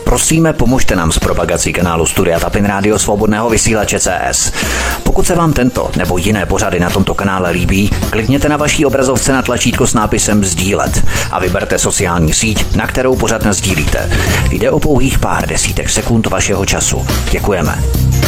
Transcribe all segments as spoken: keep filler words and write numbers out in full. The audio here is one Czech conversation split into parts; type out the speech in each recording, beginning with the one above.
Prosíme, pomožte nám s propagací kanálu Studia Tapin Rádio Svobodného vysílače C S. Pokud se vám tento nebo jiné pořady na tomto kanále líbí, klikněte na vaší obrazovce na tlačítko s nápisem sdílet a vyberte sociální síť, na kterou pořad nasdílíte. Jde o pouhých pár desítek sekund vašeho času. Děkujeme.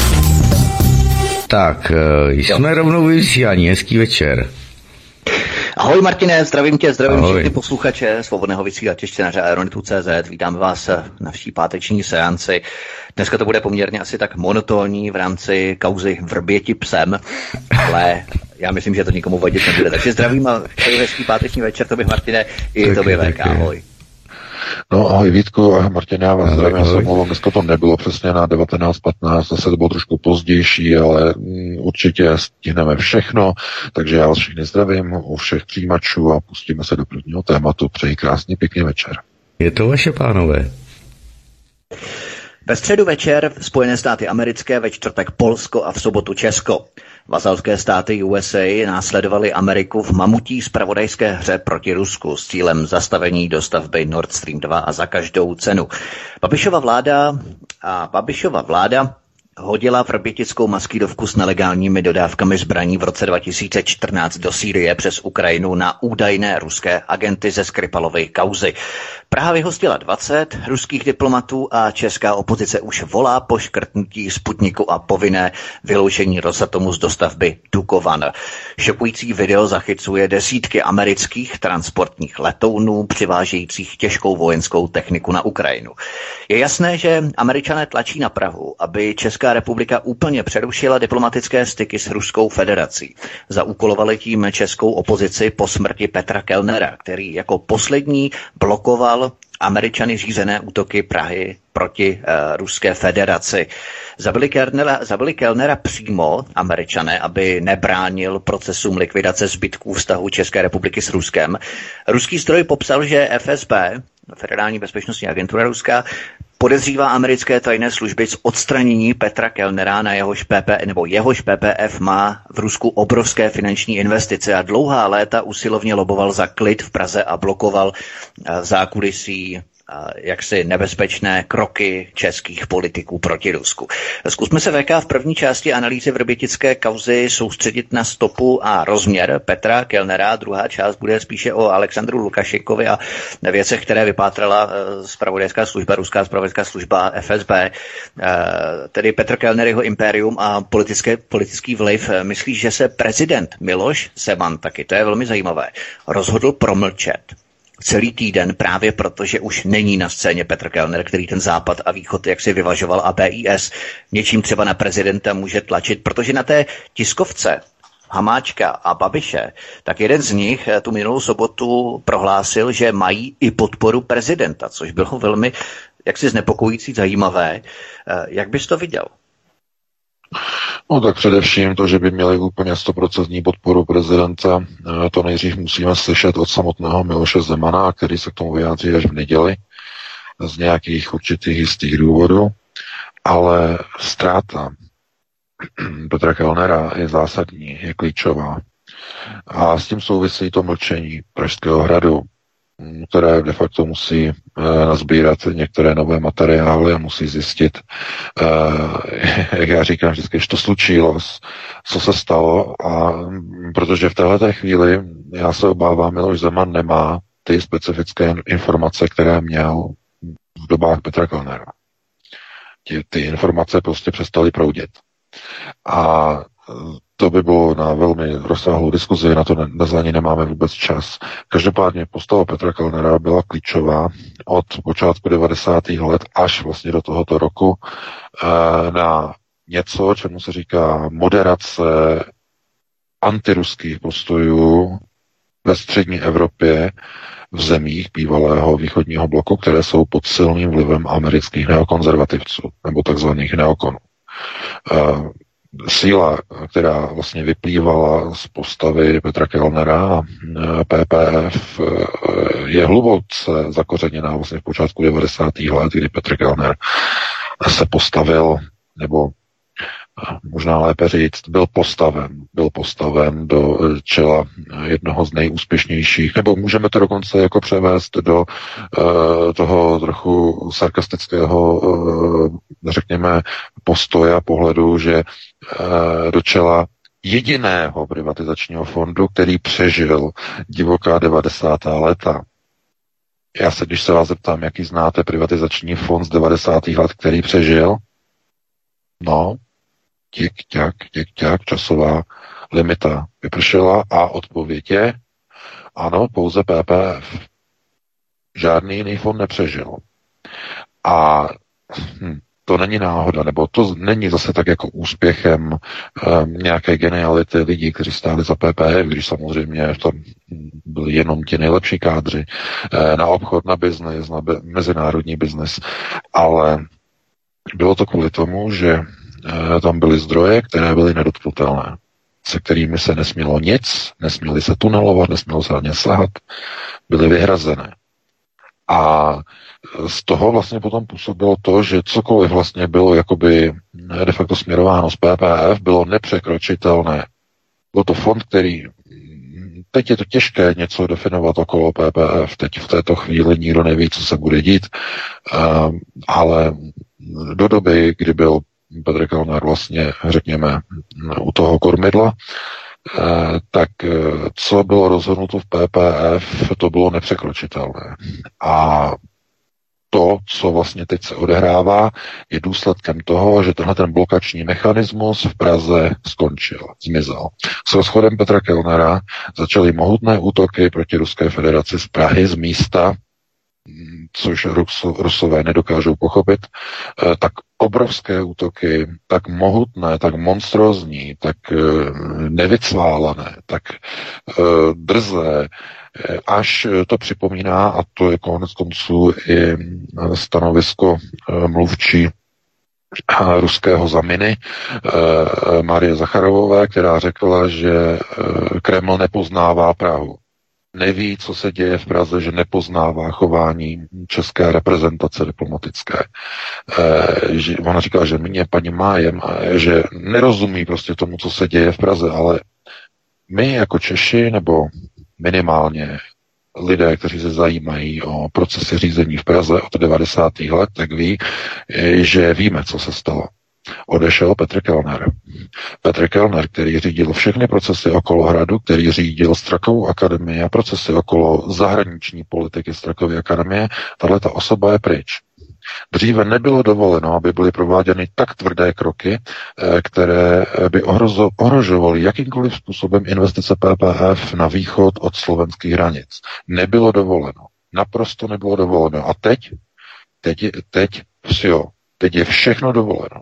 Tak, jsme jo. rovnou vysílání. Hezký večer. Ahoj Martine, zdravím tě, zdravím Ahoj. všechny posluchače Svobodného vysílače čtenáře Aeronitu tečka cé zet. Vítám vás na vší páteční seanci. Dneska to bude poměrně asi tak monotónní v rámci kauzy Vrběti psem, ale já myslím, že to nikomu vadit nebude. Takže zdravím a přeji hezký páteční večer, tobě Martine, i tobě V K. Ahoj. No ahoj Vítku a Martin, já vás zdravím, já se omlouvám, dneska to nebylo přesně na devatenáct patnáct, zase to bylo trošku pozdější, ale určitě stihneme všechno, takže já vás všichni zdravím u všech přijímačů a pustíme se do prvního tématu. Přeji krásný, pěkný večer. Je to vaše, pánové. Ve středu večer Spojené státy americké, ve čtvrtek Polsko a v sobotu Česko. Vazalské státy U S A následovaly Ameriku v mamutí zpravodajské hře proti Rusku s cílem zastavení dostavby Nord Stream dva a za každou cenu. Babišova vláda a Babišova vláda hodila vrbětickou maskýrovku s nelegálními dodávkami zbraní v roce dva tisíce čtrnáct do Sýrie přes Ukrajinu na údajné ruské agenty ze Skripalovy kauzy. Praha vyhostila dvacet ruských diplomatů a česká opozice už volá po škrtnutí Sputniku a povinné vyloučení Rosatomu z dostavby Dukovan. Šokující video zachycuje desítky amerických transportních letounů přivážejících těžkou vojenskou techniku na Ukrajinu. Je jasné, že Američané tlačí na Prahu, aby Česká republika úplně přerušila diplomatické styky s Ruskou federací. Zaúkolovali tím českou opozici po smrti Petra Kellnera, který jako poslední blokoval Američany řízené útoky Prahy proti uh, Ruské federaci. Zabili Kellnera, zabili Kellnera přímo Američané, aby nebránil procesům likvidace zbytků vztahu České republiky s Ruskem. Ruský zdroj popsal, že F S B, Federální bezpečnostní agentura ruská, podezřívá americké tajné služby z odstranění Petra Kellnera, na jehož P P, nebo jehož P P F má v Rusku obrovské finanční investice a dlouhá léta usilovně loboval za klid v Praze a blokoval v zákulisí jaksi nebezpečné kroky českých politiků proti Rusku. Zkusme se V K v první části analýzy vrbětické kauzy soustředit na stopu a rozměr Petra Kellnera. Druhá část bude spíše o Alexandru Lukašenkovi a věcech, které vypátrala zpravodajská služba, ruská zpravodajská služba F S B. Tedy Petr Kellner, jeho impérium a politické, politický vliv. Myslíš, že se prezident Miloš Zeman, taky to je velmi zajímavé, rozhodl promlčet celý týden právě proto, že už není na scéně Petr Kellner, který ten západ a východ jaksi vyvažoval a B I S něčím třeba na prezidenta může tlačit, protože na té tiskovce Hamáčka a Babiše, tak jeden z nich tu minulou sobotu prohlásil, že mají i podporu prezidenta, což bylo velmi jaksi znepokojící, zajímavé. Jak bys to viděl? No tak především to, že by měli úplně stoprocentní podporu prezidenta, to nejdřív musíme slyšet od samotného Miloše Zemana, který se k tomu vyjádří až v neděli z nějakých určitých jistých důvodů, ale ztráta Petra Kellnera je zásadní, je klíčová. A s tím souvisí to mlčení Pražského hradu, které de facto musí e, nazbírat některé nové materiály a musí zjistit, e, jak já říkám vždycky, že to slučilo, co se stalo, a protože v této chvíli já se obávám, Miloš Zeman nemá ty specifické informace, které měl v dobách Petra Kellnera. Ty, ty informace prostě přestaly proudit. A to by bylo na velmi rozsáhlou diskuzi, na to ne, za ní nemáme vůbec čas. Každopádně postava Petra Kellnera byla klíčová od počátku devadesátých let až vlastně do tohoto roku e, na něco, čemu se říká moderace antiruských postojů ve střední Evropě, v zemích bývalého východního bloku, které jsou pod silným vlivem amerických neokonzervativců, nebo takzvaných neokonů. E, síla, která vlastně vyplývala z postavy Petra Kellnera a P P F, je hluboce zakořeněná vlastně v počátku devadesátých let, kdy Petr Kellner se postavil nebo možná lépe říct, byl postaven, byl postaven do čela jednoho z nejúspěšnějších, nebo můžeme to dokonce jako převést do uh, toho trochu sarkastického, uh, řekněme, postoje a pohledu, že uh, do čela jediného privatizačního fondu, který přežil divoká devadesátá léta. Já se, když se vás zeptám, jaký znáte privatizační fond z devadesátých let, který přežil, no, tik, tak, tik, tak, časová limita vypršela a odpověď je, ano, pouze P P F. Žádný jiný fond nepřežil. A hm, to není náhoda, nebo to není zase tak jako úspěchem um, nějaké geniality lidí, kteří stáli za P P F, když samozřejmě v tom byli jenom ti nejlepší kádři eh, na obchod, na biznes, na be- mezinárodní biznes, ale bylo to kvůli tomu, že eh, tam byly zdroje, které byly nedotknutelné, se kterými se nesmělo nic, nesměly se tunelovat, nesmělo se ani sahat, byly vyhrazené. A z toho vlastně potom působilo to, že cokoliv vlastně bylo jakoby de facto směrováno z P P F, bylo nepřekročitelné. Byl to fond, který, teď je to těžké něco definovat okolo P P F, teď v této chvíli nikdo neví, co se bude dít, ale do doby, kdy byl Petr Kellner vlastně, řekněme, u toho kormidla, tak co bylo rozhodnuto v P P F, to bylo nepřekročitelné. A to, co vlastně teď se odehrává, je důsledkem toho, že tenhle ten blokační mechanismus v Praze skončil, zmizel. S rozchodem Petra Kellnera začaly mohutné útoky proti Ruské federaci z Prahy, z místa, což Ruso, Rusové nedokážou pochopit, tak obrovské útoky, tak mohutné, tak monstrózní, tak nevycválané, tak drzé, až to připomíná, a to je konec konců i stanovisko mluvčí ruského zaminy Marie Zacharovové, která řekla, že Kreml nepoznává Prahu. Neví, co se děje v Praze, že nepoznává chování české reprezentace diplomatické. E, že ona říkala, že mě paní Májem, že nerozumí prostě tomu, co se děje v Praze, ale my jako Češi, nebo minimálně lidé, kteří se zajímají o procesy řízení v Praze od devadesátých let, tak ví, že víme, co se stalo. Odešel Petr Kellner. Petr Kellner, který řídil všechny procesy okolo hradu, který řídil Strakovou akademii a procesy okolo zahraniční politiky Strakovy akademie, tahleta osoba je pryč. Dříve nebylo dovoleno, aby byly prováděny tak tvrdé kroky, které by ohrožovaly jakýmkoliv způsobem investice P P F na východ od slovenských hranic. Nebylo dovoleno. Naprosto nebylo dovoleno. A teď, teď, teď, jo, teď je všechno dovoleno.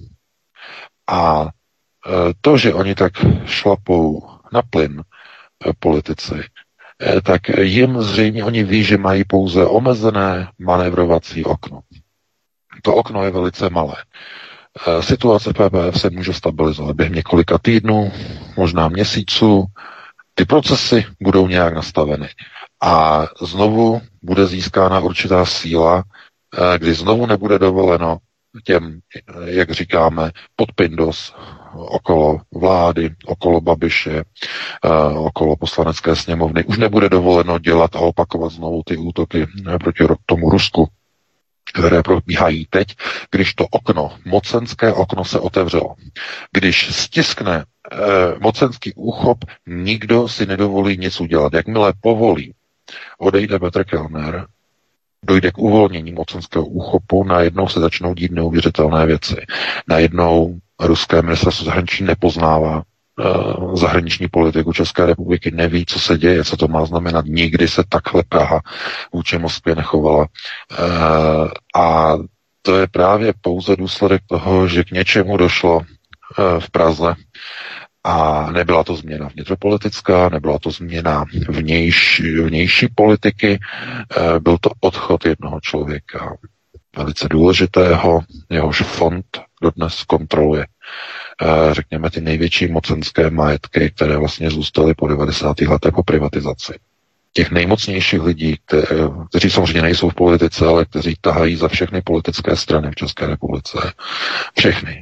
A to, že oni tak šlapou na plyn politici, tak jim zřejmě oni ví, že mají pouze omezené manévrovací okno. To okno je velice malé. Situace P P F se může stabilizovat během několika týdnů, možná měsíců. Ty procesy budou nějak nastaveny. A znovu bude získána určitá síla, kdy znovu nebude dovoleno těm, jak říkáme, podpindos okolo vlády, okolo Babiše, uh, okolo poslanecké sněmovny. Už nebude dovoleno dělat a opakovat znovu ty útoky proti tomu Rusku, které probíhají teď, když to okno, mocenské okno se otevřelo. Když stiskne uh, mocenský úchop, nikdo si nedovolí nic udělat. Jakmile povolí, odejde Petr Kellner, dojde k uvolnění mocenského úchopu, najednou se začnou dít neuvěřitelné věci. Najednou ruské ministerstvo zahraničí nepoznává uh, zahraniční politiku České republiky, neví, co se děje, co to má znamenat. Nikdy se takhle Praha vůči Moskvě nechovala. Uh, a to je právě pouze důsledek toho, že k něčemu došlo uh, v Praze. A nebyla to změna vnitropolitická, nebyla to změna vnější, vnější politiky, byl to odchod jednoho člověka, velice důležitého, jehož fond dodnes kontroluje, řekněme, ty největší mocenské majetky, které vlastně zůstaly po devadesátých letech po privatizaci. Těch nejmocnějších lidí, kte, kteří samozřejmě nejsou v politice, ale kteří tahají za všechny politické strany v České republice. Všechny.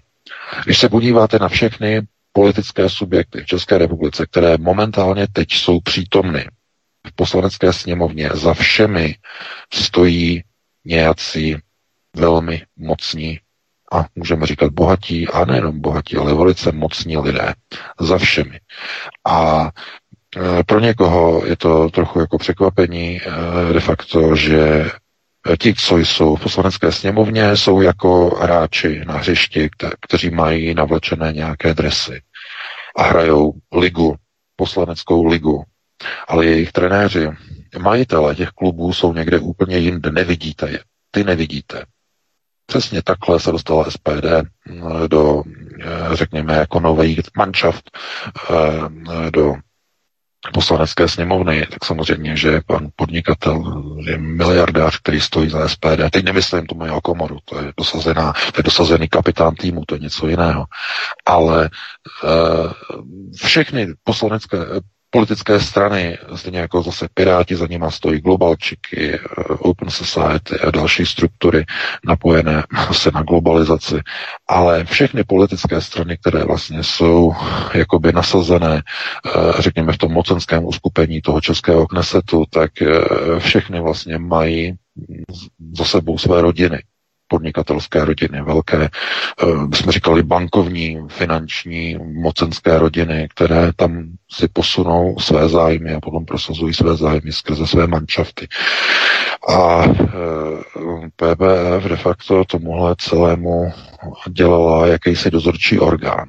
Když se podíváte na všechny politické subjekty v České republice, které momentálně teď jsou přítomny v poslanecké sněmovně, za všemi stojí nějací velmi mocní a můžeme říkat bohatí, a nejenom bohatí, ale velice mocní lidé. Za všemi. A pro někoho je to trochu jako překvapení de facto, že ti, co jsou v poslanecké sněmovně, jsou jako hráči na hřišti, kteří mají navlečené nějaké dresy a hrajou ligu, poslaneckou ligu. Ale jejich trenéři, majitele těch klubů jsou někde úplně jinde. Nevidíte je. Ty nevidíte. Přesně takhle se dostala S P D do, řekněme, jako nový manšaft do poslanecké sněmovny, tak samozřejmě, že pan podnikatel je miliardář, který stojí za S P D. Teď nemyslím tomu jeho komoru, to je dosazená, to je dosazený kapitán týmu, to je něco jiného. Ale uh, všechny poslanecké politické strany, stejně jako zase Piráti, za nima stojí globalčiky, Open Society a další struktury napojené se na globalizaci, ale všechny politické strany, které vlastně jsou jakoby nasazené, řekněme, v tom mocenském uskupení toho českého Knesetu, tak všechny vlastně mají za sebou své rodiny. Podnikatelské rodiny, velké, bychom říkali bankovní, finanční, mocenské rodiny, které tam si posunou své zájmy a potom prosazují své zájmy skrze své manšafty. A P B F de facto tomuhle celému dělala jakýsi dozorčí orgán.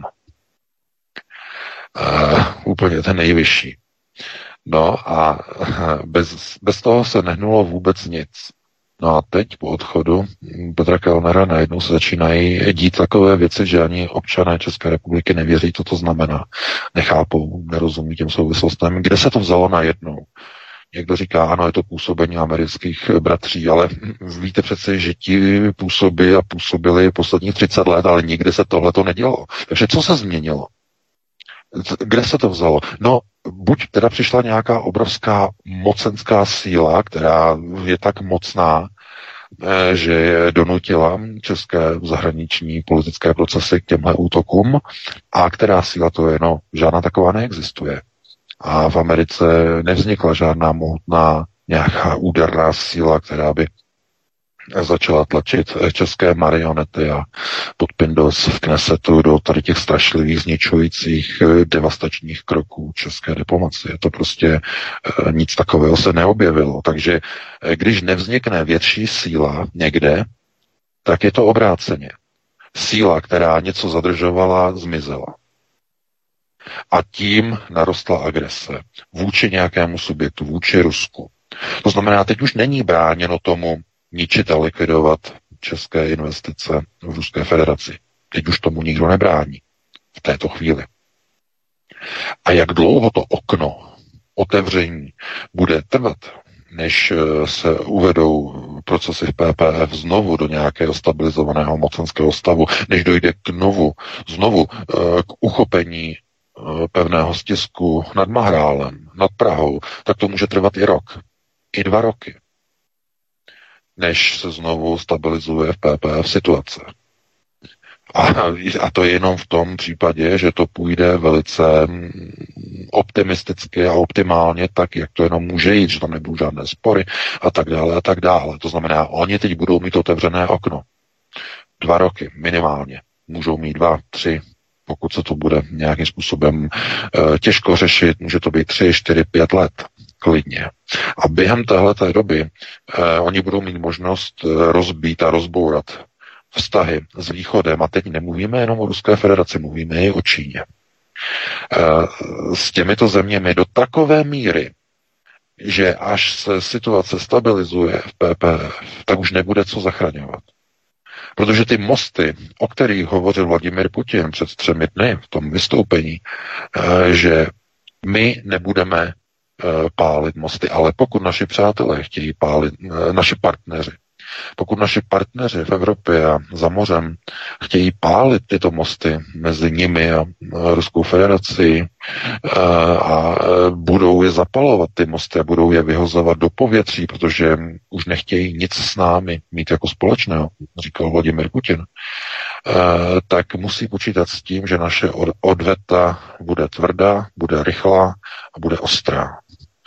Úplně ten nejvyšší. No a bez, bez toho se nehnulo vůbec nic. No a teď po odchodu Petra Kellnera najednou se začínají dít takové věci, že ani občané České republiky nevěří, co to znamená. Nechápou, nerozumí těm souvislostem. Kde se to vzalo najednou? Někdo říká, ano, je to působení amerických bratří, ale víte přece, že ti působí a působili posledních třicet let, ale nikdy se tohle to nedělo. Takže co se změnilo? Kde se to vzalo? No, buď teda přišla nějaká obrovská mocenská síla, která je tak mocná, že je donutila české zahraniční politické procesy k těmhle útokům, a která síla to je? No, žádná taková neexistuje. A v Americe nevznikla žádná mohutná nějaká úderná síla, která by začala tlačit české marionety a podpindos v Knesetu do tady těch strašlivých, zničujících, devastačních kroků české diplomacie. To prostě nic takového se neobjevilo. Takže když nevznikne větší síla někde, tak je to obráceně. Síla, která něco zadržovala, zmizela. A tím narostla agrese vůči nějakému subjektu, vůči Rusku. To znamená, teď už není bráněno tomu ničit a likvidovat české investice v Ruské federaci. Teď už tomu nikdo nebrání v této chvíli. A jak dlouho to okno otevření bude trvat, než se uvedou procesy v P P F znovu do nějakého stabilizovaného mocenského stavu, než dojde k novu, znovu k uchopení pevného stisku nad Mahrálem, nad Prahou, tak to může trvat i rok, i dva roky, než se znovu stabilizuje v P P F situace. A, a to je jenom v tom případě, že to půjde velice optimisticky a optimálně tak, jak to jenom může jít, že tam nebudou žádné spory a tak dále a tak dále. To znamená, oni teď budou mít otevřené okno. Dva roky minimálně. Můžou mít dva, tři, pokud se to bude nějakým způsobem e, těžko řešit, může to být tři, čtyři, pět let. Klidně. A během téhleté doby eh, oni budou mít možnost eh, rozbít a rozbourat vztahy s Východem. A teď nemluvíme jenom o Ruské federaci, mluvíme i o Číně. Eh, s těmito zeměmi do takové míry, že až se situace stabilizuje v P P F, tak už nebude co zachraňovat. Protože ty mosty, o kterých hovořil Vladimír Putin před třemi dny v tom vystoupení, eh, že my nebudeme pálit mosty, ale pokud naši přátelé chtějí pálit, naši partneři, pokud naši partneři v Evropě a za mořem chtějí pálit tyto mosty mezi nimi a Ruskou federací a budou je zapalovat ty mosty a budou je vyhozovat do povětří, protože už nechtějí nic s námi mít jako společného, říkal Vladimír Putin, tak musí počítat s tím, že naše odveta bude tvrdá, bude rychlá a bude ostrá.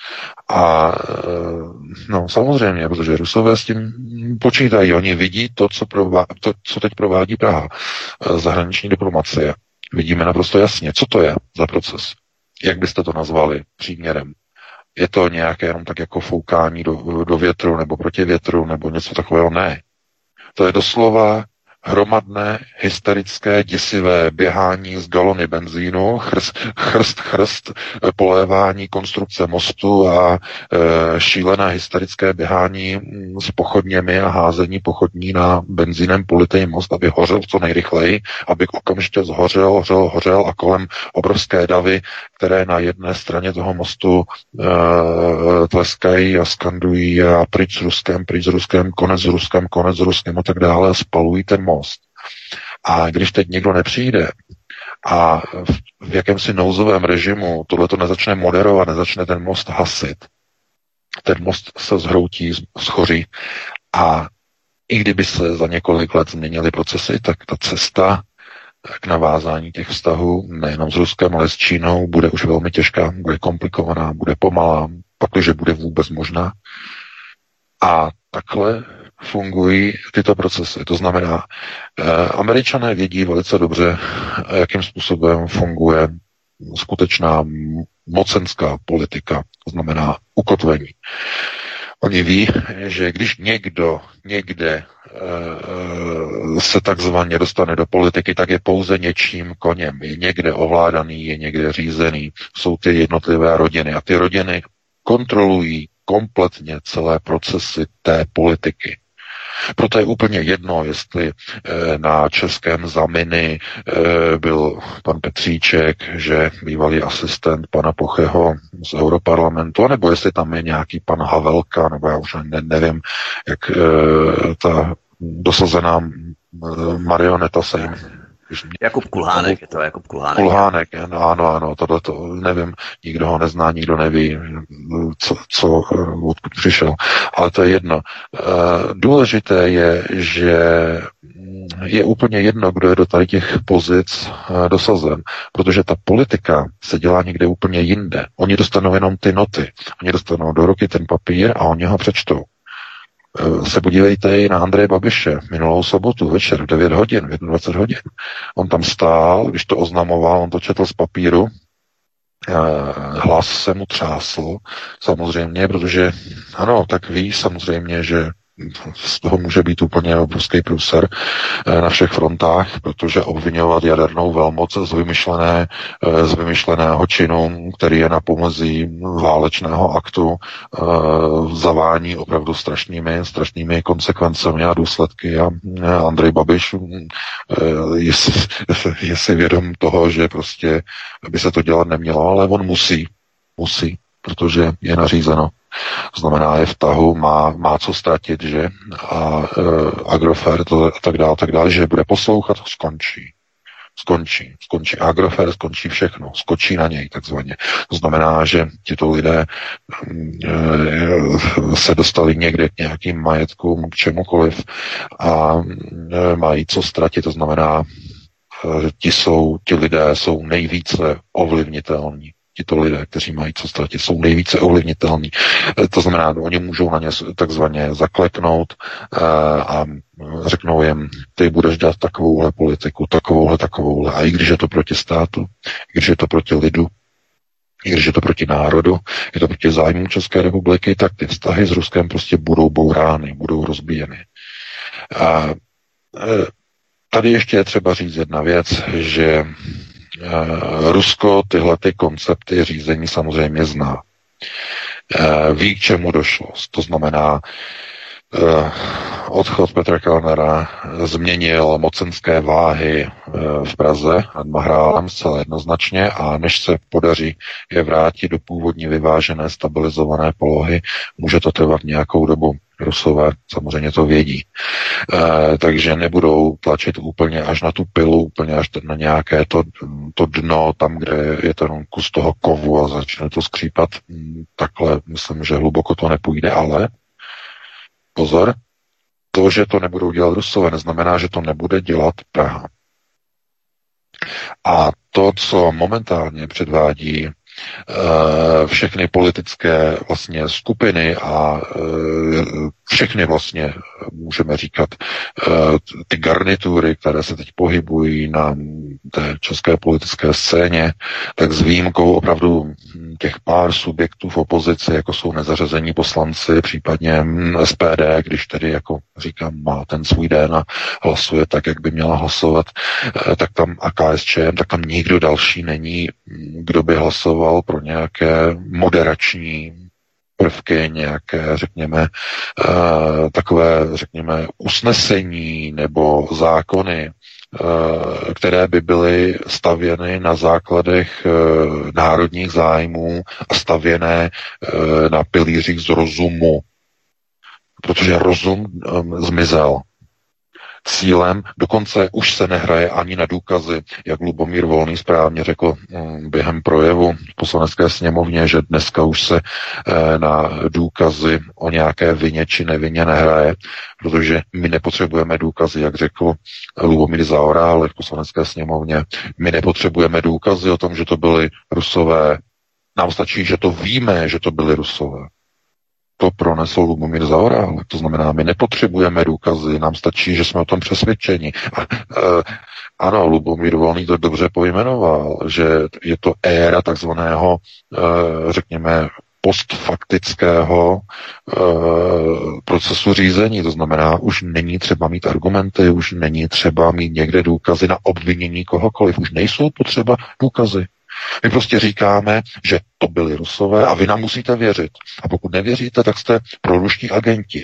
A no samozřejmě, protože Rusové s tím počítají. Oni vidí to, co, prová, to, co teď provádí Praha. Zahraniční diplomacie. Vidíme naprosto jasně, co to je za proces. Jak byste to nazvali příměrem? Je to nějaké jenom tak jako foukání do, do větru nebo proti větru nebo něco takového? Ne. To je doslova hromadné, hysterické, děsivé běhání z galony benzínu, chrst, chrst, chrst, polévání konstrukce mostu a e, šílené hysterické běhání s pochodněmi a házení pochodní na benzínem politý most, aby hořel co nejrychleji, aby okamžitě zhořel, hořel, hořel a kolem obrovské davy, které na jedné straně toho mostu e, tleskají a skandují a pryč s Ruskem, pryč s Ruskem, konec s Ruskem, konec s Ruskem a tak dále a spalují ten most. A když teď někdo nepřijde a v, v jakémsi nouzovém režimu tohleto nezačne moderovat, nezačne ten most hasit, ten most se zhroutí, schoří a i kdyby se za několik let změnily procesy, tak ta cesta k navázání těch vztahů nejenom s Ruskem, ale s Čínou bude už velmi těžká, bude komplikovaná, bude pomalá, pakliže bude vůbec možná. A takhle fungují tyto procesy. To znamená, eh, Američané vědí velice dobře, jakým způsobem funguje skutečná mocenská politika, to znamená ukotvení. Oni ví, že když někdo někde e, se takzvaně dostane do politiky, tak je pouze něčím koněm. Je někde ovládaný, je někde řízený. Jsou ty jednotlivé rodiny. A ty rodiny kontrolují kompletně celé procesy té politiky. Proto je úplně jedno, jestli na českém Zamini byl pan Petříček, že bývalý asistent pana Pocheho z Europarlamentu, nebo jestli tam je nějaký pan Havelka, nebo já už ne, nevím, jak ta dosazená marioneta se jim... Jakub Kulhánek, je to Jakub Kulhánek. Kulhánek, ano, ano, tohle to nevím, nikdo ho nezná, nikdo neví, co, co odkud přišel, ale to je jedno. Důležité je, že je úplně jedno, kdo je do tady těch pozic dosazen, protože ta politika se dělá někde úplně jinde. Oni dostanou jenom ty noty, oni dostanou do ruky ten papír a oni ho přečtou. Se podívejte i na Andreje Babiše minulou sobotu večer v devět hodin, v dvacet hodin. On tam stál, když to oznamoval, on to četl z papíru, hlas se mu třásl, samozřejmě, protože ano, tak ví samozřejmě, že z toho může být úplně obrovský průser na všech frontách, protože obvinovat jadernou velmoc z vymyšlené, z vymyšleného činu, který je na pomezí válečného aktu, zavání opravdu strašnými, strašnými konsekvencemi a důsledky. A Andrej Babiš je, je si vědom toho, že prostě by se to dělat nemělo, ale on musí, musí, protože je nařízeno. To znamená, je v tahu, má, má co ztratit, že? A e, Agrofert a tak dále, tak dále, že bude poslouchat, skončí. Skončí. Skončí Agrofert, skončí všechno. Skočí na něj, takzvaně. To znamená, že tito lidé e, se dostali někde k nějakým majetkům, k čemukoliv a e, mají co ztratit. To znamená, e, ti, jsou, ti lidé jsou nejvíce ovlivnitelní. Tito lidé, kteří mají co ztratit, jsou nejvíce ovlivnitelní. To znamená, oni můžou na ně takzvaně zakleknout a řeknou jim, ty budeš dělat takovouhle politiku, takovouhle, takovouhle. A i když je to proti státu, i když je to proti lidu, i když je to proti národu, je to proti zájmu České republiky, tak ty vztahy s Ruskem prostě budou bourány, budou rozbíjeny. A tady ještě je třeba říct jedna věc, že Rusko tyhle ty koncepty řízení samozřejmě zná. Ví, k čemu došlo. To znamená, odchod Petra Kellnera změnil mocenské váhy v Praze nad Mahrálem zcela jednoznačně a než se podaří je vrátit do původní vyvážené, stabilizované polohy, může to trvat nějakou dobu. Rusové samozřejmě to vědí. E, takže nebudou tlačit úplně až na tu pilu, úplně až na nějaké to, to dno, tam, kde je ten kus toho kovu a začne to skřípat. Takhle myslím, že hluboko to nepůjde, ale pozor, to, že to nebudou dělat Rusové, neznamená, že to nebude dělat Praha. A to, co momentálně předvádí všechny politické vlastně skupiny a všechny vlastně, můžeme říkat, ty garnitury, které se teď pohybují na té české politické scéně, tak s výjimkou opravdu těch pár subjektů v opozici, jako jsou nezařazení poslanci, případně S P D, když tedy, jako říkám, má ten svůj den a hlasuje tak, jak by měla hlasovat, tak tam a K S Č M, tak tam nikdo další není, kdo by hlasoval pro nějaké moderační prvky, nějaké, řekněme, takové, řekněme, usnesení nebo zákony, které by byly stavěny na základech národních zájmů a stavěné na pilířích z rozumu. Protože rozum zmizel. Cílem dokonce už se nehraje ani na důkazy, jak Lubomír Volný správně řekl během projevu v Poslanecké sněmovně, že dneska už se na důkazy o nějaké vině či nevině nehraje, protože my nepotřebujeme důkazy, jak řekl Lubomír Zaorálek v Poslanecké sněmovně. My nepotřebujeme důkazy o tom, že to byli Rusové. Nám stačí, že to víme, že to byli Rusové. To pronesl Lubomír Zaorálek. To znamená, my nepotřebujeme důkazy, nám stačí, že jsme o tom přesvědčeni. A, e, ano, Lubomír Volný to dobře pojmenoval, že je to éra takzvaného, e, řekněme, postfaktického e, procesu řízení. To znamená, už není třeba mít argumenty, už není třeba mít někde důkazy na obvinění kohokoliv, už nejsou potřeba důkazy. My prostě říkáme, že to byli Rusové a vy nám musíte věřit. A pokud nevěříte, tak jste proruští agenti.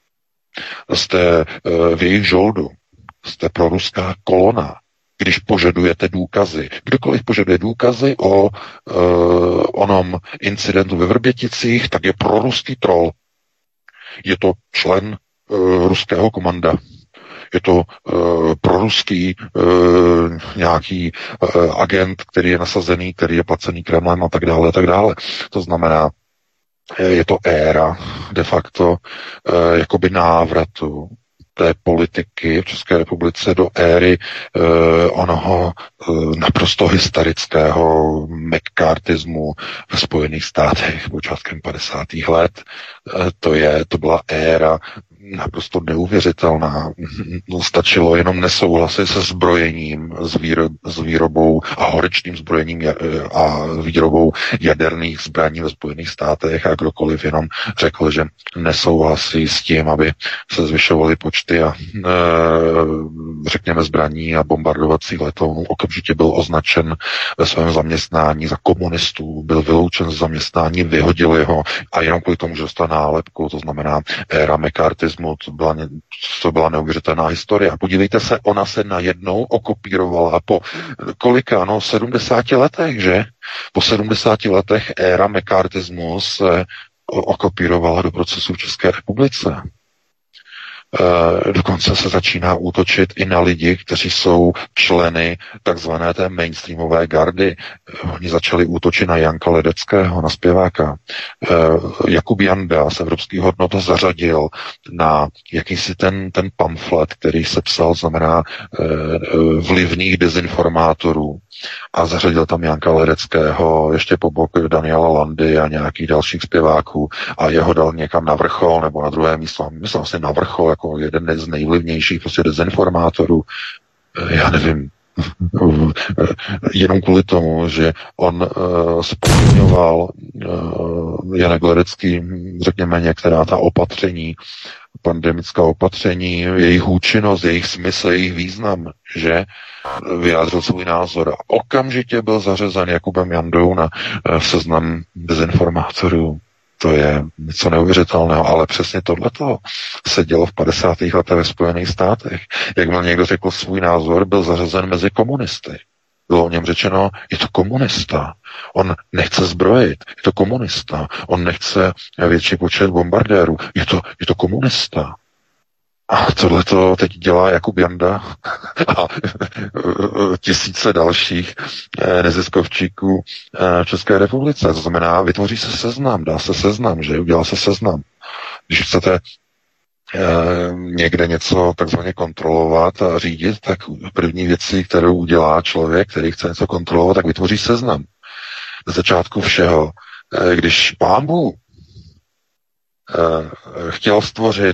Jste uh, v jejich žoldu. Jste proruská kolona, když požadujete důkazy. Kdokoliv požaduje důkazy o uh, onom incidentu ve Vrběticích, tak je proruský troll. Je to člen uh, ruského komanda. Je to uh, proruský uh, nějaký uh, agent, který je nasazený, který je placený Kremlem a tak dále, a tak dále. To znamená, je to éra de facto uh, jakoby návratu té politiky v České republice do éry uh, onoho uh, naprosto hysterického mccarthyismu ve Spojených státech počátkem padesátých let. Uh, to je, to byla éra naprosto neuvěřitelná. Stačilo jenom nesouhlasit se zbrojením, s, výro, s výrobou a horečným zbrojením a výrobou jaderných zbraní ve Spojených státech a kdokoliv jenom řekl, že nesouhlasí s tím, aby se zvyšovaly počty a e, řekněme zbraní a bombardovacích letounů, okamžitě byl označen ve svém zaměstnání za komunistů, byl vyloučen z zaměstnání, vyhodili ho a jenom kvůli tomu, že dostal nálepku, to znamená éra mccarthyismu, to byla, to byla neuvěřitelná historie. Podívejte se, ona se najednou okopírovala po kolika, no, sedmdesáti letech, že? Po sedmdesáti letech éra mccarthyismu se okopírovala do procesu v České republice. E, dokonce se začíná útočit i na lidi, kteří jsou členy takzvané té mainstreamové gardy. Oni začali útočit na Janka Ledeckého, na zpěváka. E, Jakub Janda z Evropských hodnot zařadil na jakýsi ten, ten pamflet, který se psal, znamená e, vlivných dezinformátorů. A zařadil tam Janka Ledeckého, ještě po boku Daniela Landy a nějakých dalších zpěváků a jeho dal někam na vrchol nebo na druhé místo. Myslím si na vrchol jako jeden z nejvlivnějších prostě dezinformátorů. Já nevím, jenom kvůli tomu, že on uh, spochybňoval uh, Janek Ledecký, řekněme, některá ta opatření, pandemická opatření, jejich účinnost, jejich smysl, jejich význam, že vyjádřil svůj názor a okamžitě byl zařazen Jakubem Jandou na uh, seznam dezinformátorů. To je něco neuvěřitelného, ale přesně tohleto se dělo v padesátých letech ve Spojených státech. Jakmile někdo řekl svůj názor, byl zařazen mezi komunisty. Bylo o něm řečeno, je to komunista. On nechce zbrojit, je to komunista. On nechce větší počet bombardérů, je to, je to komunista. A tohleto teď dělá Jakub Janda a tisíce dalších neziskovčíků v České republice. To znamená, vytvoří se seznam, dá se seznam, že udělá se seznam. Když chcete někde něco takzvaně kontrolovat a řídit, tak první věci, kterou udělá člověk, který chce něco kontrolovat, tak vytvoří seznam. Na začátku všeho, když Pán Bůh chtěl stvořit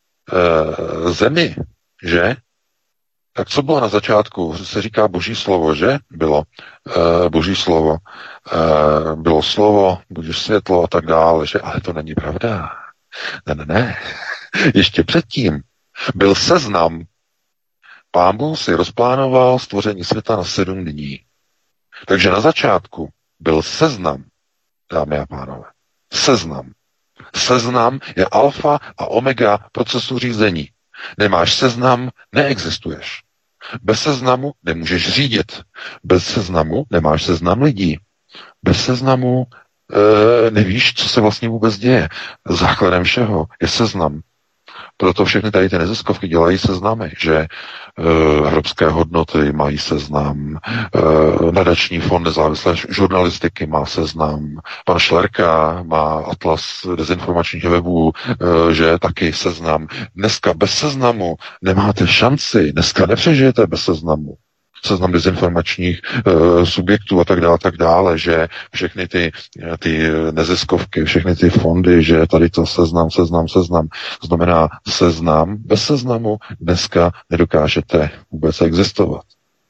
zemi, že? Tak co bylo na začátku? Se říká Boží slovo, že? Bylo Boží slovo. Bylo slovo, Boží světlo a tak dále, že? Ale to není pravda. Ne, ne, ne. Ještě předtím byl seznam. Pán Bůh si rozplánoval stvoření světa na sedm dní. Takže na začátku byl seznam, dámy a pánové. Seznam. Seznam je alfa a omega procesu řízení. Nemáš seznam, neexistuješ. Bez seznamu nemůžeš řídit. Bez seznamu nemáš seznam lidí. Bez seznamu e, nevíš, co se vlastně vůbec děje. Základem všeho je seznam. Proto všechny tady ty neziskovky dělají seznamy, že e, evropské hodnoty mají seznam, e, nadační fond nezávislé žurnalistiky má seznam, pan Šlerka má atlas dezinformačních webů, e, že taky seznam. Dneska bez seznamu nemáte šanci, dneska nepřežijete bez seznamu. Seznam dezinformačních e, subjektů a tak dále, tak dále, že všechny ty, ty neziskovky, všechny ty fondy, že tady to seznam, seznam, seznam, to znamená seznam, bez seznamu dneska nedokážete vůbec existovat.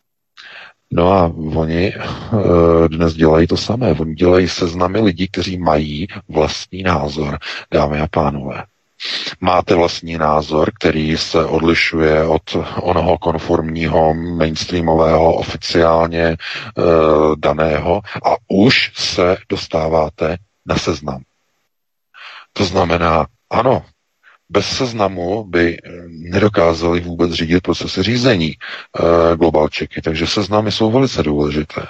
No a oni e, dnes dělají to samé, oni dělají seznamy lidí, kteří mají vlastní názor, dámy a pánové. Máte vlastní názor, který se odlišuje od onoho konformního, mainstreamového, oficiálně e, daného a už se dostáváte na seznam. To znamená, ano, bez seznamu by nedokázali vůbec řídit procesy řízení e, globalčiky, takže seznamy jsou velice důležité.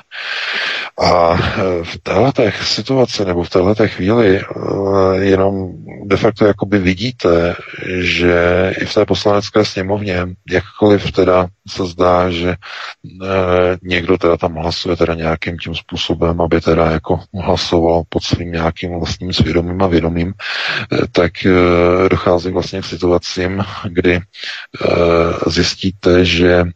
A v této situaci nebo v této chvíli e, jenom de facto jakoby vidíte, že i v té poslanecké sněmovně, jakkoliv teda se zdá, že e, někdo teda tam hlasuje teda nějakým tím způsobem, aby teda jako hlasoval pod svým nějakým vlastním svědomím a vědomím, e, tak e, dochází vlastně k situacím, kdy e, zjistíte, že e,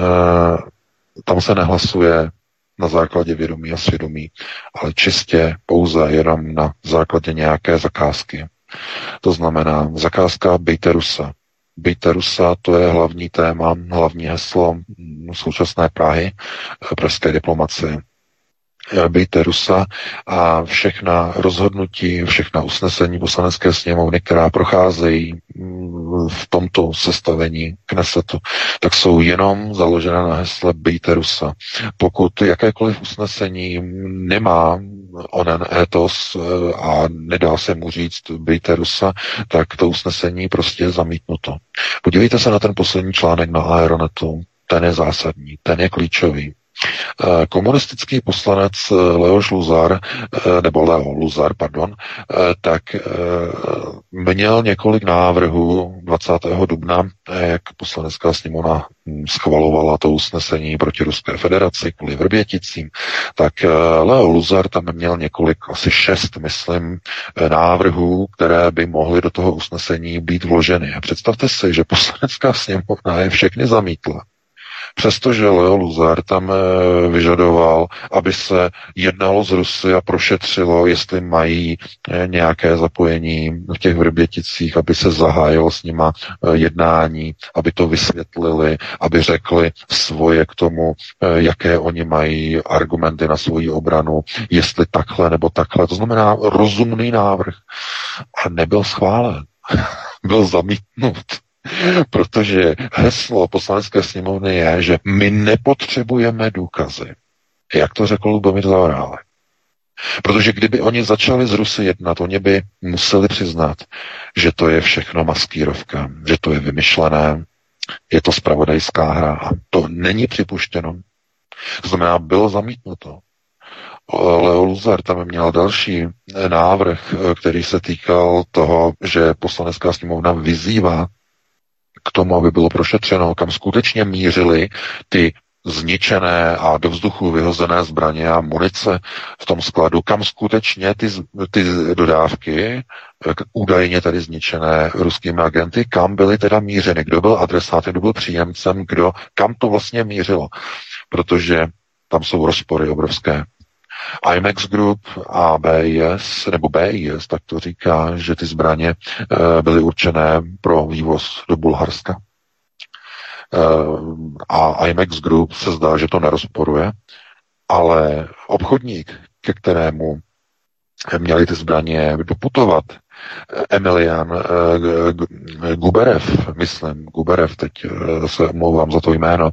tam se nehlasuje na základě vědomí a svědomí, ale čistě pouze jenom na základě nějaké zakázky. To znamená zakázka Bejte Rusa. Bejte Rusa, to je hlavní téma, hlavní heslo současné Prahy, pražské diplomacie. Bejte Rusa a všechna rozhodnutí, všechna usnesení poslanecké sněmovny, která procházejí v tomto sestavení Knesetu, tak jsou jenom založena na hesle Bejte Rusa. Pokud jakékoliv usnesení nemá onen étos a nedá se mu říct Bejte Rusa, tak to usnesení prostě je zamítnuto. Podívejte se na ten poslední článek na Aeronetu, ten je zásadní, ten je klíčový. Komunistický poslanec Leoš Luzar, nebo Leo Luzar, pardon, tak měl několik návrhů dvacátého dubna, jak poslanecká sněmovna schvalovala to usnesení proti Ruské federaci kvůli Vrběticím, tak Leo Luzar tam měl několik, asi šest, myslím, návrhů, které by mohly do toho usnesení být vloženy. A představte si, že poslanecká sněmovna je všechny zamítla. Přestože Leo Luzar tam vyžadoval, aby se jednalo s Rusy a prošetřilo, jestli mají nějaké zapojení v těch Vrběticích, aby se zahájilo s nima jednání, aby to vysvětlili, aby řekli svoje k tomu, jaké oni mají argumenty na svoji obranu, jestli takhle nebo takhle. To znamená rozumný návrh. A nebyl schválen. Byl zamítnut. Protože heslo poslanecké sněmovny je, že my nepotřebujeme důkazy. Jak to řekl Lubomír Zaorálek. Protože kdyby oni začali s Rusy jednat, oni by museli přiznat, že to je všechno maskírovka, že to je vymyšlené, je to zpravodajská hra a to není připuštěno. To znamená, bylo zamítnuto. Leo Luzar tam měl další návrh, který se týkal toho, že poslanecká sněmovna vyzývá k tomu, aby bylo prošetřeno, kam skutečně mířily ty zničené a do vzduchu vyhozené zbraně a munice v tom skladu, kam skutečně ty, ty dodávky, údajně tady zničené ruskými agenty, kam byly teda mířeny, kdo byl adresátem, kdo byl příjemcem, kdo, kam to vlastně mířilo. Protože tam jsou rozpory obrovské. IMEX Group a B I S, nebo B I S, tak to říká, že ty zbraně byly určené pro vývoz do Bulharska. A IMEX Group se zdá, že to nerozporuje, ale obchodník, ke kterému měli ty zbraně doputovat, Emilian Guberev, myslím, Guberev, teď se omlouvám za to jméno,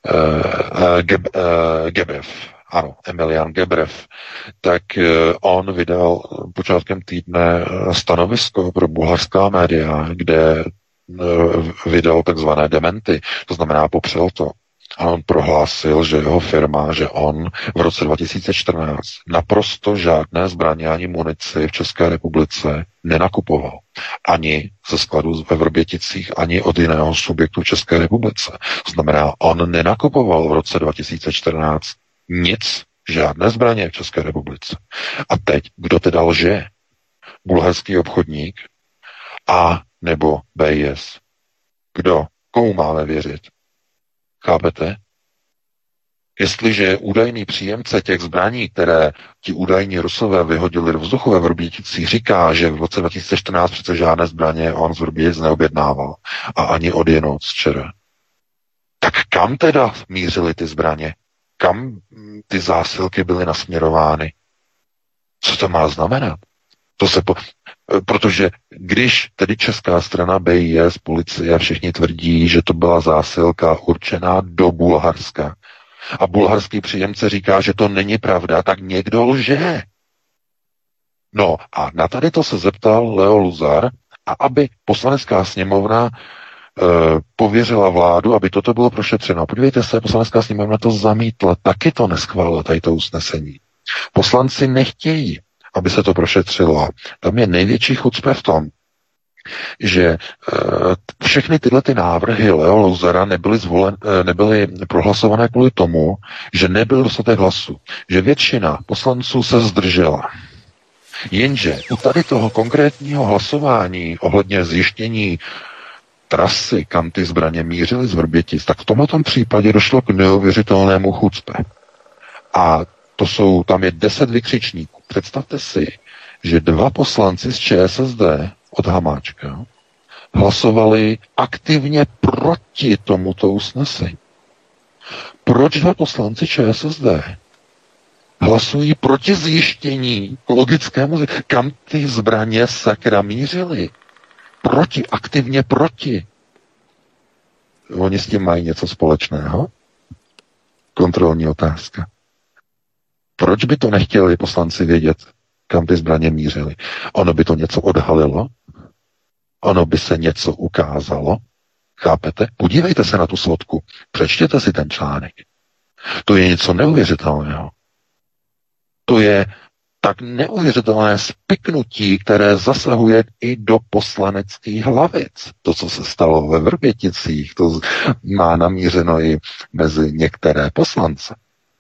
Gebev, ano, Emilian Gebrev, tak on vydal počátkem týdne stanovisko pro bulharská média, kde vydal takzvané dementy, to znamená popřel to. A on prohlásil, že jeho firma, že on v roce dva tisíce čtrnáct naprosto žádné zbraně ani munici v České republice nenakupoval. Ani ze skladů ve Vrběticích, ani od jiného subjektu v České republice. To znamená, on nenakupoval v roce dva tisíce čtrnáct nic, žádné zbraně v České republice. A teď, kdo teda lže? Bulharský obchodník a nebo B I S. Kdo? Komu máme věřit? Chápete? Jestliže údajný příjemce těch zbraní, které ti údajní Rusové vyhodili do vzduchu ve Vrběticích, říká, že v roce dva tisíce čtrnáct přece žádné zbraně on z Vrbětic neobjednával a ani od jinot z ČR. Tak kam teda mířily ty zbraně? Kam ty zásilky byly nasměrovány? Co to má znamenat? To se po... Protože když tedy česká strana B I S, policie a všichni tvrdí, že to byla zásilka určená do Bulharska a bulharský příjemce říká, že to není pravda, tak někdo lže. No a na tady to se zeptal Leo Luzar, a aby poslanecká sněmovna e, pověřila vládu, aby toto bylo prošetřeno. Podívejte se, poslanecká sněmovna to zamítla, taky to neschválila, tady to usnesení. Poslanci nechtějí, aby se to prošetřilo. Tam je největší chucpe v tom, že e, všechny tyhle ty návrhy Leo Luzara nebyly, zvolen, e, nebyly prohlasované kvůli tomu, že nebyl dostatek hlasů. Že většina poslanců se zdržela. Jenže u tady toho konkrétního hlasování ohledně zjištění trasy, kam ty zbraně mířily z Vrbětic, tak v tomto případě došlo k neuvěřitelnému chucpe. A to jsou, tam je deset vykřičníků. Představte si, že dva poslanci z ČSSD od Hamáčka hlasovali aktivně proti tomuto usnesení. Proč dva poslanci ČSSD hlasují proti zjištění logickému, kam ty zbraně sakra mířily? Proti, aktivně proti. Oni s tím mají něco společného? Kontrolní otázka. Proč by to nechtěli poslanci vědět, kam ty zbraně mířily? Ono by to něco odhalilo? Ono by se něco ukázalo? Chápete? Podívejte se na tu svodku. Přečtěte si ten článek. To je něco neuvěřitelného. To je tak neuvěřitelné spiknutí, které zasahuje i do poslaneckých hlavic. To, co se stalo ve Vrběticích, to má namířeno i mezi některé poslance.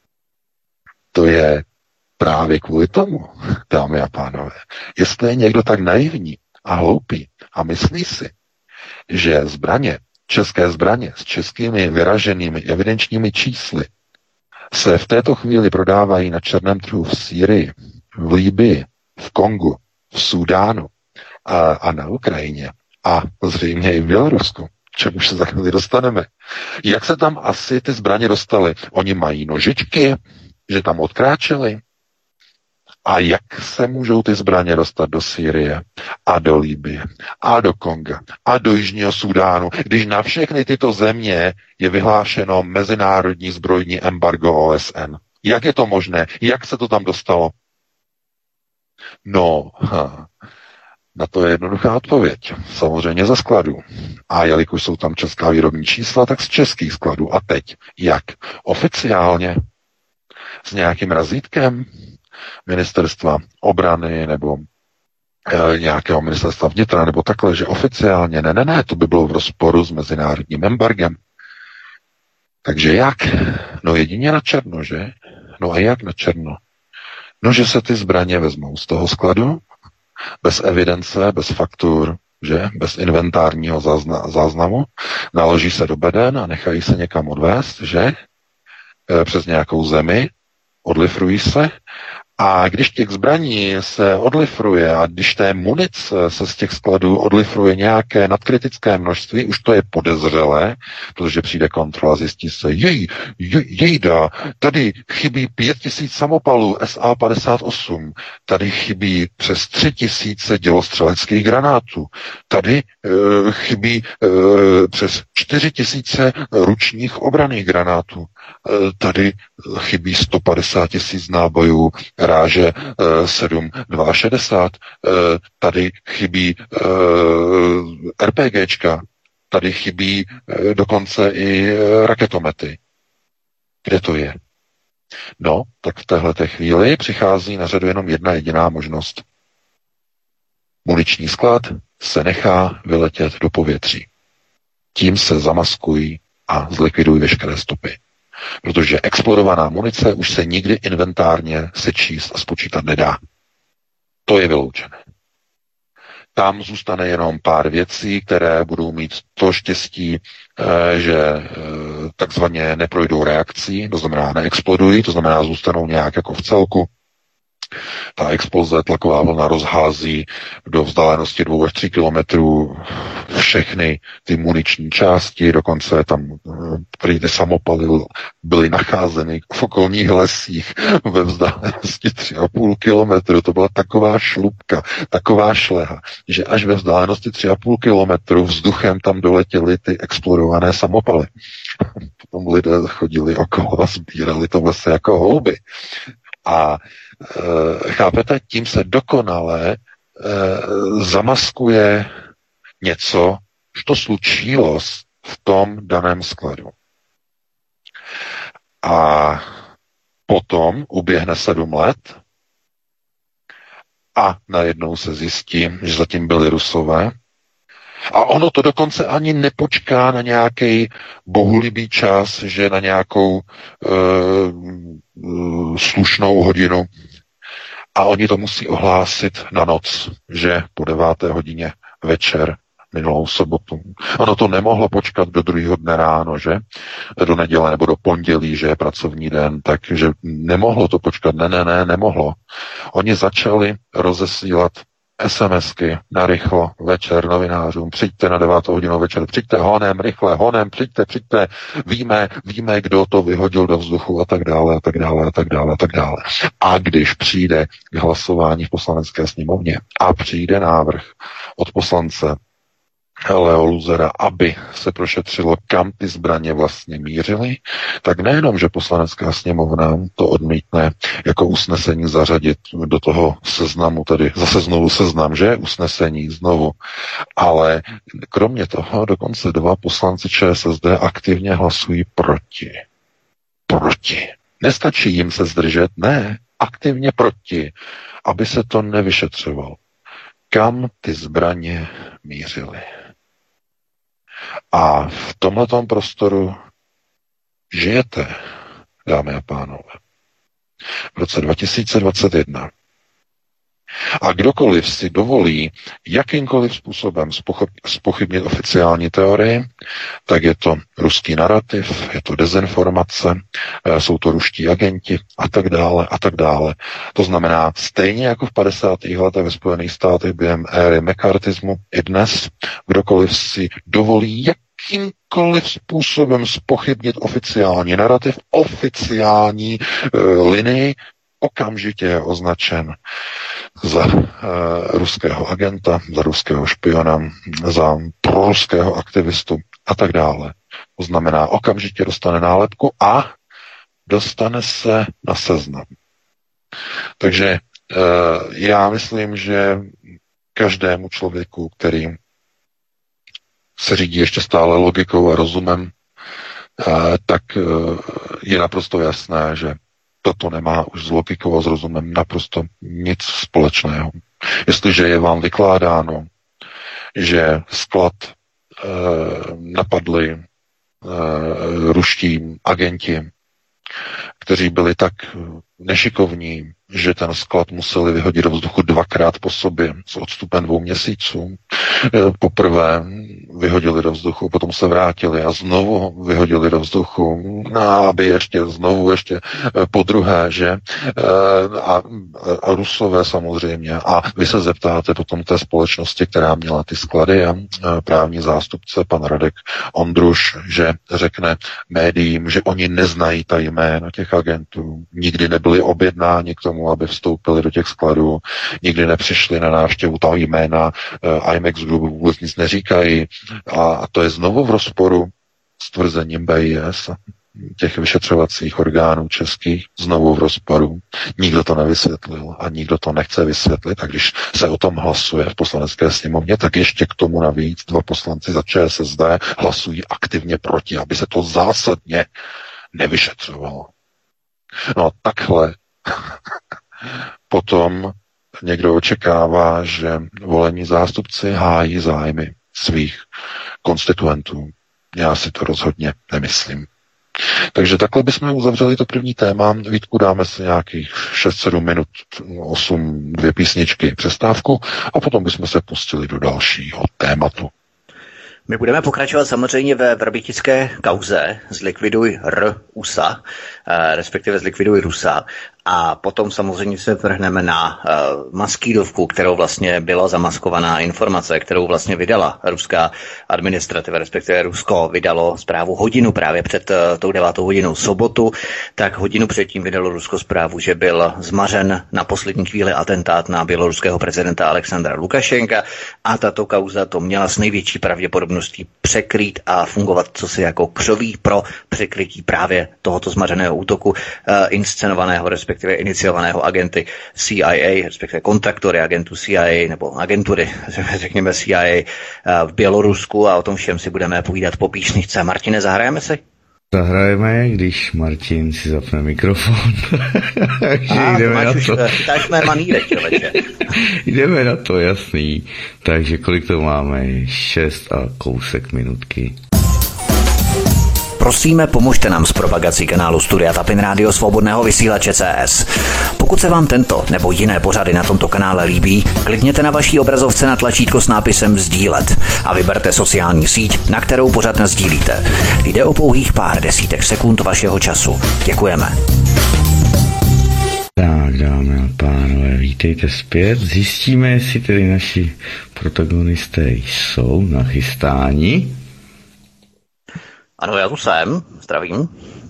To je právě kvůli tomu, dámy a pánové. Jestli je někdo tak naivní a hloupý a myslí si, že zbraně, české zbraně s českými vyraženými evidenčními čísly se v této chvíli prodávají na černém trhu v Sýrii, v Libyi, v Kongu, v Súdánu a, a na Ukrajině a zřejmě i v Bělorusku, čemuž se za chvíli dostaneme. Jak se tam asi ty zbraně dostaly? Oni mají nožičky, že tam odkráčeli? A jak se můžou ty zbraně dostat do Sýrie a do Libye a do Konga a do Jižního Súdánu, když na všechny tyto země je vyhlášeno mezinárodní zbrojní embargo O S N? Jak je to možné? Jak se to tam dostalo? No, ha, na to je jednoduchá odpověď. Samozřejmě ze skladů. A jelikož jsou tam česká výrobní čísla, tak z českých skladů. A teď, jak? Oficiálně? S nějakým razítkem ministerstva obrany nebo e, nějakého ministerstva vnitra nebo takhle, že oficiálně ne, ne, ne, to by bylo v rozporu s mezinárodním embargem. Takže jak? No jedině na černo, že? No a jak na černo? No, že se ty zbraně vezmou z toho skladu, bez evidence, bez faktur, že? Bez inventárního zázna- záznamu, naloží se do beden a nechají se někam odvést, že? E, přes nějakou zemi, odlifrují se. A když těch zbraní se odlifruje a když té munice se z těch skladů odlifruje nějaké nadkritické množství, už to je podezřelé, protože přijde kontrola, zjistí se, jej, jej, jejda, tady chybí pět tisíc samopalů S A padesát osm, tady chybí přes tři tisíce dělostřeleckých granátů, tady e, chybí e, přes čtyři tisíce ručních obranných granátů, e, tady chybí sto padesát tisíc nábojů ráže e, sedm šedesát dva, e, tady chybí e, RPGčka, tady chybí e, dokonce i e, raketomety. Kde to je? No, tak v téhleté chvíli přichází na řadu jenom jedna jediná možnost. Muniční sklad se nechá vyletět do povětří. Tím se zamaskují a zlikvidují veškeré stopy. Protože explodovaná munice už se nikdy inventárně sečíst a spočítat nedá. To je vyloučené. Tam zůstane jenom pár věcí, které budou mít to štěstí, že takzvaně neprojdou reakcí, to znamená neexplodují, to znamená zůstanou nějak jako v celku. Ta exploze, tlaková vlna rozhází do vzdálenosti dvou až tří kilometrů všechny ty muniční části, dokonce tam prý ty samopaly byly nacházeny v okolních lesích ve vzdálenosti tři a půl kilometru. To byla taková šlupka, taková šleha, že až ve vzdálenosti tři a půl kilometru vzduchem tam doletěly ty explodované samopaly. Potom lidé chodili okolo a sbírali to vlastně jako houby. A e, chápete, tím se dokonale e, zamaskuje něco, co slučilo v tom daném skladu. A potom uběhne sedm let a najednou se zjistí, že zatím byli Rusové. A ono to dokonce ani nepočká na nějaký bohulibý čas, že na nějakou e, e, slušnou hodinu. A oni to musí ohlásit na noc, že po deváté hodině večer minulou sobotu. Ono to nemohlo počkat do druhého dne ráno, že? Do neděle nebo do pondělí, že je pracovní den, takže nemohlo to počkat. Ne, ne, ne, nemohlo. Oni začali rozesílat SMSky na rychlo večer novinářům, přijďte na devátou hodinu večer, přijďte honem, rychle, honem, přijďte, přijďte, víme, víme, kdo to vyhodil do vzduchu a tak dále, a tak dále, a tak dále, a tak dále. A když přijde k hlasování v poslanecké sněmovně a přijde návrh od poslance Leo Luzara, aby se prošetřilo, kam ty zbraně vlastně mířily, tak nejenom, že poslanecká sněmovna to odmítne jako usnesení zařadit do toho seznamu, tedy zase znovu seznam, že? Usnesení znovu. Ale kromě toho dokonce dva poslanci ČSSD aktivně hlasují proti. Proti. Nestačí jim se zdržet, ne, aktivně proti, aby se to nevyšetřovalo. Kam ty zbraně mířily. A v tomhletom prostoru žijete, dámy a pánové, v roce dva tisíce dvacet jedna. A kdokoliv si dovolí jakýmkoliv způsobem zpochybnit oficiální teorii, tak je to ruský narrativ, je to dezinformace, jsou to ruští agenti a tak dále a tak dále. To znamená, stejně jako v padesátých letech ve Spojených státech během éry McCarthyismu, i dnes kdokoliv si dovolí jakýmkoliv způsobem zpochybnit oficiální narrativ, oficiální uh, linii, okamžitě je označen za uh, ruského agenta, za ruského špiona, za proruského aktivistu a tak dále. To znamená, okamžitě dostane nálepku a dostane se na seznam. Takže uh, já myslím, že každému člověku, který se řídí ještě stále logikou a rozumem, uh, tak uh, je naprosto jasné, že toto nemá už s logikou a s rozumem naprosto nic společného. Jestliže je vám vykládáno, že sklad e, napadli ruští agenti, kteří byli tak nešikovní, že ten sklad museli vyhodit do vzduchu dvakrát po sobě s odstupem dvou měsíců. Poprvé vyhodili do vzduchu, potom se vrátili a znovu vyhodili do vzduchu, aby ještě znovu, ještě po druhé, že? A, a Rusové samozřejmě. A vy se zeptáte potom té společnosti, která měla ty sklady, a právní zástupce, pan Radek Ondruš, že řekne médiím, že oni neznají ta jména těch agentů, nikdy nebyli objednáni k tomu, aby vstoupili do těch skladů, nikdy nepřišli na návštěvu, ta jména uh, IMEX Group vůbec nic neříkají, a to je znovu v rozporu s tvrzením B I S, těch vyšetřovacích orgánů českých, znovu v rozporu. Nikdo to nevysvětlil a nikdo to nechce vysvětlit, a když se o tom hlasuje v poslanecké sněmovně, tak ještě k tomu navíc dva poslanci za ČSSD hlasují aktivně proti, aby se to zásadně nevyšetřovalo. No takhle potom někdo očekává, že volení zástupci hájí zájmy svých konstituentů. Já si to rozhodně nemyslím. Takže takhle bychom uzavřeli to první téma. Vítku, dáme si nějakých šest sedm minut, osm, dvě písničky přestávku a potom bychom se pustili do dalšího tématu. My budeme pokračovat samozřejmě ve vrbětické kauze Zlikviduj R. U S A, respektive Zlikviduj Rusa, a potom samozřejmě se vrhneme na uh, maskírovku, kterou vlastně byla zamaskovaná informace, kterou vlastně vydala ruská administrativa, respektive Rusko vydalo zprávu hodinu právě před uh, tou devátou hodinou sobotu, tak hodinu předtím vydalo Rusko zprávu, že byl zmařen na poslední chvíli atentát na běloruského prezidenta Alexandra Lukašenka, a tato kauza to měla s největší pravděpodobností překrýt a fungovat cosi jako křoví pro překrytí právě tohoto zmařeného útoku, uh, inscenovaného, respektive iniciovaného agenty C I A, respektive kontraktory agentů C I A, nebo agentury, řekněme C I A v Bělorusku, a o tom všem si budeme povídat po písničce. Martine, zahrajeme si? Zahrajeme, když Martin si zapne mikrofon. Takže a, jdeme na to. Chytáš mé manýrek, člověče. Jdeme na to, jasný. Takže kolik to máme? Šest a kousek minutky. Prosíme, pomožte nám s propagací kanálu Studia Tapin Rádio Svobodného vysílače C S. Pokud se vám tento nebo jiné pořady na tomto kanále líbí, klikněte na vaší obrazovce na tlačítko s nápisem sdílet a vyberte sociální síť, na kterou pořad nasdílíte. Jde o pouhých pár desítek sekund vašeho času. Děkujeme. Tak, dámy a pánové, vítejte zpět. Zjistíme, jestli tedy naši protagonisté jsou nachystáni. Ano, já tu jsem. Zdravím.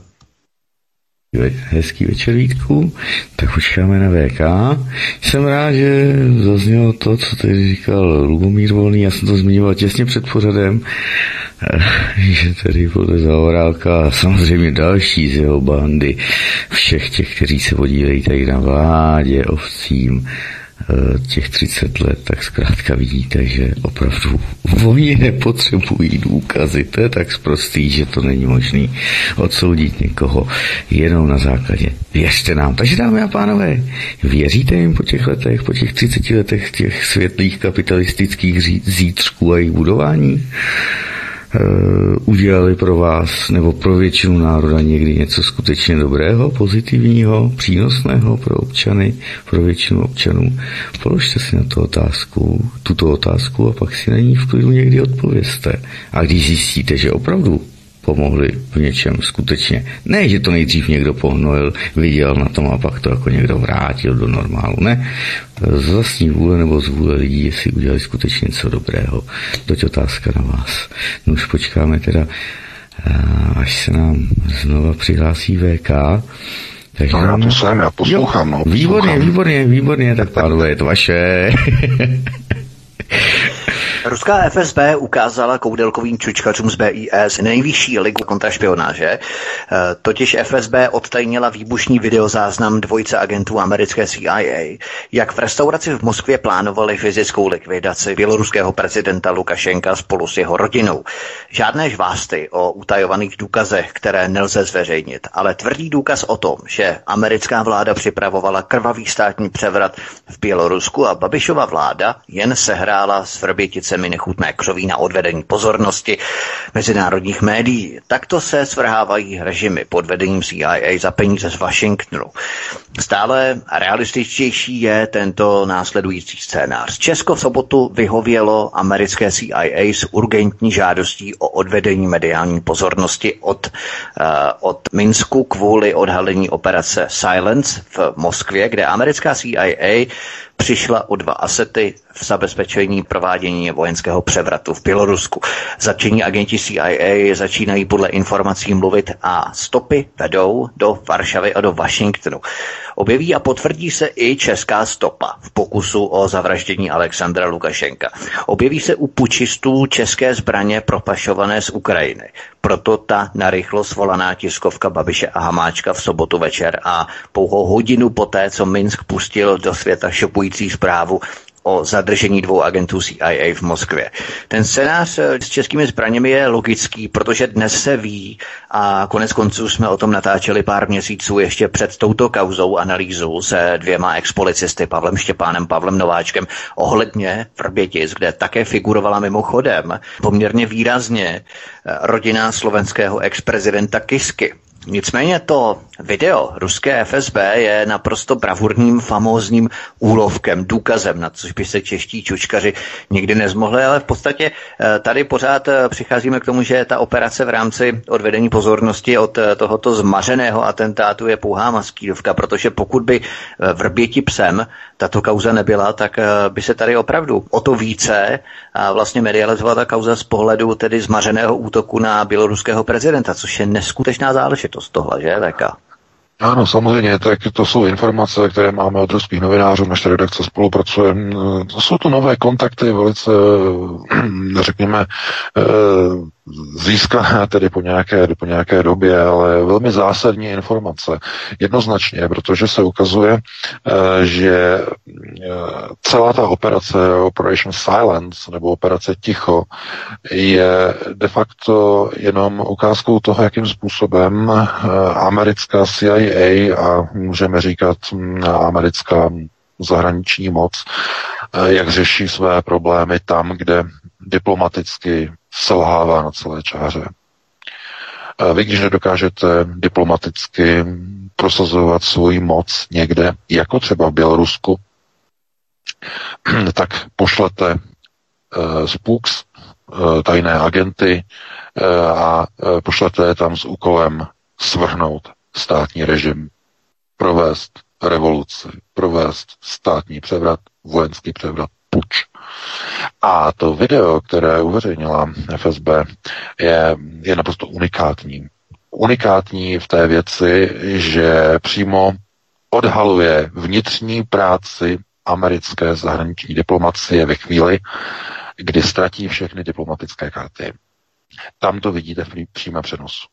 Hezký večer, Vítku. Tak počkáme na V K. Jsem rád, že zaznělo to, co tady říkal Lubomír Volný. Já jsem to zmiňoval těsně před pořadem, že tady podle Zaorálka a samozřejmě další z jeho bandy, všech těch, kteří se podílejí tady na vládě, ovcím, těch třicet let, tak zkrátka vidíte, že opravdu oni nepotřebují důkazy. To je tak sprostý, že to není možný odsoudit někoho jenom na základě věřte nám. Takže, dámy a pánové, věříte jim po těch letech, po těch třiceti letech těch světlých kapitalistických zítřků a jejich budování? Uh, udělali pro vás nebo pro většinu národa někdy něco skutečně dobrého, pozitivního, přínosného pro občany, pro většinu občanů? Položte si na to otázku, tuto otázku, a pak si na ní v klidu někdy odpovězte. A když zjistíte, že opravdu pomohli v něčem skutečně, ne, že to nejdřív někdo pohnojil, viděl na tom a pak to jako někdo vrátil do normálu, ne, z vlastní vůle nebo z vůle lidí, jestli udělali skutečně něco dobrého. Toť otázka na vás. No už počkáme teda, až se nám znova přihlásí V K. Takže no, já to jsem, já poslouchám. Jo, no, výborně, výborně, výborně, tak pánové, je to vaše. Ruská F S B ukázala koudelkovým čučkařům z B I S nejvyšší ligu kontrašpionáže, totiž F S B odtajnila výbušný videozáznam dvojice agentů americké C I A, jak v restauraci v Moskvě plánovali fyzickou likvidaci běloruského prezidenta Lukašenka spolu s jeho rodinou. Žádné žvásty o utajovaných důkazech, které nelze zveřejnit, ale tvrdý důkaz o tom, že americká vláda připravovala krvavý státní převrat v Bělorusku a Babišova vláda jen sehrála z Vrbětice operacemi nechutné křoví na odvedení pozornosti mezinárodních médií. Takto se svrhávají režimy pod vedením C I A za peníze z Washingtonu. Stále realističtější je tento následující scénář. Česko v sobotu vyhovělo americké C I A s urgentní žádostí o odvedení mediální pozornosti od, uh, od Minsku kvůli odhalení operace Silence v Moskvě, kde americká C I A přišla o dva asety v zabezpečení provádění vojenského převratu v Bělorusku. Zatčení agenti C I A začínají podle informací mluvit a stopy vedou do Varšavy a do Washingtonu. Objeví a potvrdí se i česká stopa v pokusu o zavraždění Alexandra Lukašenka. Objeví se u pučistů české zbraně propašované z Ukrajiny. Proto ta narychlo svolaná tiskovka Babiše a Hamáčka v sobotu večer a pouhou hodinu poté, co Minsk pustil do světa šokující zprávu o zadržení dvou agentů C I A v Moskvě. Ten scénář s českými zbraněmi je logický, protože dnes se ví a konec konců jsme o tom natáčeli pár měsíců ještě před touto kauzou analýzu se dvěma expolicisty Pavlem Štěpánem, Pavlem Nováčkem ohledně Vrbětic, kde také figurovala mimochodem poměrně výrazně rodina slovenského exprezidenta Kisky. Nicméně to video ruské F S B je naprosto bravurním, famózním úlovkem, důkazem, na což by se čeští čučkaři nikdy nezmohli, ale v podstatě tady pořád přicházíme k tomu, že ta operace v rámci odvedení pozornosti od tohoto zmařeného atentátu je pouhá maskýrovka, protože pokud by Vrběti psem tato kauza nebyla, tak by se tady opravdu o to více vlastně medializovala ta kauza z pohledu tedy zmařeného útoku na běloruského prezidenta, což je neskutečná záležitost tohle, že, V K? Ano, samozřejmě, tak to jsou informace, které máme od ruských novinářů, naše redakce spolupracujeme. To jsou to nové kontakty, velice, řekněme, získané tedy po nějaké, po nějaké době, ale velmi zásadní informace. Jednoznačně, protože se ukazuje, že celá ta operace Operation Silence, nebo operace Ticho, je de facto jenom ukázkou toho, jakým způsobem americká C I A a můžeme říkat americká zahraniční moc, jak řeší své problémy tam, kde diplomaticky selhává na celé čáře. Vy, když nedokážete diplomaticky prosazovat svoji moc někde, jako třeba v Bělorusku, tak pošlete uh, spooks, uh, tajné agenty uh, a uh, pošlete je tam s úkolem svrhnout státní režim, provést revoluci, provést státní převrat, vojenský převrat, puč. A to video, které uveřejnila F S B, je, je naprosto unikátní. Unikátní v té věci, že přímo odhaluje vnitřní práci americké zahraniční diplomacie ve chvíli, kdy ztratí všechny diplomatické karty. Tam to vidíte v přímém přenosu.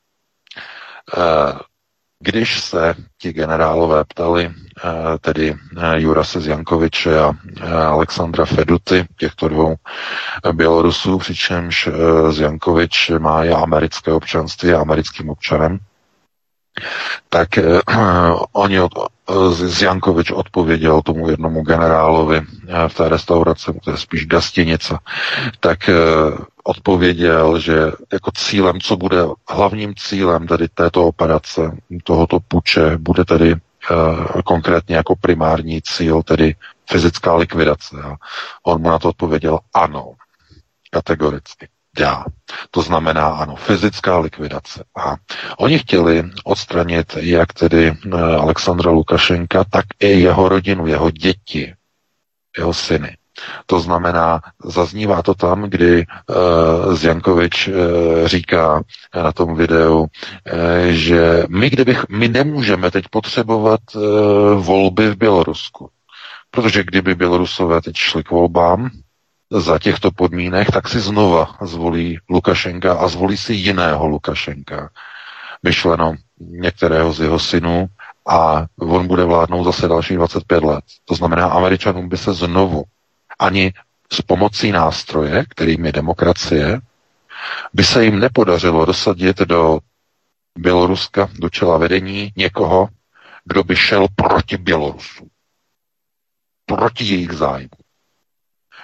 Když se ti generálové ptali, tedy Jurase Zjankoviče a Alexandra Feduty, těchto dvou Bělorusů, přičemž Zjankovič má i americké občanství, je americkým občanem, tak oni od, Zjankovič odpověděl tomu jednomu generálovi v té restauraci, to je spíš gastinice, tak odpověděl, že jako cílem, co bude hlavním cílem tedy této operace, tohoto puče, bude tedy uh, konkrétně jako primární cíl, tedy fyzická likvidace. A on mu na to odpověděl ano, kategoricky. Já. To znamená, ano, fyzická likvidace. A oni chtěli odstranit jak tedy Alexandra Lukašenka, tak i jeho rodinu, jeho děti, jeho syny. To znamená, zaznívá to tam, kdy uh, Zjankovič uh, říká na tom videu, uh, že my, kdybych, my nemůžeme teď potřebovat uh, volby v Bělorusku. Protože kdyby Bělorusové teď šli k volbám, za těchto podmínek, tak si znova zvolí Lukašenka a zvolí si jiného Lukašenka. Myšleno některého z jeho synů a on bude vládnout zase další dvacet pět let. To znamená, Američanům by se znovu ani s pomocí nástroje, kterým je demokracie, by se jim nepodařilo dosadit do Běloruska, do čela vedení někoho, kdo by šel proti Bělorusu. Proti jejich zájmu.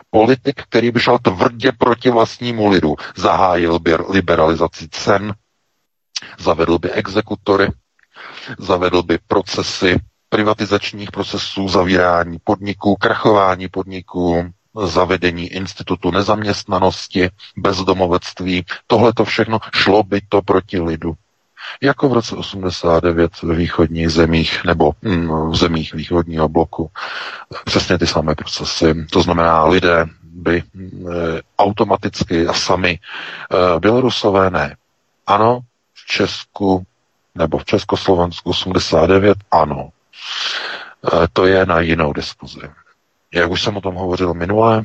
politik, který by šel tvrdě proti vlastnímu lidu. Zahájil by liberalizaci cen, zavedl by exekutory, zavedl by procesy privatizačních procesů, zavírání podniků, krachování podniků, zavedení institutu nezaměstnanosti, bezdomovectví. Tohle to všechno šlo by to proti lidu. Jako v roce osmdesát devět ve východních zemích nebo hm, v zemích východního bloku. Přesně ty samé procesy. To znamená, lidé by e, automaticky a sami e, Bělorusové ne. Ano, v Česku nebo v Československu osmdesát devět ano. E, to je na jinou diskuzi. Jak už jsem o tom hovořil minule, e,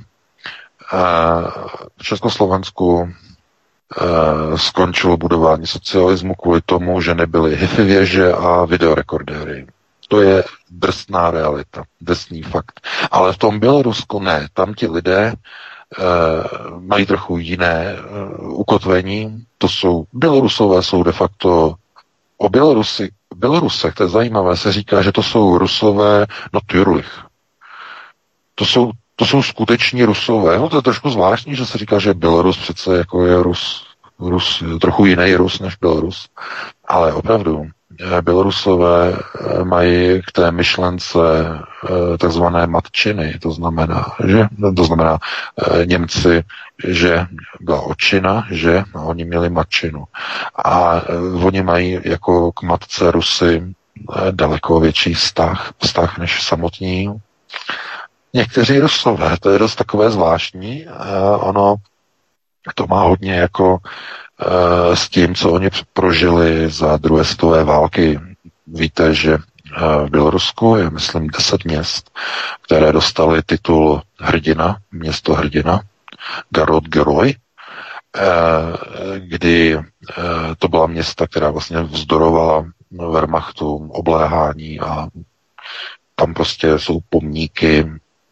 v Československu e, skončilo budování socialismu kvůli tomu, že nebyly hi-fi věže a videorekordéry. To je drsná realita, drsný fakt. Ale v tom Bělorusku ne. Tam ti lidé e, mají trochu jiné e, ukotvení. To jsou, Bělorusové jsou de facto o Bělorusi, Bělorusech, to je zajímavé, se říká, že to jsou Rusové natürlich. To jsou, to jsou skuteční Rusové. No to je trošku zvláštní, že se říká, že Bělorus přece jako je Rus, Rus trochu jiný Rus než Bělorus. Ale opravdu, Bělorusové mají k té myšlence takzvané matčiny, to znamená, že, to znamená Němci, že byla otčina, že a oni měli matčinu. A oni mají jako k matce Rusy daleko větší vztah, vztah než samotní. Někteří Rusové, to je dost takové zvláštní, ono to má hodně jako s tím, co oni prožili za druhé světové války. Víte, že v Bělorusku je, myslím, deset měst, které dostali titul hrdina, město hrdina, Garod Geroj, kdy to byla města, která vlastně vzdorovala Wehrmachtu, obléhání a tam prostě jsou pomníky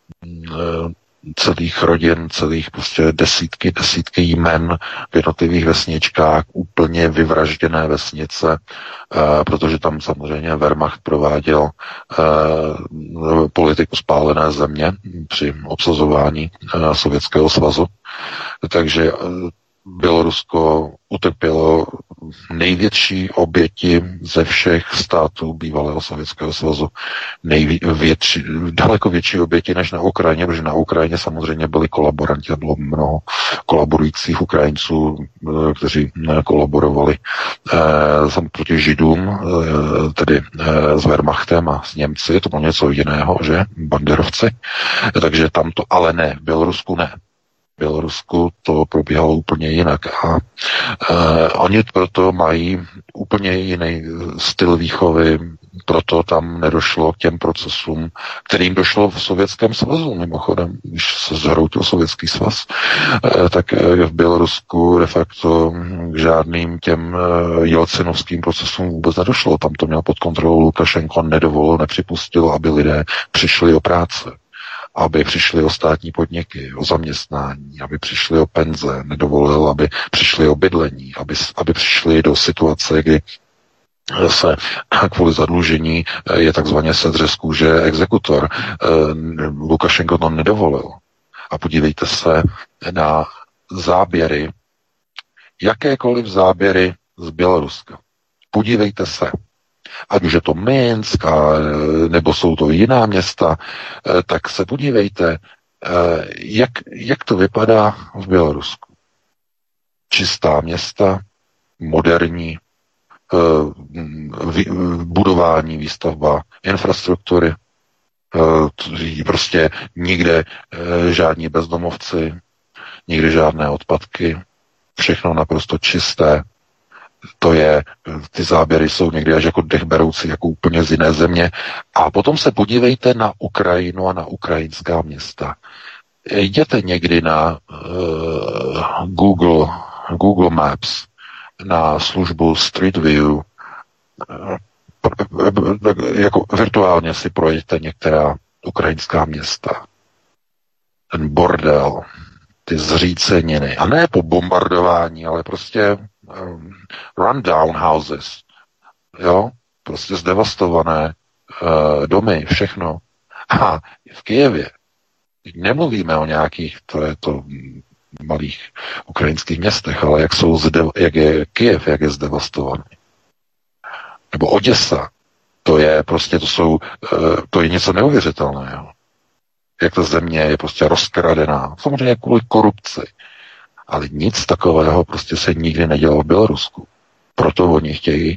celých rodin, celých prostě desítky, desítky jmen v jednotlivých vesničkách, úplně vyvražděné vesnice, eh, protože tam samozřejmě Wehrmacht prováděl eh, politiku spálené země při obsazování eh, Sovětského svazu. Takže eh, Bělorusko utrpělo největší oběti ze všech států bývalého Sovětského svazu. Největší, daleko větší oběti než na Ukrajině, protože na Ukrajině samozřejmě byli kolaboranti a bylo mnoho kolaborujících Ukrajinců, kteří kolaborovali eh, proti Židům, eh, tedy eh, s Wehrmachtem a s Němci. To bylo něco jiného, že? Banderovci. Takže tam to ale ne, v Bělorusku ne. V Bělorusku to probíhalo úplně jinak a e, oni proto mají úplně jiný styl výchovy, proto tam nedošlo k těm procesům, kterým došlo v Sovětském svazu, mimochodem, když se zhroutil Sovětský svaz, e, tak v Bělorusku de facto k žádným těm jelcinovským procesům vůbec nedošlo. Tam to měl pod kontrolou Lukašenko, nedovolil, nepřipustil, aby lidé přišli o práce, aby přišli o státní podniky, o zaměstnání, aby přišli o penze, nedovolil, aby přišli o bydlení, aby, aby přišli do situace, kdy se kvůli zadlužení je takzvaně sedře z kůže exekutor. Lukašenko to nedovolil. A podívejte se na záběry, jakékoliv záběry z Běloruska. Podívejte se. Ať už je to Minsk, nebo jsou to jiná města, tak se podívejte, jak, jak to vypadá v Bělorusku. Čistá města, moderní, budování, výstavba infrastruktury, prostě nikde žádní bezdomovci, nikde žádné odpadky, všechno naprosto čisté. To je, ty záběry jsou někdy až jako dechberoucí, jako úplně z jiné země. A potom se podívejte na Ukrajinu a na ukrajinská města. Jděte někdy na uh, Google, Google Maps, na službu Street View, uh, jako virtuálně si projďte některá ukrajinská města. Ten bordel, ty zříceniny. A ne po bombardování, ale prostě um, rundown houses. Jo? Prostě zdevastované uh, domy, všechno. A v Kyjevě Nemluvíme o nějakých, to je to malých ukrajinských městech, ale jak jsou zde, jak je Kyjev, jak je zdevastovaný. Nebo Oděsa, to je prostě, to jsou, to je něco neuvěřitelného. Jak ta země je prostě rozkradená. Samozřejmě kvůli korupci. Ale nic takového prostě se nikdy nedělo v Bělorusku. Proto oni chtějí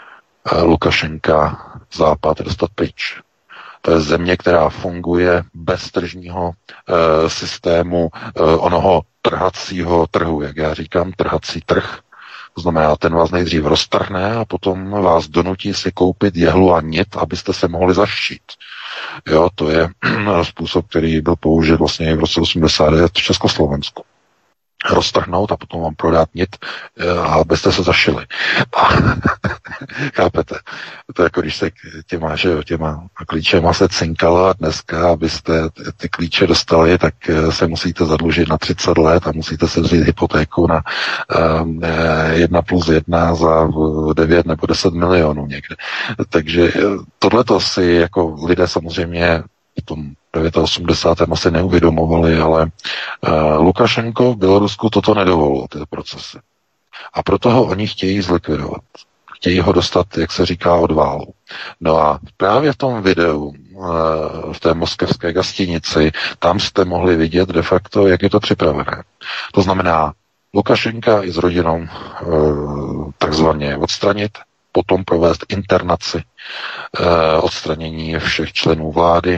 Lukašenka Západ dostat pryč. To je země, která funguje bez tržního e, systému e, onoho trhacího trhu, jak já říkám, trhací trh. To znamená, ten vás nejdřív roztrhne a potom vás donutí si koupit jehlu a nit, abyste se mohli zašít. Jo, to je způsob, který byl použit vlastně i v roce osmdesát devět v Československu. Roztrhnout a potom vám prodat nit, abyste se zašili. A, chápete? To je jako když se těma, že jo, těma klíčema se cinkalo a dneska, abyste ty klíče dostali, tak se musíte zadlužit na třicet let a musíte se vzít hypotéku na um, jedna plus jedna za devět nebo deset milionů někde. Takže tohleto si jako lidé samozřejmě v tom osmdesátém devátém asi neuvědomovali, ale uh, Lukašenko v Bělorusku toto nedovolilo, ty procesy. A proto ho oni chtějí zlikvidovat. Chtějí ho dostat, jak se říká, od válu. No a právě v tom videu, uh, v té moskevské gastinici, tam jste mohli vidět de facto, jak je to připravené. To znamená, Lukašenka i s rodinou uh, takzvaně odstranit, potom provést internaci, uh, odstranění všech členů vlády.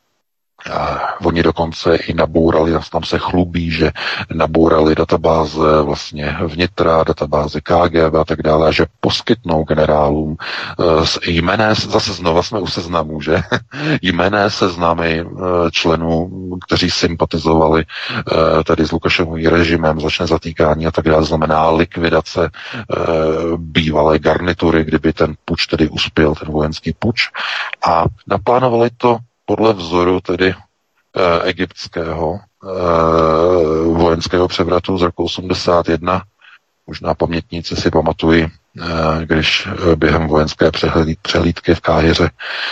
A oni dokonce i nabourali, tam se chlubí, že nabourali databáze vlastně vnitra, databáze K G B a tak dále, že poskytnou generálům jmenné, zase znova jsme u seznamu, že jmenné seznamy členů, kteří sympatizovali tady s Lukašenkovým režimem, začne zatýkání a tak dále, znamená likvidace bývalé garnitury, kdyby ten puč tedy uspěl, ten vojenský puč. A naplánovali to podle vzoru tedy e, egyptského e, vojenského převratu z roku osmdesát jedna. Možná pamětníci si pamatují, e, když e, během vojenské přehlíd, přehlídky v Káhiře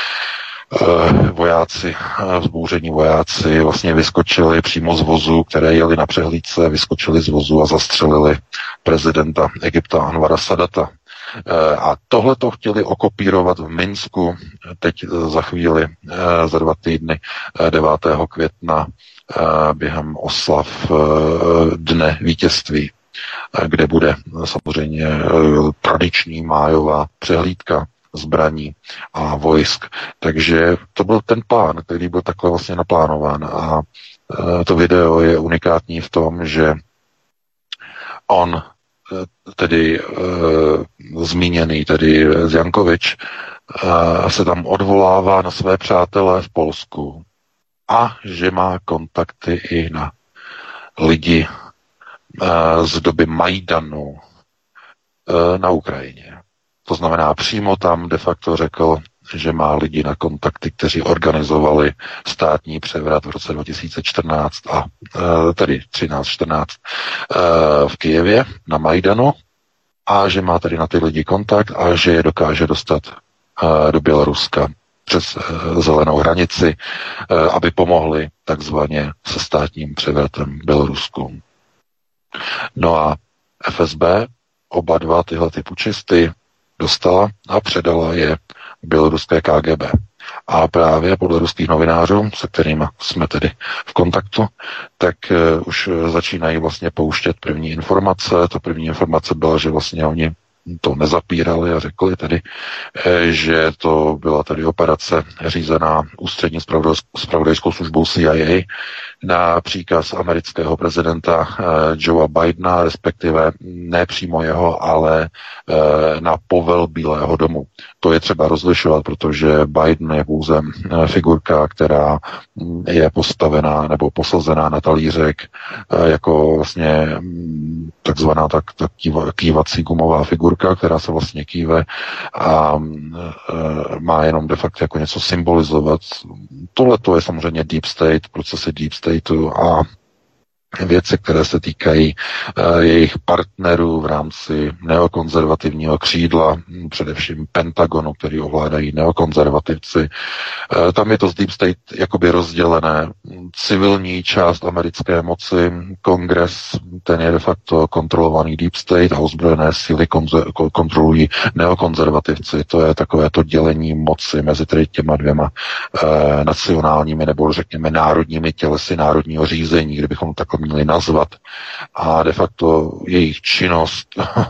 e, vojáci, e, vzbouření vojáci vlastně vyskočili přímo z vozu, které jeli na přehlídce, vyskočili z vozu a zastřelili prezidenta Egypta Anvara Sadata. A tohle to chtěli okopírovat v Minsku teď za chvíli, za dva týdny, devátého května, během oslav Dne vítězství, kde bude samozřejmě tradiční májová přehlídka zbraní a vojsk. Takže to byl ten plán, který byl takhle vlastně naplánován. A to video je unikátní v tom, že on tedy e, zmíněný, tedy Jankovič, e, se tam odvolává na své přátele v Polsku a že má kontakty i na lidi e, z doby Majdanu e, na Ukrajině. To znamená, přímo tam de facto řekl, že má lidi na kontakty, kteří organizovali státní převrat v roce dva tisíce čtrnáct a tedy třináct čtrnáct v Kyjevě na Majdanu a že má tady na ty lidi kontakt a že je dokáže dostat do Běloruska přes zelenou hranici, aby pomohli takzvaně se státním převratem v Bělorusku. No a F S B oba dva tyhle ty pučisty dostala a předala je běloruské K G B. A právě podle ruských novinářů, se kterými jsme tedy v kontaktu, tak uh, už začínají vlastně pouštět první informace. Ta první informace byla, že vlastně oni to nezapírali a řekli tedy, že to byla tady operace řízená ústřední zpravodajskou službou C I A na příkaz amerického prezidenta Joea Bidena, respektive ne přímo jeho, ale na povel Bílého domu. To je třeba rozlišovat, protože Biden je pouze figurka, která je postavená nebo posazená na talířek jako vlastně takzvaná tak, tak kývací gumová figurka, která se vlastně kýve a e, má jenom de facto jako něco symbolizovat. Tohle to je samozřejmě deep state, procesy deep stateu a věci, které se týkají e, jejich partnerů v rámci neokonzervativního křídla především Pentagonu, který ovládají neokonzervativci. Tam je to z Deep State jakoby rozdělené. Civilní část americké moci, kongres, ten je de facto kontrolovaný Deep State a ozbrojené síly konze- kontrolují neokonzervativci. To je takové to dělení moci mezi tedy těma dvěma eh, nacionálními nebo řekněme národními tělesy národního řízení, kdybychom takhle měli nazvat. A de facto jejich činnost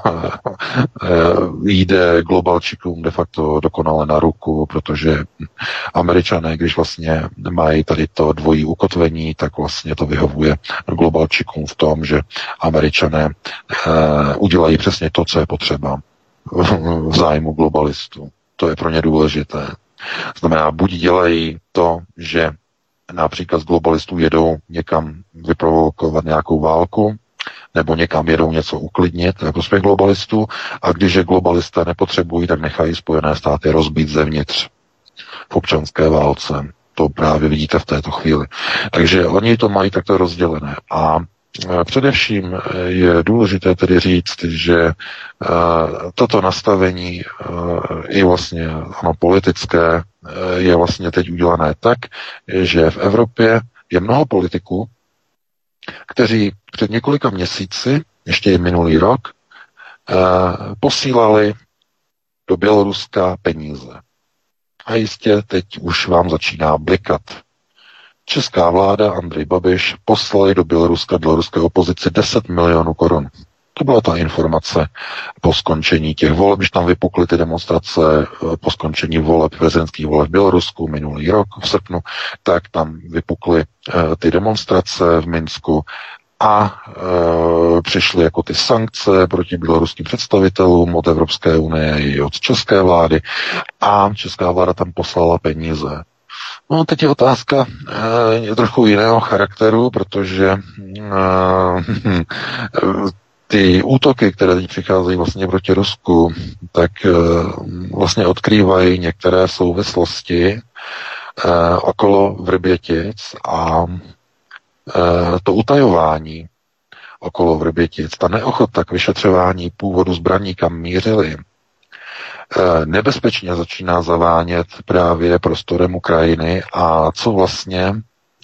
jde globalčikům de facto dokonale na ruku, protože Američané, když vlastně mají tady to dvojí ukotvení, tak vlastně to vyhovuje globalčikům v tom, že Američané eh, udělají přesně to, co je potřeba v zájmu globalistů. To je pro ně důležité. Znamená, buď dělají to, že například z globalistů jedou někam vyprovokovat nějakou válku, nebo někam jedou něco uklidnit ve prospěch globalistů, a když je globalisté nepotřebují, tak nechají Spojené státy rozbít zevnitř v občanské válce. To právě vidíte v této chvíli. Takže oni to mají takto rozdělené. A především je důležité tedy říct, že toto nastavení i vlastně ano, politické je vlastně teď udělané tak, že v Evropě je mnoho politiků, kteří před několika měsíci, ještě i minulý rok, posílali do Běloruska peníze. A jistě teď už vám začíná blikat. Česká vláda, Andrej Babiš, poslali do Běloruska, běloruské opozici deset milionů korun. To byla ta informace po skončení těch voleb, když tam vypukly ty demonstrace po skončení voleb, prezidentských voleb v Bělorusku minulý rok v srpnu, tak tam vypukly ty demonstrace v Minsku a e, přišly jako ty sankce proti běloruským představitelům od Evropské unie i od české vlády a česká vláda tam poslala peníze. No, teď je otázka e, trochu jiného charakteru, protože e, ty útoky, které teď přicházejí vlastně proti Rusku, tak e, vlastně odkrývají některé souvislosti e, okolo Vrbětic a to utajování okolo Vrbětic, ta neochota k vyšetřování původu zbraní, kam mířili, nebezpečně začíná zavánět právě prostorem Ukrajiny a co vlastně,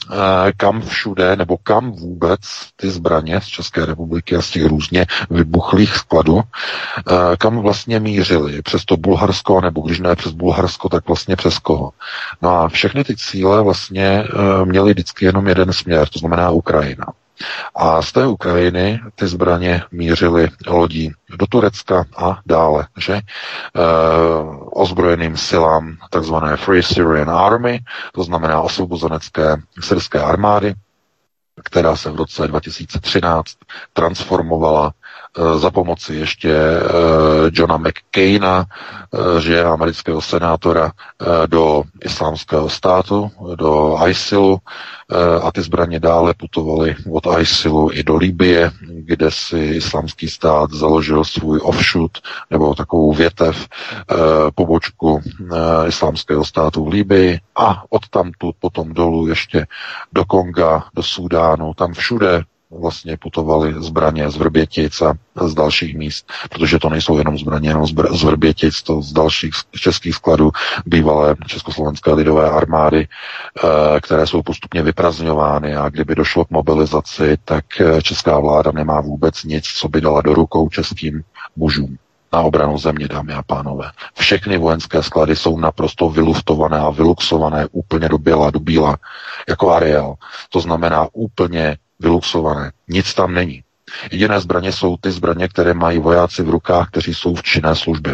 kam všude, nebo kam vůbec ty zbraně z České republiky a z těch různě vybuchlých skladů, kam vlastně mířili, přes to Bulharsko, nebo když ne přes Bulharsko, tak vlastně přes koho. No a všechny ty cíle vlastně měly vždycky jenom jeden směr, to znamená Ukrajina. A z té Ukrajiny ty zbraně mířily lodí do Turecka a dále, že e, ozbrojeným silám takzvané Free Syrian Army, to znamená osvobozenecké syrské armády, která se v roce dva tisíce třináct transformovala e, za pomoci ještě e, Johna McCaina, e, že je amerického senátora, e, do islámského státu, do ISILu, e, a ty zbraně dále putovaly od ISILu i do Libye, kde si islámský stát založil svůj offshoot, nebo takovou větev, e, pobočku e, islámského státu v Libyi a odtamtud potom dolů ještě do Konga, do Súdánu, tam všude vlastně putovaly zbraně z Vrbětic a z dalších míst, protože to nejsou jenom zbraně, jenom z Vrbětic, to z dalších českých skladů bývalé Československé lidové armády, které jsou postupně vyprazňovány a kdyby došlo k mobilizaci, tak česká vláda nemá vůbec nic, co by dala do rukou českým mužům na obranu země, dámy a pánové. Všechny vojenské sklady jsou naprosto vyluftované a vyluxované úplně do běla, do bíla, jako Ariel. To znamená úplně vyluxované. Nic tam není. Jediné zbraně jsou ty zbraně, které mají vojáci v rukách, kteří jsou v činné službě.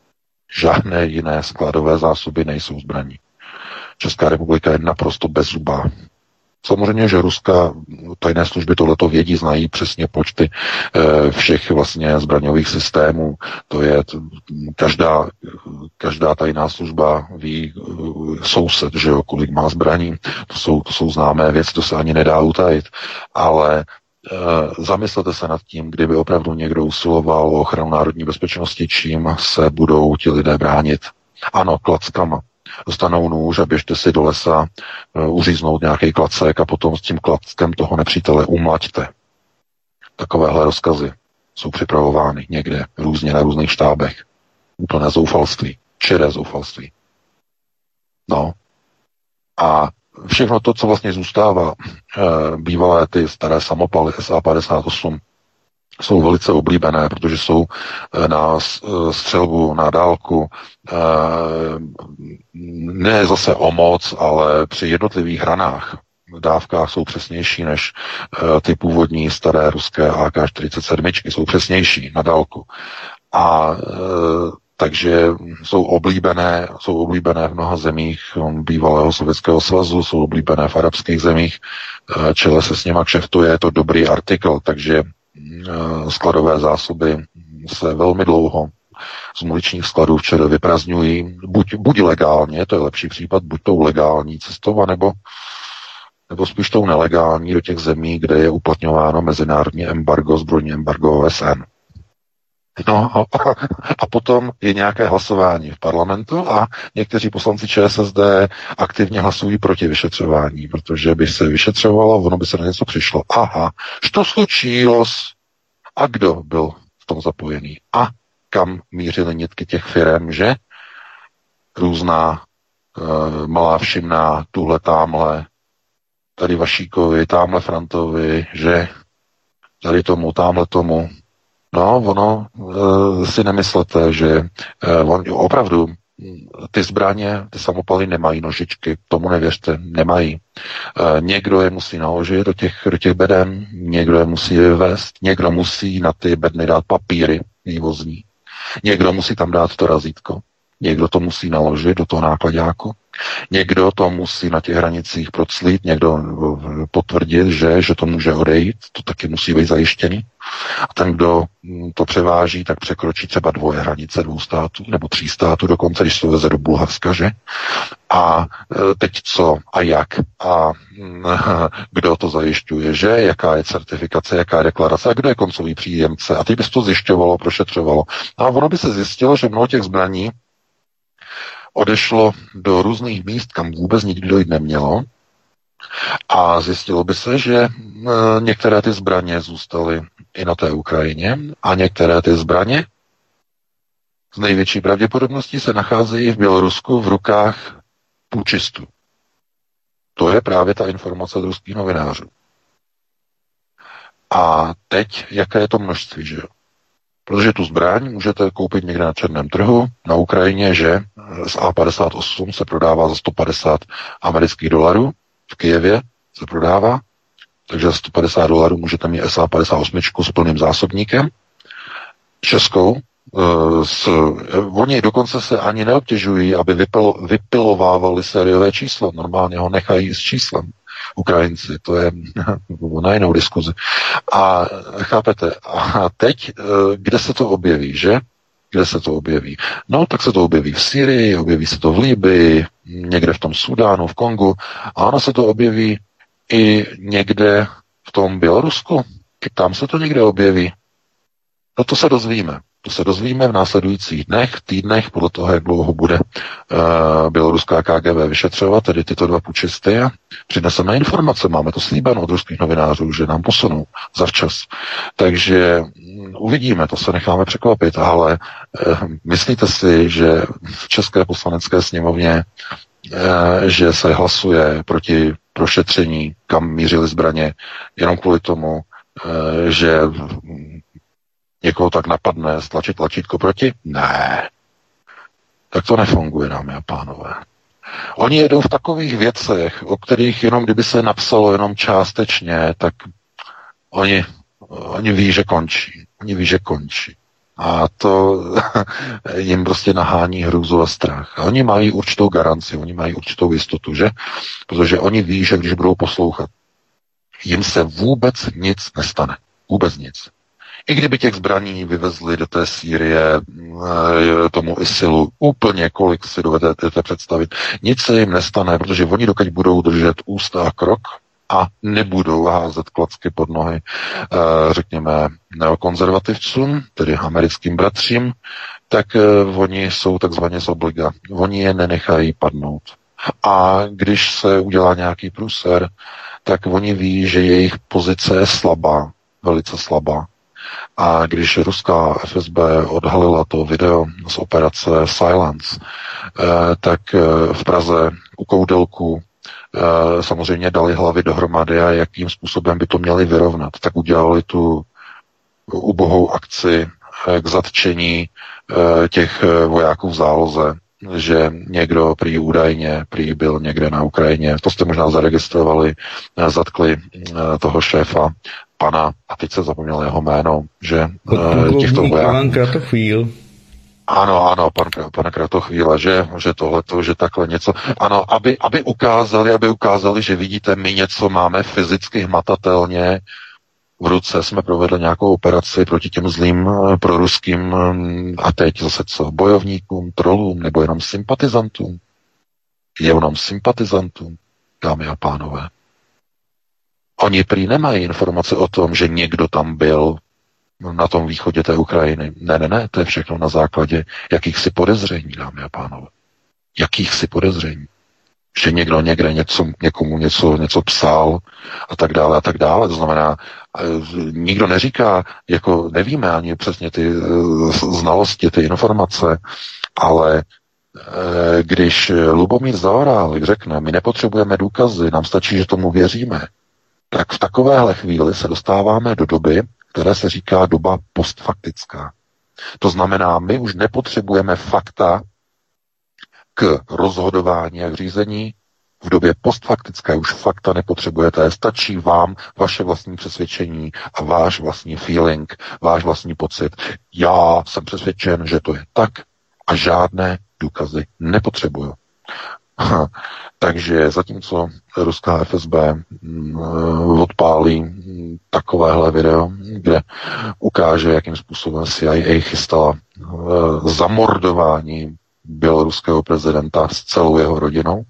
Žádné jiné skladové zásoby nejsou zbraní. Česká republika je naprosto bezzubá. Samozřejmě, že ruská tajné služby tohleto vědí, znají přesně počty e, všech vlastně zbraňových systémů. To je t, každá, každá tajná služba ví e, soused, že jo, kolik má zbraní. To jsou, to jsou známé věci, to se ani nedá utajit. Ale e, zamyslete se nad tím, kdyby opravdu někdo usiloval o ochranu národní bezpečnosti, čím se budou ti lidé bránit. Ano, klackama. Dostanou nůž a běžte si do lesa uh, uříznout nějaký klacek a potom s tím klackem toho nepřítele umlaťte. Takovéhle rozkazy jsou připravovány někde různě na různých štábech. Úplné zoufalství. Čiré zoufalství. No. A všechno to, co vlastně zůstává, bývalé ty staré samopaly S A padesát osm, jsou velice oblíbené, protože jsou na střelbu na dálku ne zase o moc, ale při jednotlivých hranách, dávkách jsou přesnější než ty původní staré ruské A K čtyřicet sedm, jsou přesnější na dálku. A takže jsou oblíbené, jsou oblíbené v mnoha zemích bývalého Sovětského svazu, jsou oblíbené v arabských zemích, čele se s něma kšeftuje, je to dobrý artikl, takže skladové zásoby se velmi dlouho z muničních skladů včera vyprazňují, buď, buď legálně, to je lepší případ, buď tou legální cestou, nebo, nebo spíš tou nelegální do těch zemí, kde je uplatňováno mezinárodní embargo, zbrojní embargo O S N. No a, a potom je nějaké hlasování v parlamentu a někteří poslanci Č S S D aktivně hlasují proti vyšetřování, protože by se vyšetřovalo, ono by se na něco přišlo. Aha, što slučilo? A kdo byl v tom zapojený? A kam mířily nitky těch firem, že? Různá e, malá všimná, tuhle támhle, tady Vašíkovi, támhle Frantovi, že? Tady tomu, támhle tomu. No, ono e, si nemyslete, že e, on, opravdu ty zbraně, ty samopaly nemají nožičky, tomu nevěřte, nemají. E, někdo je musí naložit do těch, do těch beden, někdo je musí vyvést, někdo musí na ty bedny dát papíry vývozní, někdo musí tam dát to razítko, někdo to musí naložit do toho nákladáku, někdo to musí na těch hranicích proclít, někdo potvrdit, že, že to může odejít, to taky musí být zajištěný. A ten, kdo to převáží, tak překročí třeba dvoje hranice dvou států, nebo tří států dokonce, když se to veze do Bulharska, že? A teď co a jak? A kdo to zajišťuje, že? Jaká je certifikace, jaká je deklarace a kdo je koncový příjemce? A teď by se to zjišťovalo, prošetřovalo. A ono by se zjistilo, že mnoho těch zbraní odešlo do různých míst, kam vůbec nikdy dojít nemělo. A zjistilo by se, že některé ty zbraně zůstaly i na té Ukrajině a některé ty zbraně z největší pravděpodobností se nacházejí v Bělorusku v rukách půčistů. To je právě ta informace od ruských novinářů. A teď, jaké je to množství, že jo? Protože tu zbraň můžete koupit někde na černém trhu, na Ukrajině, že z A padesát osm se prodává za sto padesát amerických dolarů, v Kyjevě se prodává, takže za sto padesát dolarů můžete mít S A padesát osm s plným zásobníkem, českou, s, oni dokonce se ani neobtěžují, aby vypil, vypilovávali sériové číslo, normálně ho nechají s číslem. Ukrajinci, to je na jinou diskuzi. A chápete, a teď, kde se to objeví, že? Kde se to objeví? No, tak se to objeví v Syrii, objeví se to v Libyi, někde v tom Sudánu, v Kongu, a ono se to objeví i někde v tom Bělorusku. I tam se to někde objeví. No to se dozvíme. To se dozvíme v následujících dnech, týdnech, podle toho, jak dlouho bude uh, běloruská K G B vyšetřovat, tedy tyto dva pučisty, a přineseme informace. Máme to slíbeno od ruských novinářů, že nám posunou zavčas. Takže um, uvidíme, to se necháme překvapit, ale uh, myslíte si, že v České poslanecké sněmovně, uh, že se hlasuje proti prošetření, kam mířily zbraně, jenom kvůli tomu, uh, že někoho tak napadne stlačit tlačítko proti? Ne. Tak to nefunguje, dámy a pánové. Oni jedou v takových věcech, o kterých jenom kdyby se napsalo jenom částečně, tak oni, oni ví, že končí. Oni ví, že končí. A to jim prostě nahání hrůzu a strach. A oni mají určitou garanci, oni mají určitou jistotu, že? Protože oni ví, že když budou poslouchat, jim se vůbec nic nestane. Vůbec nic. I kdyby těch zbraní vyvezli do té Sýrie, tomu ISILu, úplně kolik si dovedete představit, nic se jim nestane, protože oni dokud budou držet ústa a krok a nebudou házet klacky pod nohy, řekněme, neokonzervativcům, tedy americkým bratřím, tak oni jsou takzvaně z obliga. Oni je nenechají padnout. A když se udělá nějaký průser, tak oni ví, že jejich pozice je slabá, velice slabá. A když ruská F S B odhalila to video z operace Silence, tak v Praze u Koudelku samozřejmě dali hlavy dohromady a jakým způsobem by to měli vyrovnat. Tak udělali tu ubohou akci k zatčení těch vojáků v záloze, že někdo prý údajně, prý byl někde na Ukrajině, to jste možná zaregistrovali, zatkli toho šéfa, pana, a teď se zapomněl jeho jméno, že těchto vojáků... Ano, ano, pan, pan Kratochvíle, že, že tohleto, že takhle něco. Ano, aby, aby ukázali, aby ukázali, že vidíte, my něco máme fyzicky hmatatelně v ruce, jsme provedli nějakou operaci proti těm zlým proruským a teď zase co, bojovníkům, trolům nebo jenom sympatizantům. Jenom sympatizantům, dámy a pánové. Oni prý nemají informace o tom, že někdo tam byl na tom východě té Ukrajiny. Ne, ne, ne, to je všechno na základě jakýchsi podezření, dámy a pánové. Jakýchsi podezření. Že někdo někde něco, někomu něco, něco psal a tak dále a tak dále. To znamená, nikdo neříká, jako nevíme ani přesně ty znalosti, ty informace, ale když Lubomír Zaorálek řekne, my nepotřebujeme důkazy, nám stačí, že tomu věříme, tak v takovéhle chvíli se dostáváme do doby, které se říká doba postfaktická. To znamená, my už nepotřebujeme fakta k rozhodování a k řízení. V době postfaktické už fakta nepotřebujete. Stačí vám vaše vlastní přesvědčení a váš vlastní feeling, váš vlastní pocit. Já jsem přesvědčen, že to je tak a žádné důkazy nepotřebuju. Takže zatímco ruská F S B odpálí takovéhle video, kde ukáže, jakým způsobem C I A chystala zamordování běloruského prezidenta s celou jeho rodinou,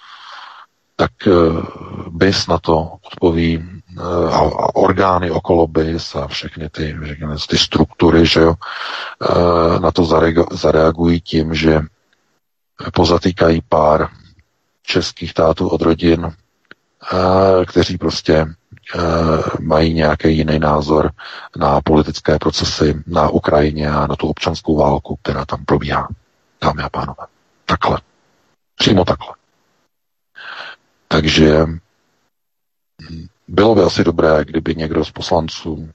tak B I S na to odpoví a orgány okolo B I S a všechny ty, všechny ty struktury, že jo, na to zareagují tím, že pozatýkají pár českých tátů od rodin, kteří prostě mají nějaký jiný názor na politické procesy na Ukrajině a na tu občanskou válku, která tam probíhá. Dámy a pánové. Takhle. Přímo takhle. Takže bylo by asi dobré, kdyby někdo z poslanců,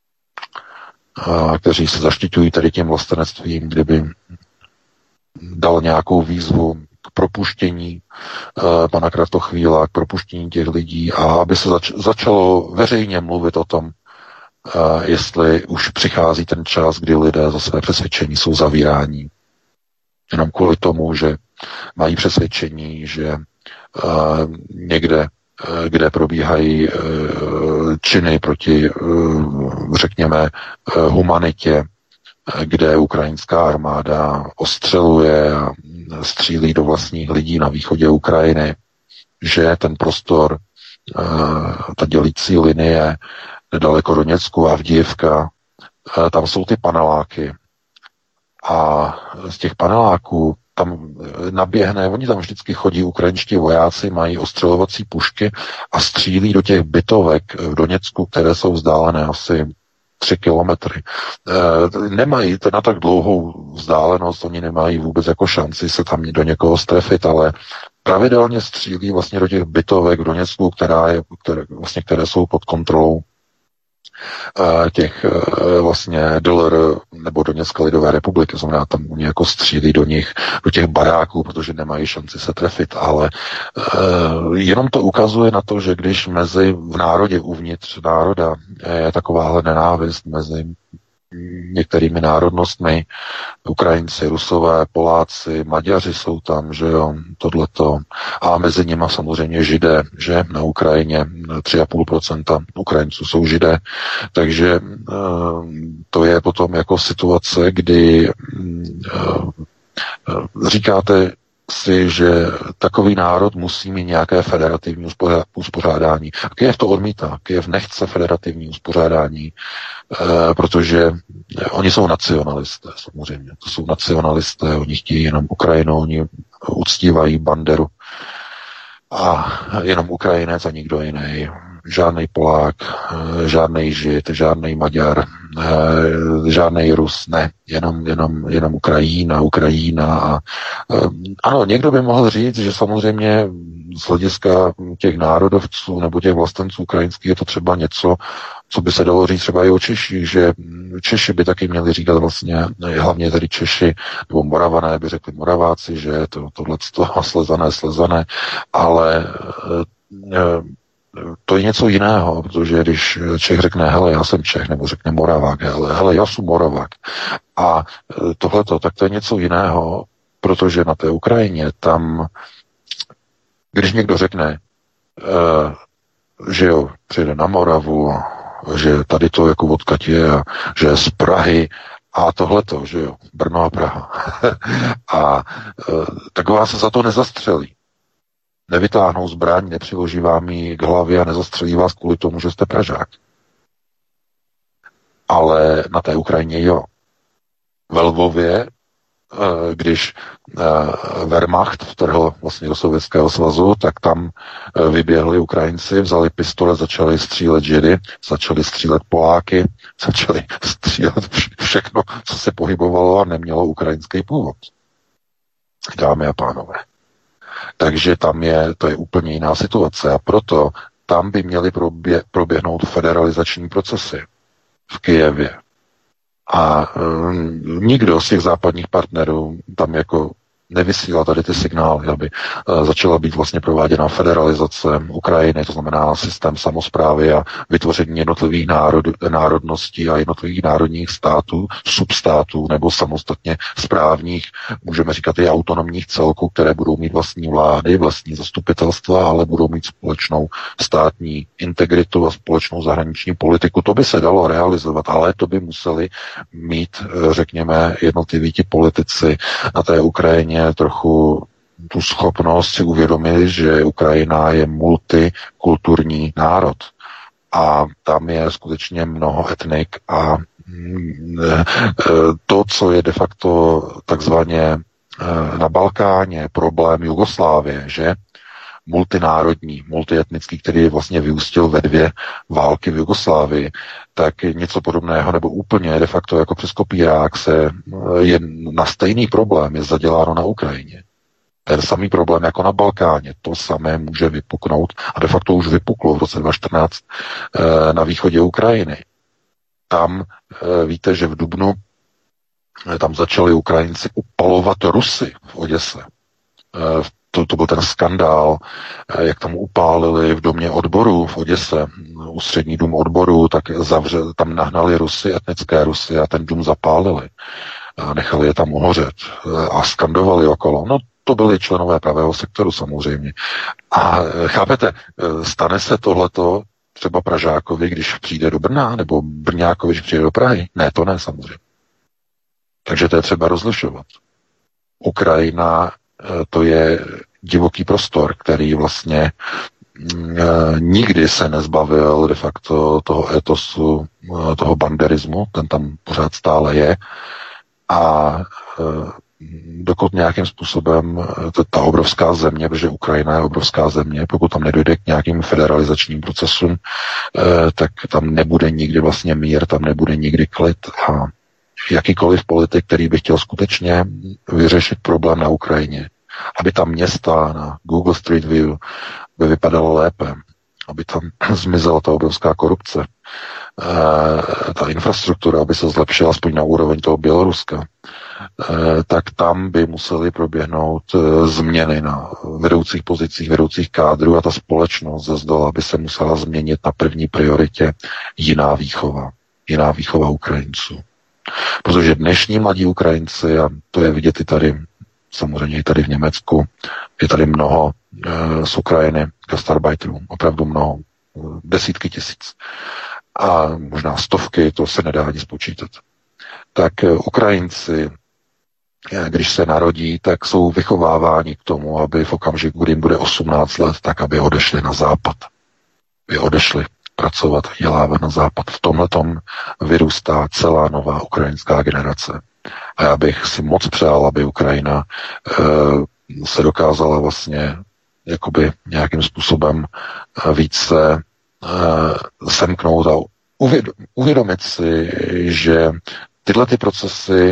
kteří se zaštiťují tady tím vlastenectvím, kdyby dal nějakou výzvu k propuštění uh, pana Kratochvíla, k propuštění těch lidí a aby se zač- začalo veřejně mluvit o tom, uh, jestli už přichází ten čas, kdy lidé za své přesvědčení jsou zavíráni. Jenom kvůli tomu, že mají přesvědčení, že uh, někde, uh, kde probíhají uh, činy proti, uh, řekněme, uh, humanitě, kde ukrajinská armáda ostřeluje a střílí do vlastních lidí na východě Ukrajiny, že ten prostor, ta dělící linie nedaleko Doněcku a Avdijivka, tam jsou ty paneláky. A z těch paneláků tam naběhne, oni tam vždycky chodí ukrajinští vojáci, mají ostřelovací pušky a střílí do těch bytovek v Doněcku, které jsou vzdálené asi tři kilometry. E, nemají to na tak dlouhou vzdálenost, oni nemají vůbec jako šanci se tam do někoho strefit, ale pravidelně střílí vlastně do těch bytovek v Doněcku, která je, které, vlastně, které jsou pod kontrolou e, těch e, vlastně D L R nebo Doněcké lidové republiky, znamená tam oni jako střílí do nich, do těch baráků, protože nemají šanci se trefit, ale e, jenom to ukazuje na to, že když mezi v národě, uvnitř národa je takováhle nenávist mezi některými národnostmi, Ukrajinci, Rusové, Poláci, Maďaři jsou tam, že jo, tohleto. A mezi nimi samozřejmě Židé, že na Ukrajině tři a půl procenta Ukrajinců jsou Židé. Takže to je potom jako situace, kdy říkáte si, že takový národ musí mít nějaké federativní uspořádání. A Kyjev to odmítá. Kyjev nechce federativní uspořádání, eh, protože oni jsou nacionalisté, samozřejmě. To jsou nacionalisté, oni chtějí jenom Ukrajinu, oni uctívají Banderu. A jenom Ukrajinec a nikdo jiný. žádný Polák, žádný Žid, žádný Maďar, žádný Rus, ne, jenom, jenom, jenom Ukrajina, Ukrajina. A, ano, někdo by mohl říct, že samozřejmě z hlediska těch národovců nebo těch vlastenců ukrajinských je to třeba něco, co by se dalo říct třeba i o Češích, že Češi by taky měli říkat vlastně, hlavně tady Češi, nebo Moravané by řekli Moraváci, že to, tohleto slezané, slezané, ale to je něco jiného, protože když Čech řekne, hele, já jsem Čech, nebo řekne Moravák, hele, hele já jsem Moravák. A tohleto, tak to je něco jiného, protože na té Ukrajině tam, když někdo řekne, že jo, přijde na Moravu, že tady to jako odkud je, a že je z Prahy a tohleto, že jo, Brno a Praha. A tak vás za to nezastřelí. Nevytáhnou zbraň, nepřiloží vám ji k hlavě a nezastřelí vás kvůli tomu, že jste Pražák. Ale na té Ukrajině jo. Ve Lvově, když Wehrmacht vtrhl vlastně do Sovětského svazu, tak tam vyběhli Ukrajinci, vzali pistole, začali střílet Židy, začali střílet Poláky, začali střílet všechno, co se pohybovalo a nemělo ukrajinský původ. Dámy a pánové. Takže tam je, to je úplně jiná situace a proto tam by měly probě, proběhnout federalizační procesy v Kyjevě. A um, nikdo z těch západních partnerů tam jako nevysílá tady ty signály, aby uh, začala být vlastně prováděna federalizace Ukrajiny, to znamená systém samosprávy a vytvoření jednotlivých národ, národností a jednotlivých národních států, substátů nebo samostatně správních, můžeme říkat i autonomních celků, které budou mít vlastní vlády, vlastní zastupitelstva, ale budou mít společnou státní integritu a společnou zahraniční politiku. To by se dalo realizovat, ale to by museli mít, řekněme, jednotliví ti politici na té Ukrajině trochu tu schopnost si uvědomit, že Ukrajina je multikulturní národ a tam je skutečně mnoho etnik a to, co je de facto takzvaně na Balkáně problém Jugoslávie, že multinárodní, multietnický, který vlastně vyústil ve dvě války v Jugoslávii, tak něco podobného, nebo úplně de facto jako přes kopírák se je na stejný problém je zaděláno na Ukrajině. Ten samý problém jako na Balkáně. To samé může vypuknout a de facto už vypuklo v roce dva tisíce čtrnáct na východě Ukrajiny. Tam víte, že v dubnu tam začali Ukrajinci upalovat Rusy v Oděse. To, to byl ten skandál, jak tam upálili v domě odboru v Oděse, ústřední dům odboru, tak zavře, tam nahnali Rusy, etnické Rusy a ten dům zapálili. A nechali je tam uhořet a skandovali okolo. No to byli členové pravého sektoru samozřejmě. A chápete, stane se tohleto třeba Pražákovi, když přijde do Brna, nebo Brňákovi, když přijde do Prahy? Ne, to ne samozřejmě. Takže to je třeba rozlišovat. Ukrajina to je divoký prostor, který vlastně e, nikdy se nezbavil de facto toho etosu, e, toho banderismu, ten tam pořád stále je a e, dokud nějakým způsobem to, ta obrovská země, protože Ukrajina je obrovská země, pokud tam nedojde k nějakým federalizačním procesům, e, tak tam nebude nikdy vlastně mír, tam nebude nikdy klid a jakýkoliv politik, který by chtěl skutečně vyřešit problém na Ukrajině, aby tam města na Google Street View by vypadalo lépe, aby tam zmizela ta obrovská korupce, e, ta infrastruktura, aby se zlepšila aspoň na úroveň toho Běloruska, e, tak tam by musely proběhnout e, změny na vedoucích pozicích, vedoucích kádrů a ta společnost ze zdola by se musela změnit na první prioritě jiná výchova, jiná výchova Ukrajinců. Protože dnešní mladí Ukrajinci, a to je vidět i tady, samozřejmě i tady v Německu, je tady mnoho e, z Ukrajiny gastarbeiterů, opravdu mnoho, desítky tisíc. A možná stovky, to se nedá ani spočítat. Tak e, Ukrajinci, e, když se narodí, tak jsou vychováváni k tomu, aby v okamžiku, kdy jim bude osmnáct let, tak aby odešli na západ. Aby odešli pracovat, dělávat na západ. V tomhletom vyrůstá celá nová ukrajinská generace. A já bych si moc přál, aby Ukrajina e, se dokázala vlastně jakoby nějakým způsobem více semknout a uvědomit si, že tyhle ty procesy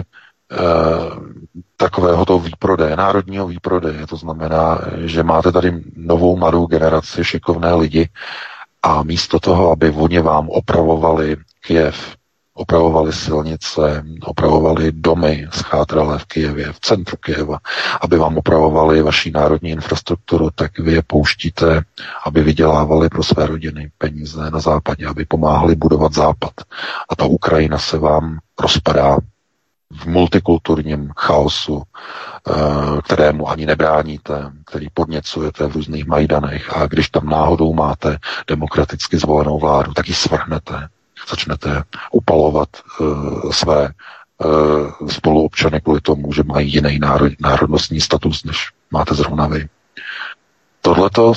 takového toho výprodeje, národního výprodeje, to znamená, že máte tady novou mladou generaci, šikovné lidi a místo toho, aby oni vám opravovali Kyjev, opravovali silnice, opravovali domy schátralé v Kyjevě, v centru Kyjeva, aby vám opravovali vaši národní infrastrukturu, tak vy je pouštíte, aby vydělávali pro své rodiny peníze na západě, aby pomáhali budovat západ. A ta Ukrajina se vám rozpadá v multikulturním chaosu, kterému ani nebráníte, který podněcujete v různých majdanech a když tam náhodou máte demokraticky zvolenou vládu, tak ji svrhnete. Začnete upalovat uh, své uh, spoluobčany kvůli tomu, že mají jiný národ, národnostní status, než máte zrovna vy. Tohleto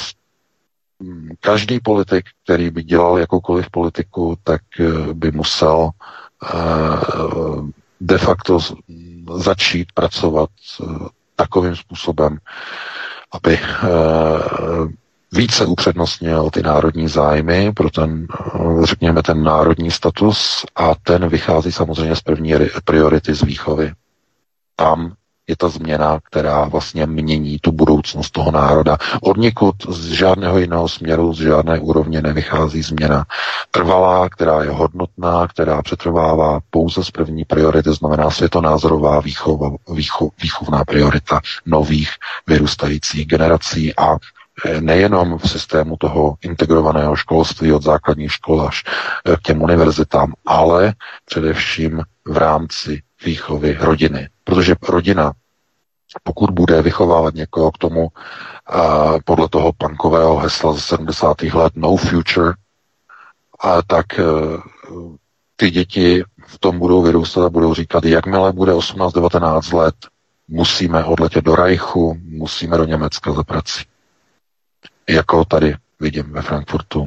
každý politik, který by dělal jakoukoliv politiku, tak uh, by musel uh, de facto začít pracovat uh, takovým způsobem, aby uh, více upřednostnil ty národní zájmy pro ten, řekněme, ten národní status a ten vychází samozřejmě z první priority z výchovy. Tam je ta změna, která vlastně mění tu budoucnost toho národa. Od někud z žádného jiného směru, z žádné úrovně nevychází změna trvalá, která je hodnotná, která přetrvává pouze z první priority, znamená světonázorová výchova, výchov, výchovná priorita nových vyrůstajících generací a nejenom v systému toho integrovaného školství od základních škol až k těm univerzitám, ale především v rámci výchovy rodiny. Protože rodina, pokud bude vychovávat někoho k tomu a podle toho punkového hesla ze sedmdesátých let no future, a tak ty děti v tom budou vyrůstat a budou říkat, jakmile bude osmnáct devatenáct let, musíme odletět do Reichu, musíme do Německa za prací. Jako tady vidím ve Frankfurtu.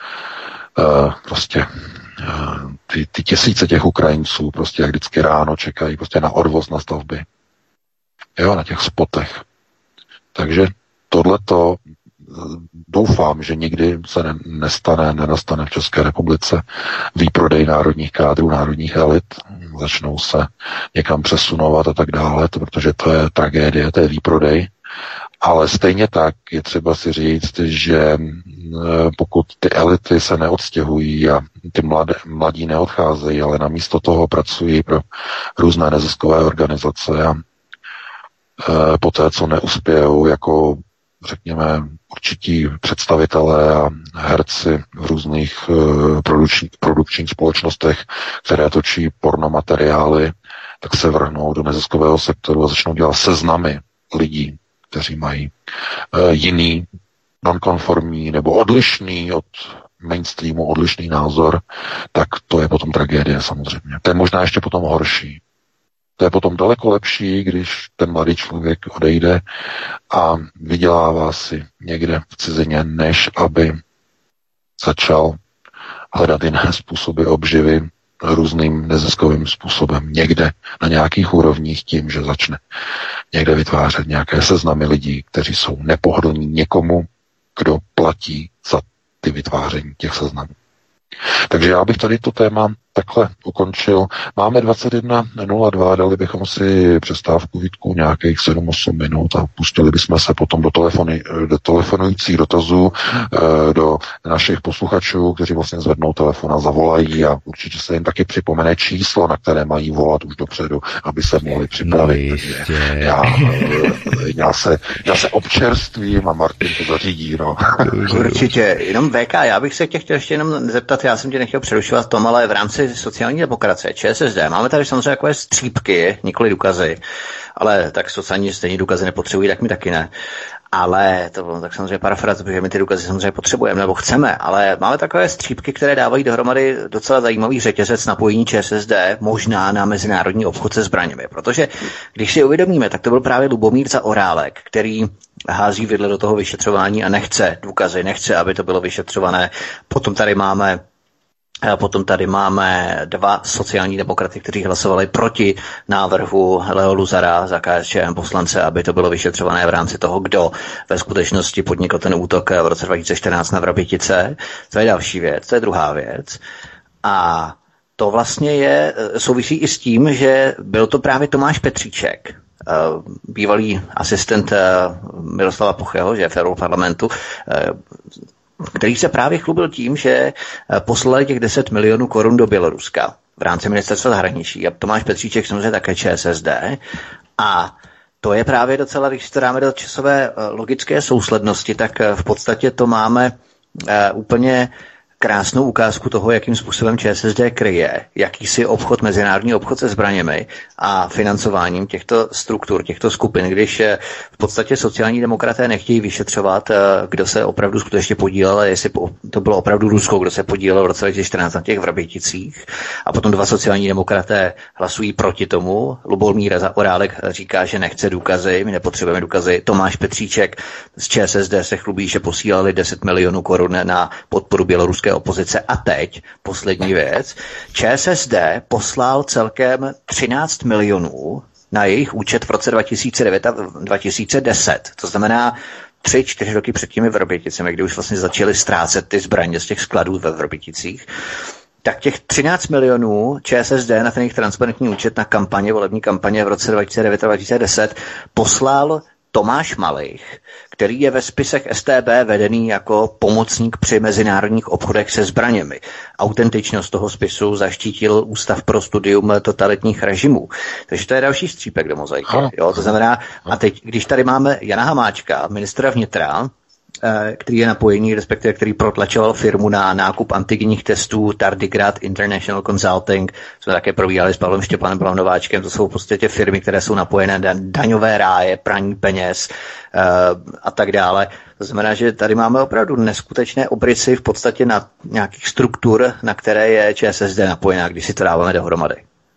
Uh, prostě uh, ty, ty tisíce těch Ukrajinců prostě jak vždycky ráno čekají prostě na odvoz na stavby. Jo, na těch spotech. Takže tohleto doufám, že nikdy se ne, nestane, nenastane v České republice výprodej národních kádrů, národních elit, začnou se někam přesunovat a tak dále, protože to je tragédie, to je výprodej. Ale stejně tak je třeba si říct, že pokud ty elity se neodstěhují a ty mladé, mladí neodcházejí, ale namísto toho pracují pro různé neziskové organizace a poté, co neuspějou jako, řekněme, určití představitelé a herci v různých produkčních, produkčních společnostech, které točí pornomateriály, tak se vrhnou do neziskového sektoru a začnou dělat seznamy lidí, kteří mají uh, jiný, nonkonformní nebo odlišný od mainstreamu, odlišný názor, tak to je potom tragédie samozřejmě. To je možná ještě potom horší. To je potom daleko lepší, když ten mladý člověk odejde a vydělává si někde v cizině, než aby začal hledat jiné způsoby obživy různým neziskovým způsobem. Někde na nějakých úrovních tím, že začne někde vytvářet nějaké seznamy lidí, kteří jsou nepohodlní někomu, kdo platí za ty vytváření těch seznamů. Takže já bych tady to téma takhle ukončil. Máme dvacet jedna nula dva, dali bychom si přestávku, Vítku, nějakých sedm osm minut a pustili bychom se potom do, telefony, do telefonujících dotazů, do našich posluchačů, kteří vlastně zvednou telefon a zavolají a určitě se jim taky připomene číslo, na které mají volat už dopředu, aby se mohli připravit. No, já, já, se, já se občerstvím a Martin to zařídí. No. Určitě. Jenom V K, já bych se tě chtěl ještě jenom zeptat, já jsem tě nechtěl přerušovat v tom, ale v rámci sociální demokracie, ČSSD, máme tady samozřejmě takové střípky, nikoli důkazy, ale tak sociální stejně důkazy nepotřebují, tak mi taky ne. Ale to tak samozřejmě parafraz, protože my ty důkazy samozřejmě potřebujeme nebo chceme, ale máme takové střípky, které dávají dohromady docela zajímavý řetězec napojení ČSSD možná na mezinárodní obchod se zbraněmi. Protože když si uvědomíme, tak to byl právě Lubomír Zaorálek, který hází vidle do toho vyšetřování a nechce důkazy, nechce, aby to bylo vyšetřované. Potom tady máme A potom tady máme dva sociální demokraty, kteří hlasovali proti návrhu Leo Luzara za K S Č M poslance, aby to bylo vyšetřované v rámci toho, kdo ve skutečnosti podnikl ten útok v roce dva tisíce čtrnáct na Vrbětice. To je další věc, to je druhá věc. A to vlastně je, souvisí i s tím, že byl to právě Tomáš Petříček, bývalý asistent Miroslava Pocheho, že v Europarlamentu, který se právě chlubil tím, že poslali těch deset milionů korun do Běloruska v rámci ministerstva zahraničí. A Tomáš Petříček samozřejmě také Č S S D. A to je právě docela, když se dáme do časové logické souslednosti, tak v podstatě to máme úplně krásnou ukázku toho, jakým způsobem Č S S D kryje jakýsi obchod, mezinárodní obchod se zbraněmi a financováním těchto struktur, těchto skupin, když v podstatě sociální demokraté nechtějí vyšetřovat, kdo se opravdu skutečně podílel, jestli to bylo opravdu Rusko, kdo se podílel v roce dva tisíce čtrnáct na těch Vrběticích. A potom dva sociální demokraté hlasují proti tomu. Lubomír Zaorálek říká, že nechce důkazy, my nepotřebujeme důkazy. Tomáš Petříček z Č S S D se chlubí, že posílali deset milionů korun na podporu běloruské opozice. A teď poslední věc. Č S S D poslal celkem třináct milionů na jejich účet v roce dva tisíce devět a dva tisíce deset. To znamená tři, čtyři roky před těmi Vrběticemi, kdy už vlastně začaly ztrácet ty zbraně z těch skladů ve Vrběticích. Tak těch třináct milionů Č S S D na ten jejich transparentní účet na kampaně, volební kampaně v roce dva tisíce devět a dva tisíce deset poslal Tomáš Malich, který je ve spisech S T B vedený jako pomocník při mezinárodních obchodech se zbraněmi. Autentičnost toho spisu zaštítil Ústav pro studium totalitních režimů. Takže to je další střípek do mozaiky. Jo? To znamená, a teď, když tady máme Jana Hamáčka, ministra vnitra, který je napojený, respektive který protlačoval firmu na nákup antigenních testů Tardigrad International Consulting. Jsme také probíhali s Pavlem Štěpanem Plavnováčkem. To jsou v podstatě firmy, které jsou napojené na daňové ráje, praní peněz a tak dále. To znamená, že tady máme opravdu neskutečné obrysy v podstatě na nějakých struktur, na které je Č S S D napojená, když si to dáváme dohromady.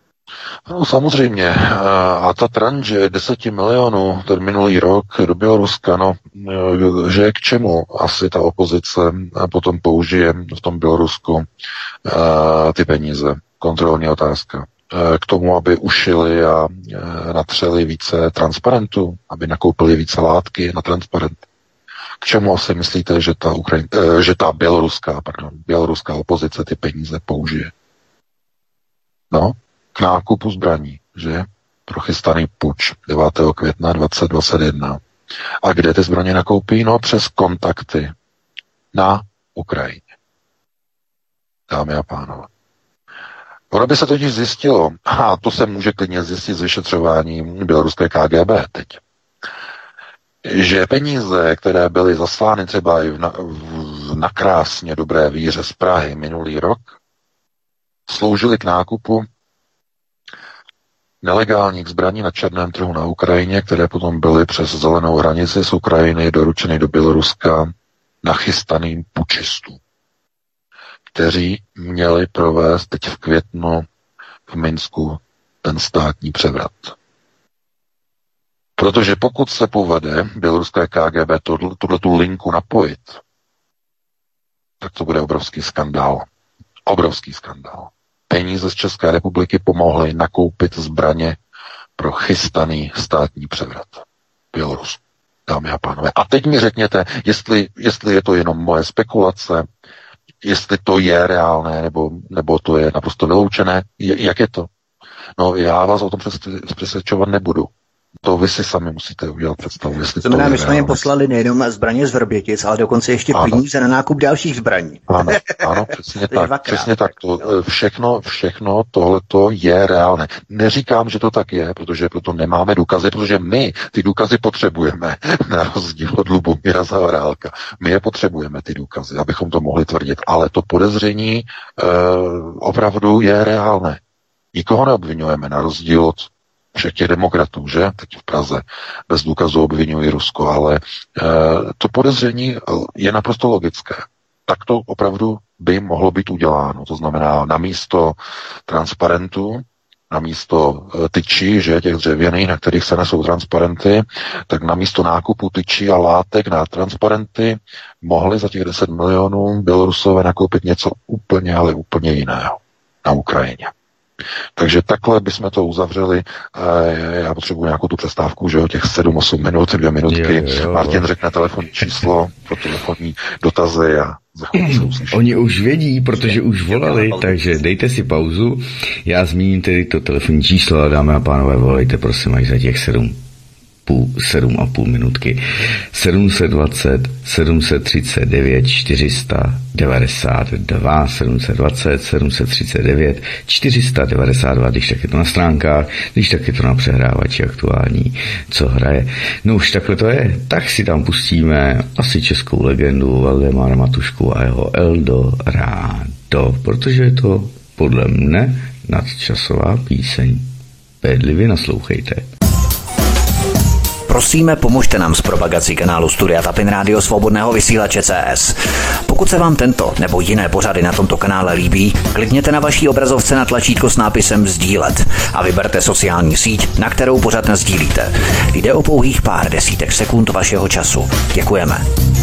No samozřejmě. A ta tranže deseti milionů ten minulý rok do Běloruska, no, že k čemu asi ta opozice potom použije v tom Bělorusku ty peníze? Kontrolní otázka. K tomu, aby ušili a natřeli více transparentů, aby nakoupili více látky na transparent. K čemu asi myslíte, že ta, Ukrajin, že ta běloruská, pardon, běloruská opozice ty peníze použije? No, k nákupu zbraní, že? Pro chystaný puč devátého května dva tisíce dvacet jedna. A kde ty zbraně nakoupí? No, přes kontakty na Ukrajině. Dámy a pánové. Ono by se totiž zjistilo, a to se může klidně zjistit z vyšetřování běloruské K G B teď, že peníze, které byly zaslány třeba i v na, v, na krásně dobré víře z Prahy minulý rok, sloužily k nákupu nelegálních zbraní na černém trhu na Ukrajině, které potom byly přes zelenou hranici z Ukrajiny doručeny do Běloruska nachystaným pučistům, kteří měli provést teď v květnu v Minsku ten státní převrat. Protože pokud se povede běloruské K G B tuhletu linku napojit, tak to bude obrovský skandál. Obrovský skandál. Peníze z České republiky pomohly nakoupit zbraně pro chystaný státní převrat Bělorusku. Dámy a pánové. A teď mi řekněte, jestli, jestli je to jenom moje spekulace, jestli to je reálné, nebo, nebo to je naprosto vyloučené. Jak je to? No, já vás o tom přesvědčovat nebudu. To vy si sami musíte udělat představu. Jestli to znamená, my jsme jim poslali nejenom zbraně z Vrbětic, ale dokonce ještě ano. peníze na nákup dalších zbraní. Ano, ano, přesně tak. Dvakrát, přesně tak. To, všechno, všechno tohleto je reálné. Neříkám, že to tak je, protože proto nemáme důkazy, protože my ty důkazy potřebujeme, na rozdíl od Lubomíra Zaorálka. My je potřebujeme, ty důkazy, abychom to mohli tvrdit. Ale to podezření eh, opravdu je reálné. Nikoho neobvinujeme, na rozdíl od všech těch demokratů, že? Teď v Praze bez důkazů obvinují Rusko, ale e, to podezření je naprosto logické. Tak to opravdu by mohlo být uděláno. To znamená, na místo transparentu na místo tyčí, že těch dřevěných, na kterých se nesou transparenty, tak na místo nákupu tyčí a látek na transparenty mohli za těch deset milionů Bělorusové nakoupit něco úplně, ale úplně jiného na Ukrajině. Takže takhle bychom to uzavřeli. Já potřebuji nějakou tu přestávku, že jo, těch sedm osm minut, dvě minutky. Jo, jo, jo. Martin řekne telefonní číslo pro telefonní dotazy a za chvíli se uslyšíme. Oni už vědí, protože už volali, takže dejte si pauzu. Já zmíním tedy to telefonní číslo a dámy a pánové, volejte prosím až za těch sedm. Půl, sedm a půl minutky. sedm set dvacet, sedm set třicet devět, čtyři sta devadesát dva, sedm set dvacet, sedm set třicet devět, čtyři sta devadesát dva, když tak je to na stránkách, když tak je to na přehrávači aktuální, co hraje. No už takhle to je. Tak si tam pustíme asi českou legendu Valdemara Matušku a jeho Eldorado, protože je to podle mne nadčasová píseň. Bedlivě naslouchejte. Prosíme, pomožte nám s propagací kanálu Studia Tapin Rádio Svobodného vysílače C S. Pokud se vám tento nebo jiné pořady na tomto kanále líbí, klikněte na vaší obrazovce na tlačítko s nápisem sdílet a vyberte sociální síť, na kterou pořad nasdílíte. Jde o pouhých pár desítek sekund vašeho času. Děkujeme.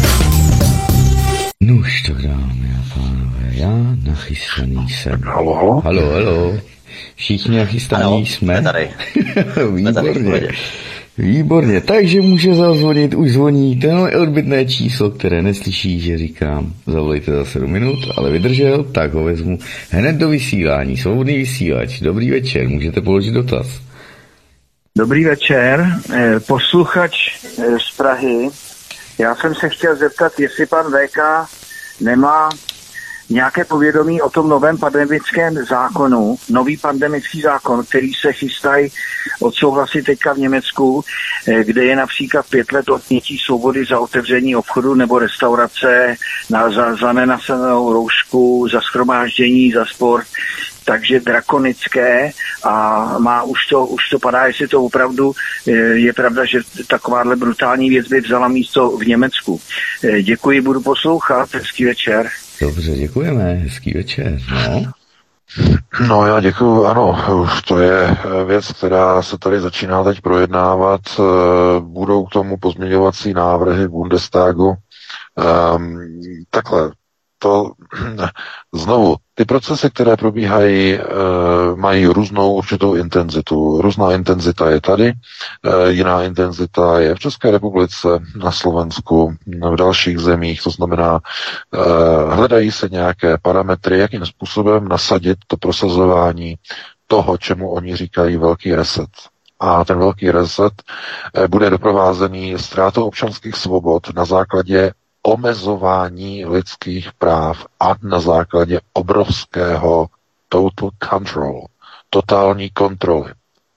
Nuž to dámy a pánové, já nachystaný jsem. Halo, halo. Halo, halo. Všichni nachystaný ano, jsme. Tady. Výborně. Výborně, takže může zazvonit, už zvoní tenhle odbytné číslo, které neslyší, že říkám, zavolejte za sedm minut, ale vydržel, tak ho vezmu hned do vysílání. Svobodný vysílač, dobrý večer, můžete položit dotaz. Dobrý večer, posluchač z Prahy. Já jsem se chtěl zeptat, jestli pan V K nemá nějaké povědomí o tom novém pandemickém zákonu, nový pandemický zákon, který se chystají odsouhlasit teďka v Německu, kde je například pět let odnětí svobody za otevření obchodu nebo restaurace, na, za, za nenasanou roušku, za shromáždění, za sport, takže drakonické a má už to, už to padá, jestli to opravdu je pravda, že takováhle brutální věc by vzala místo v Německu. Děkuji, budu poslouchat, hezký večer. Dobře, děkujeme, hezký večer, no. No já děkuju, ano, už to je věc, která se tady začíná teď projednávat, budou k tomu pozměňovací návrhy v Bundestagu. Um, takhle, to znovu, ty procesy, které probíhají, mají různou určitou intenzitu. Různá intenzita je tady, jiná intenzita je v České republice, na Slovensku, v dalších zemích, to znamená, hledají se nějaké parametry, jakým způsobem nasadit to prosazování toho, čemu oni říkají velký reset. A ten velký reset bude doprovázený ztrátou občanských svobod na základě omezování lidských práv a na základě obrovského total control, totální kontroly.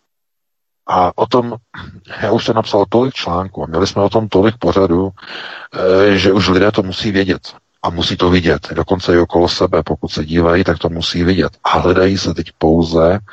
A o tom, já už jsem napsal tolik článků a měli jsme o tom tolik pořadů, že už lidé to musí vědět. A musí to vidět. Dokonce i okolo sebe, pokud se dívají, tak to musí vidět. A hledají se teď pouze e,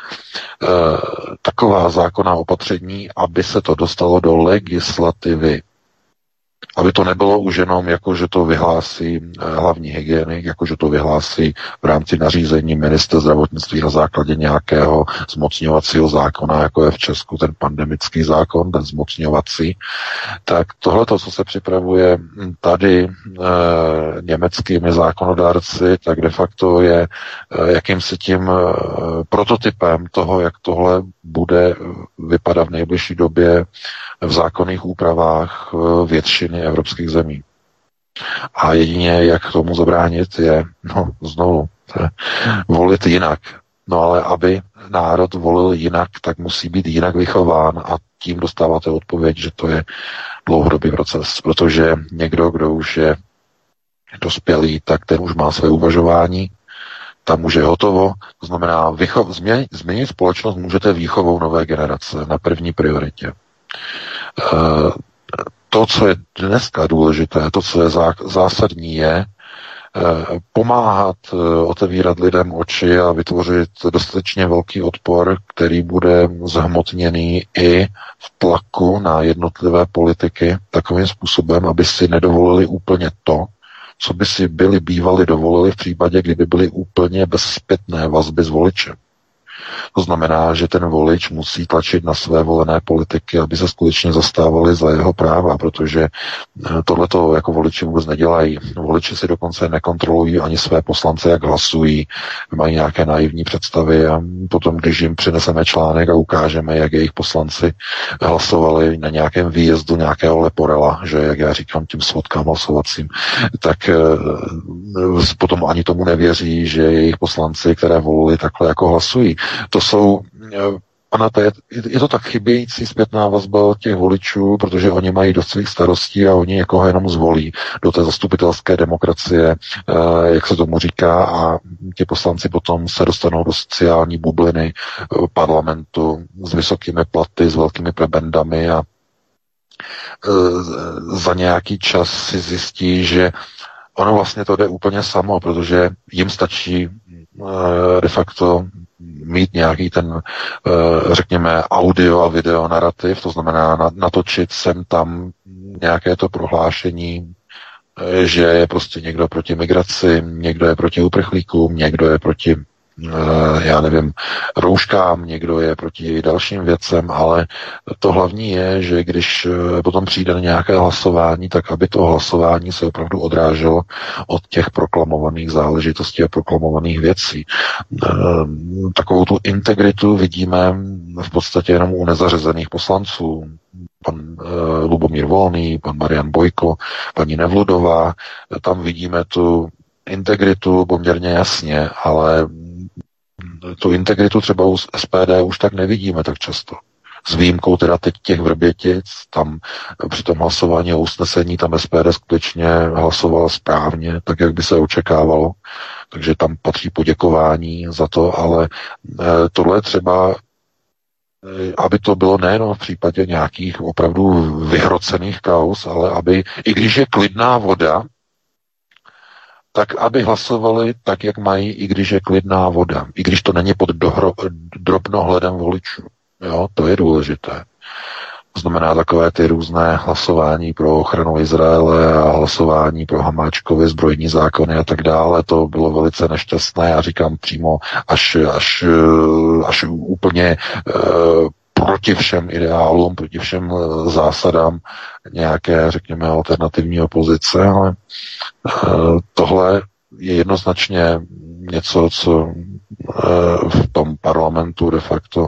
taková zákonná opatření, aby se to dostalo do legislativy. Aby to nebylo už jenom jako, že to vyhlásí hlavní hygienik, jako, že to vyhlásí v rámci nařízení ministra zdravotnictví na základě nějakého zmocňovacího zákona, jako je v Česku ten pandemický zákon, ten zmocňovací. Tak tohle, co se připravuje tady e, německými zákonodárci, tak de facto je e, jakýmsi tím e, prototypem toho, jak tohle bude vypadat v nejbližší době v zákonných úpravách většiny evropských zemí. A jedině, jak tomu zabránit, je, no, znovu, volit jinak. No ale aby národ volil jinak, tak musí být jinak vychován a tím dostáváte odpověď, že to je dlouhodobý proces, protože někdo, kdo už je dospělý, tak ten už má své uvažování, tam už je hotovo, to znamená, vycho- změnit, změnit společnost můžete výchovou nové generace na první prioritě. Uh, to, co je dneska důležité, to, co je zásadní, je uh, pomáhat uh, otevírat lidem oči a vytvořit dostatečně velký odpor, který bude zhmotněný i v tlaku na jednotlivé politiky takovým způsobem, aby si nedovolili úplně to, co by si byli bývali dovolili v případě, kdyby byli úplně bez zpětné vazby s voličem. To znamená, že ten volič musí tlačit na své volené politiky, aby se skutečně zastávali za jeho práva, protože tohleto jako voliči vůbec nedělají. Voliči si dokonce nekontrolují ani své poslance, jak hlasují, mají nějaké naivní představy a potom, když jim přineseme článek a ukážeme, jak jejich poslanci hlasovali na nějakém výjezdu nějakého leporela, že jak já říkám těm svodkám hlasovacím, tak potom ani tomu nevěří, že jejich poslanci, které volili, takhle jako hlasují. To jsou, ano, to je, je to tak chybějící zpětná vazba těch voličů, protože oni mají dost svých starostí a oni někoho jenom zvolí do té zastupitelské demokracie, jak se tomu říká, a ti poslanci potom se dostanou do sociální bubliny parlamentu s vysokými platy, s velkými prebendami a za nějaký čas si zjistí, že ono vlastně to jde úplně samo, protože jim stačí de facto mít nějaký ten, řekněme, audio a video narrativ, to znamená natočit sem tam nějaké to prohlášení, že je prostě někdo proti migraci, někdo je proti uprchlíkům, někdo je proti, já nevím, rouškám, někdo je proti dalším věcem, ale to hlavní je, že když potom přijde na nějaké hlasování, tak aby to hlasování se opravdu odráželo od těch proklamovaných záležitostí a proklamovaných věcí. Takovou tu integritu vidíme v podstatě jenom u nezařazených poslanců. Pan uh, Lubomír Volný, pan Marian Bojko, paní Nevludová, tam vidíme tu integritu poměrně jasně, ale tu integritu třeba u S P D už tak nevidíme tak často. S výjimkou teda teď těch Vrbětic, tam při tom hlasování o usnesení tam S P D skutečně hlasovala správně, tak jak by se očekávalo, takže tam patří poděkování za to, ale eh, tohle třeba, aby to bylo nejenom v případě nějakých opravdu vyhrocených kauz, ale aby, i když je klidná voda, tak aby hlasovali tak, jak mají, i když je klidná voda. I když to není pod dohro, drobnohledem voličů. Jo, to je důležité. To znamená takové ty různé hlasování pro ochranu Izraele a hlasování pro Hamáčkovy zbrojní zákony a tak dále. To bylo velice nešťastné. Já říkám přímo až, až, až úplně uh, proti všem ideálům, proti všem zásadám nějaké, řekněme, alternativní opozice, ale uh, tohle je jednoznačně něco, co v tom parlamentu de facto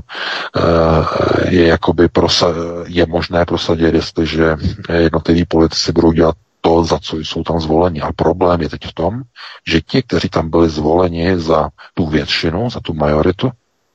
je jakoby prosa- je možné prosadit, jestliže jednotliví politici budou dělat to, za co jsou tam zvoleni. A problém je teď v tom, že ti, kteří tam byli zvoleni za tu většinu, za tu majoritu,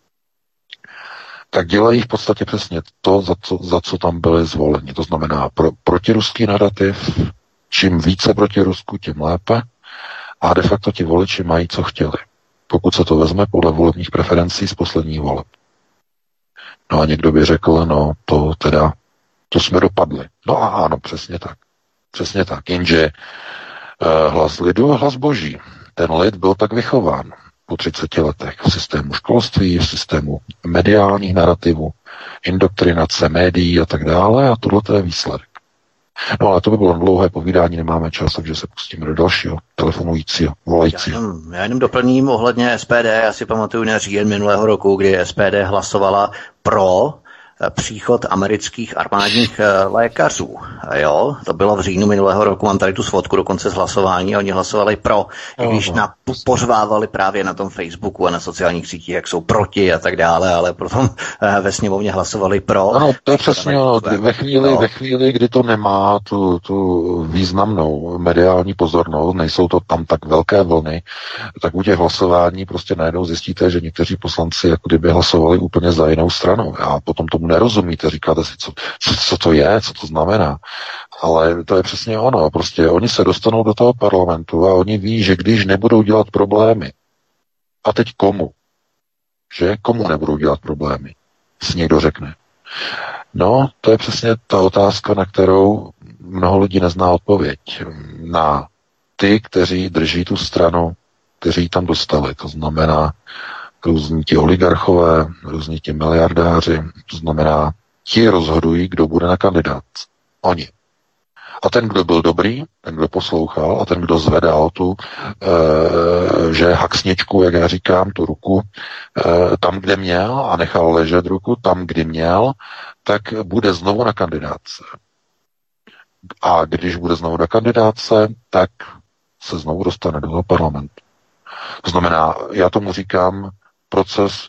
tak dělají v podstatě přesně to, za co, za co tam byli zvoleni. To znamená pro, protiruský narrativ, čím více proti Rusku, tím lépe. A de facto ti voliči mají, co chtěli. Pokud se to vezme podle volebních preferencí z posledních voleb. No a někdo by řekl, no to teda, to jsme dopadli. No a ano, přesně tak. Přesně tak. Jenže uh, hlas lidu a hlas boží. Ten lid byl tak vychován po třiceti letech v systému školství, v systému mediálních narrativů, indoktrinace médií a tak dále a tohle je výsledek. No ale to by bylo dlouhé povídání, nemáme čas, takže se pustíme do dalšího telefonujícího, volajícího. Já jenom, já jenom doplním ohledně S P D. Já si pamatuju na říjen minulého roku, kdy S P D hlasovala pro příchod amerických armádních lékařů. Jo, to bylo v říjnu minulého roku, mám tady tu svodku dokonce z hlasování, oni hlasovali pro, i když na, pořvávali právě na tom Facebooku a na sociálních sítích, jak jsou proti a tak dále, ale potom ve sněmovně hlasovali pro. Ano, to je přesně, no, ve chvíli, no. ve chvíli, kdy to nemá tu, tu významnou mediální pozornost, nejsou to tam tak velké vlny, tak u těch hlasování prostě najednou zjistíte, že někteří poslanci jako kdyby hlasovali úplně za jinou stranu a potom tomu nerozumíte, říkáte si, co, co, co to je, co to znamená. Ale to je přesně ono. Prostě oni se dostanou do toho parlamentu a oni ví, že když nebudou dělat problémy, a teď komu? Že komu nebudou dělat problémy? Si někdo řekne. No, to je přesně ta otázka, na kterou mnoho lidí nezná odpověď. Na ty, kteří drží tu stranu, kteří tam dostali. To znamená různí ti oligarchové, různí ti miliardáři, to znamená, ti rozhodují, kdo bude na kandidát. Oni. A ten, kdo byl dobrý, ten, kdo poslouchal a ten, kdo zvedal tu, e, že haksničku, jak já říkám, tu ruku, e, tam, kde měl a nechal ležet ruku, tam, kdy měl, tak bude znovu na kandidátce. A když bude znovu na kandidátce, tak se znovu dostane do toho parlamentu. To znamená, já tomu říkám proces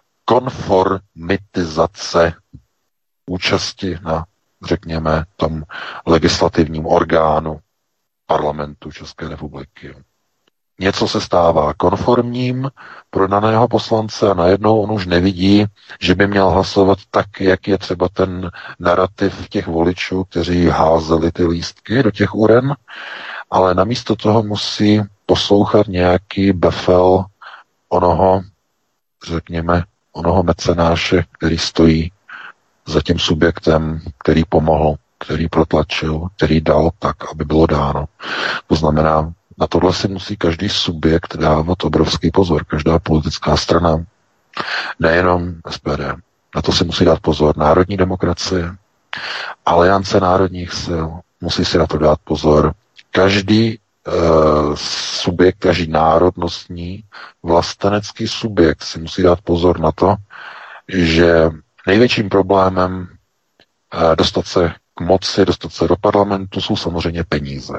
konformitizace účasti na, řekněme, tom legislativním orgánu parlamentu České republiky. Něco se stává konformním pro daného poslance a najednou on už nevidí, že by měl hlasovat tak, jak je třeba ten narrativ těch voličů, kteří házeli ty lístky do těch uren, ale namísto toho musí poslouchat nějaký befel onoho, řekněme, onoho mecenáše, který stojí za tím subjektem, který pomohl, který protlačil, který dal tak, aby bylo dáno. To znamená, na tohle si musí každý subjekt dávat obrovský pozor. Každá politická strana, nejenom S P D, na to si musí dát pozor. Národní demokracie, Aliance národních sil, musí si na to dát pozor. Každý uh, subjekt, každý národnostní vlastenecký subjekt si musí dát pozor na to, že největším problémem uh, dostat se k moci, dostat se do parlamentu jsou samozřejmě peníze.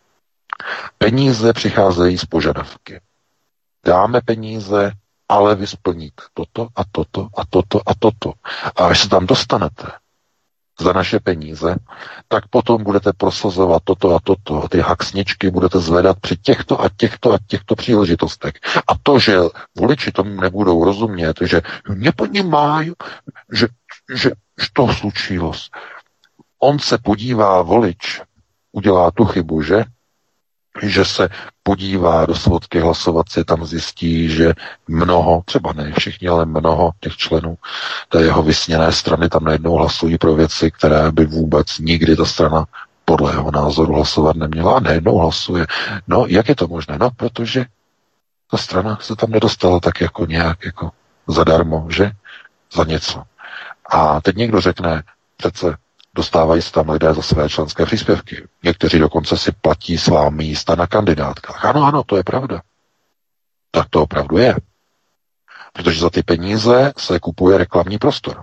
Peníze přicházejí z požadavky. Dáme peníze, ale vy splníte toto a toto a toto a toto. A až se tam dostanete za naše peníze, tak potom budete prosazovat toto a toto. A ty haksničky budete zvedat při těchto a těchto a těchto příležitostech. A to, že voliči tomu nebudou rozumět, že neponímají, že, že, že to slučilo. On se podívá, volič, udělá tu chybu, že? že se podívá do svodky hlasovací, tam zjistí, že mnoho, třeba ne všichni, ale mnoho těch členů té jeho vysněné strany tam najednou hlasují pro věci, které by vůbec nikdy ta strana podle jeho názoru hlasovat neměla a najednou hlasuje. No, jak je to možné? No, protože ta strana se tam nedostala tak jako nějak jako zadarmo, že? Za něco. A teď někdo řekne, přece dostávají se tam lidé za své členské příspěvky. Někteří dokonce si platí svá místa na kandidátkách. Ano, ano, to je pravda. Tak to opravdu je. Protože za ty peníze se kupuje reklamní prostor.